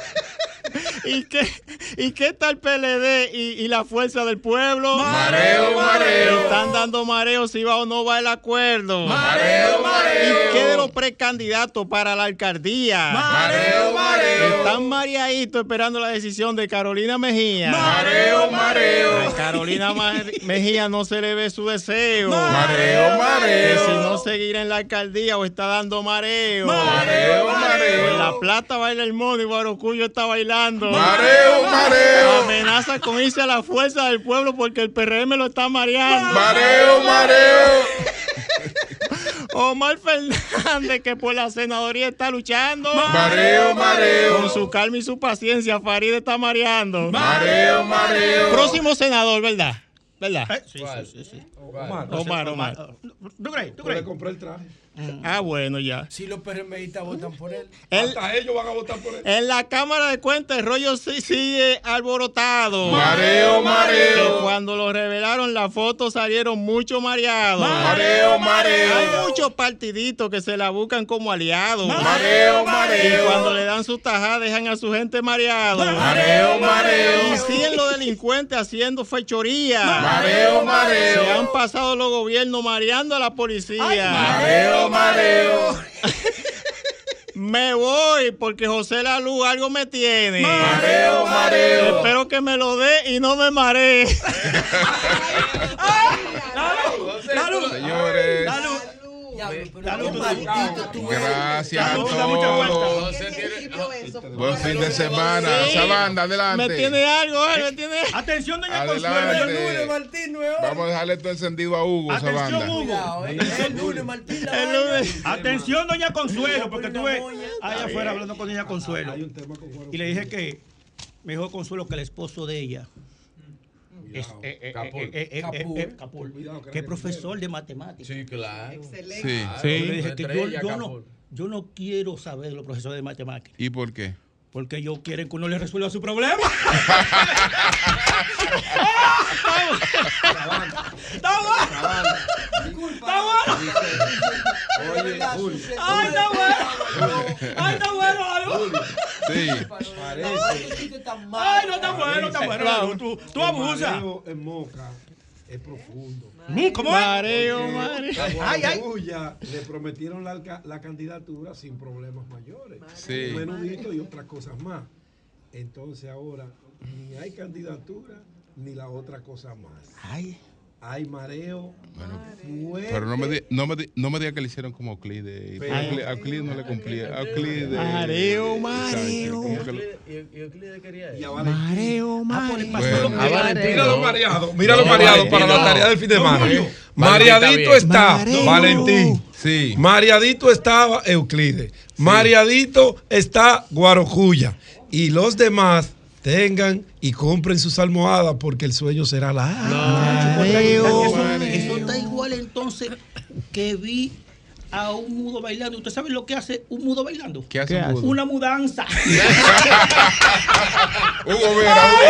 ¿Y qué, ¿Y qué tal P L D y, y la fuerza del pueblo? Mareo, mareo. Están dando mareo si va o no va el acuerdo. Mareo, mareo. ¿Y qué de los precandidatos para la alcaldía? Mareo, mareo. Están mareaditos esperando la decisión de Carolina Mejía. Mareo, mareo. A Carolina Ma- Mejía no se le ve su deseo. Mareo, mareo. Que si no seguirá en la alcaldía o está dando mareo. Mareo, mareo. En La Plata baila el mono y Guarocuyo está bailando. Mareo, mareo. Amenaza con irse a la fuerza del pueblo porque el P R M lo está mareando. Mareo, mareo. Omar Fernández, que por la senaduría está luchando. Mareo, mareo. Con su calma y su paciencia, Farid está mareando. Mareo, mareo. Próximo senador, ¿verdad? ¿Verdad? Eh, sí, sí, sí, sí. Omar, Omar, Omar. ¿Tú crees? ¿Tú yo le crees? compré el traje. Ah, bueno, ya. Si los PRMistas votan por él. Él- Hasta ellos van a votar por él. En la Cámara de Cuentas el rollo sí sigue alborotado. Mareo, Que mareo. cuando lo revelaron las fotos salieron mucho mareados. Mareo, mareo. Hay muchos partiditos que se la buscan como aliados. Mareo, Y mareo. cuando le dan su tajada dejan a su gente mareado. Mareo, mareo. Y siguen los delincuentes haciendo fechoría. Mareo, mareo. Se han pasado los gobiernos mareando a la policía. Mareo, mareo. Me voy porque José Lalu algo me tiene. Mareo, mareo. Espero que me lo dé y no me maree. Señores. Gracias a todos. Buen fin de semana. Sabanda, adelante. Me tiene algo, eh, me tiene. Atención, doña Adelante. Consuelo. El lunes, Martín, nueve horas. Vamos a dejarle esto encendido a Hugo, Atención, Sabanda. Hugo. El lunes, Martín. la El vaina. lunes. Atención, doña Consuelo, porque estuve allá afuera hablando con doña Consuelo. Y le dije que me dijo Consuelo que el esposo de ella es eh, eh, Capul. eh, eh, eh, Capul. eh, Capul, que es profesor de matemáticas. Sí, claro. Excelente. Sí. Sí. Yo le dije que yo, Estrella, yo no, Capul. yo no quiero saber de los profesores de matemáticas. ¿Y por qué? Porque ellos quieren que uno le resuelva su problema. ¡Está bueno! ¡Está bueno! Oye, Julio. ¡Ay, está bueno! ¡Ay, está bueno algo! Sí. ¡Ay, no está bueno, está bueno! Claro. Tú, tú abusas. mareo en Moca es profundo. ¿Cómo es? Mareo, mareo. Ay, ay. Guarulla le prometieron la, alca- la candidatura sin problemas mayores. Sí. Un menudito y otras cosas más. Entonces ahora ni hay candidatura ni la otra cosa más. Ay. Hay mareo. fuerte. Pero no me, di- no, me di- no me diga que le hicieron como Euclides. Pero- Euclides- Euclides no le cumplía. Euclides. Mareo, mareo. ¿Cómo que lo- ¿Y Euclides quería Y a eso? Valentín. Mareo, Bueno, mareo. A Valentín. Mira los mareados, mira los No, mareados Valentín, para la no. tarea del fin de No, semana. Julio. Mareadito Valentín está, está bien. Valentín. Sí. Mareadito estaba Euclides. Mareadito está Guarocuya. Y los demás tengan y compren sus almohadas porque el sueño será largo. Eso, eso está igual entonces que vi a un mudo bailando. ¿Usted sabe lo que hace un mudo bailando? ¿Qué hace un mudo? Una mudanza. Hugo Vera, Hugo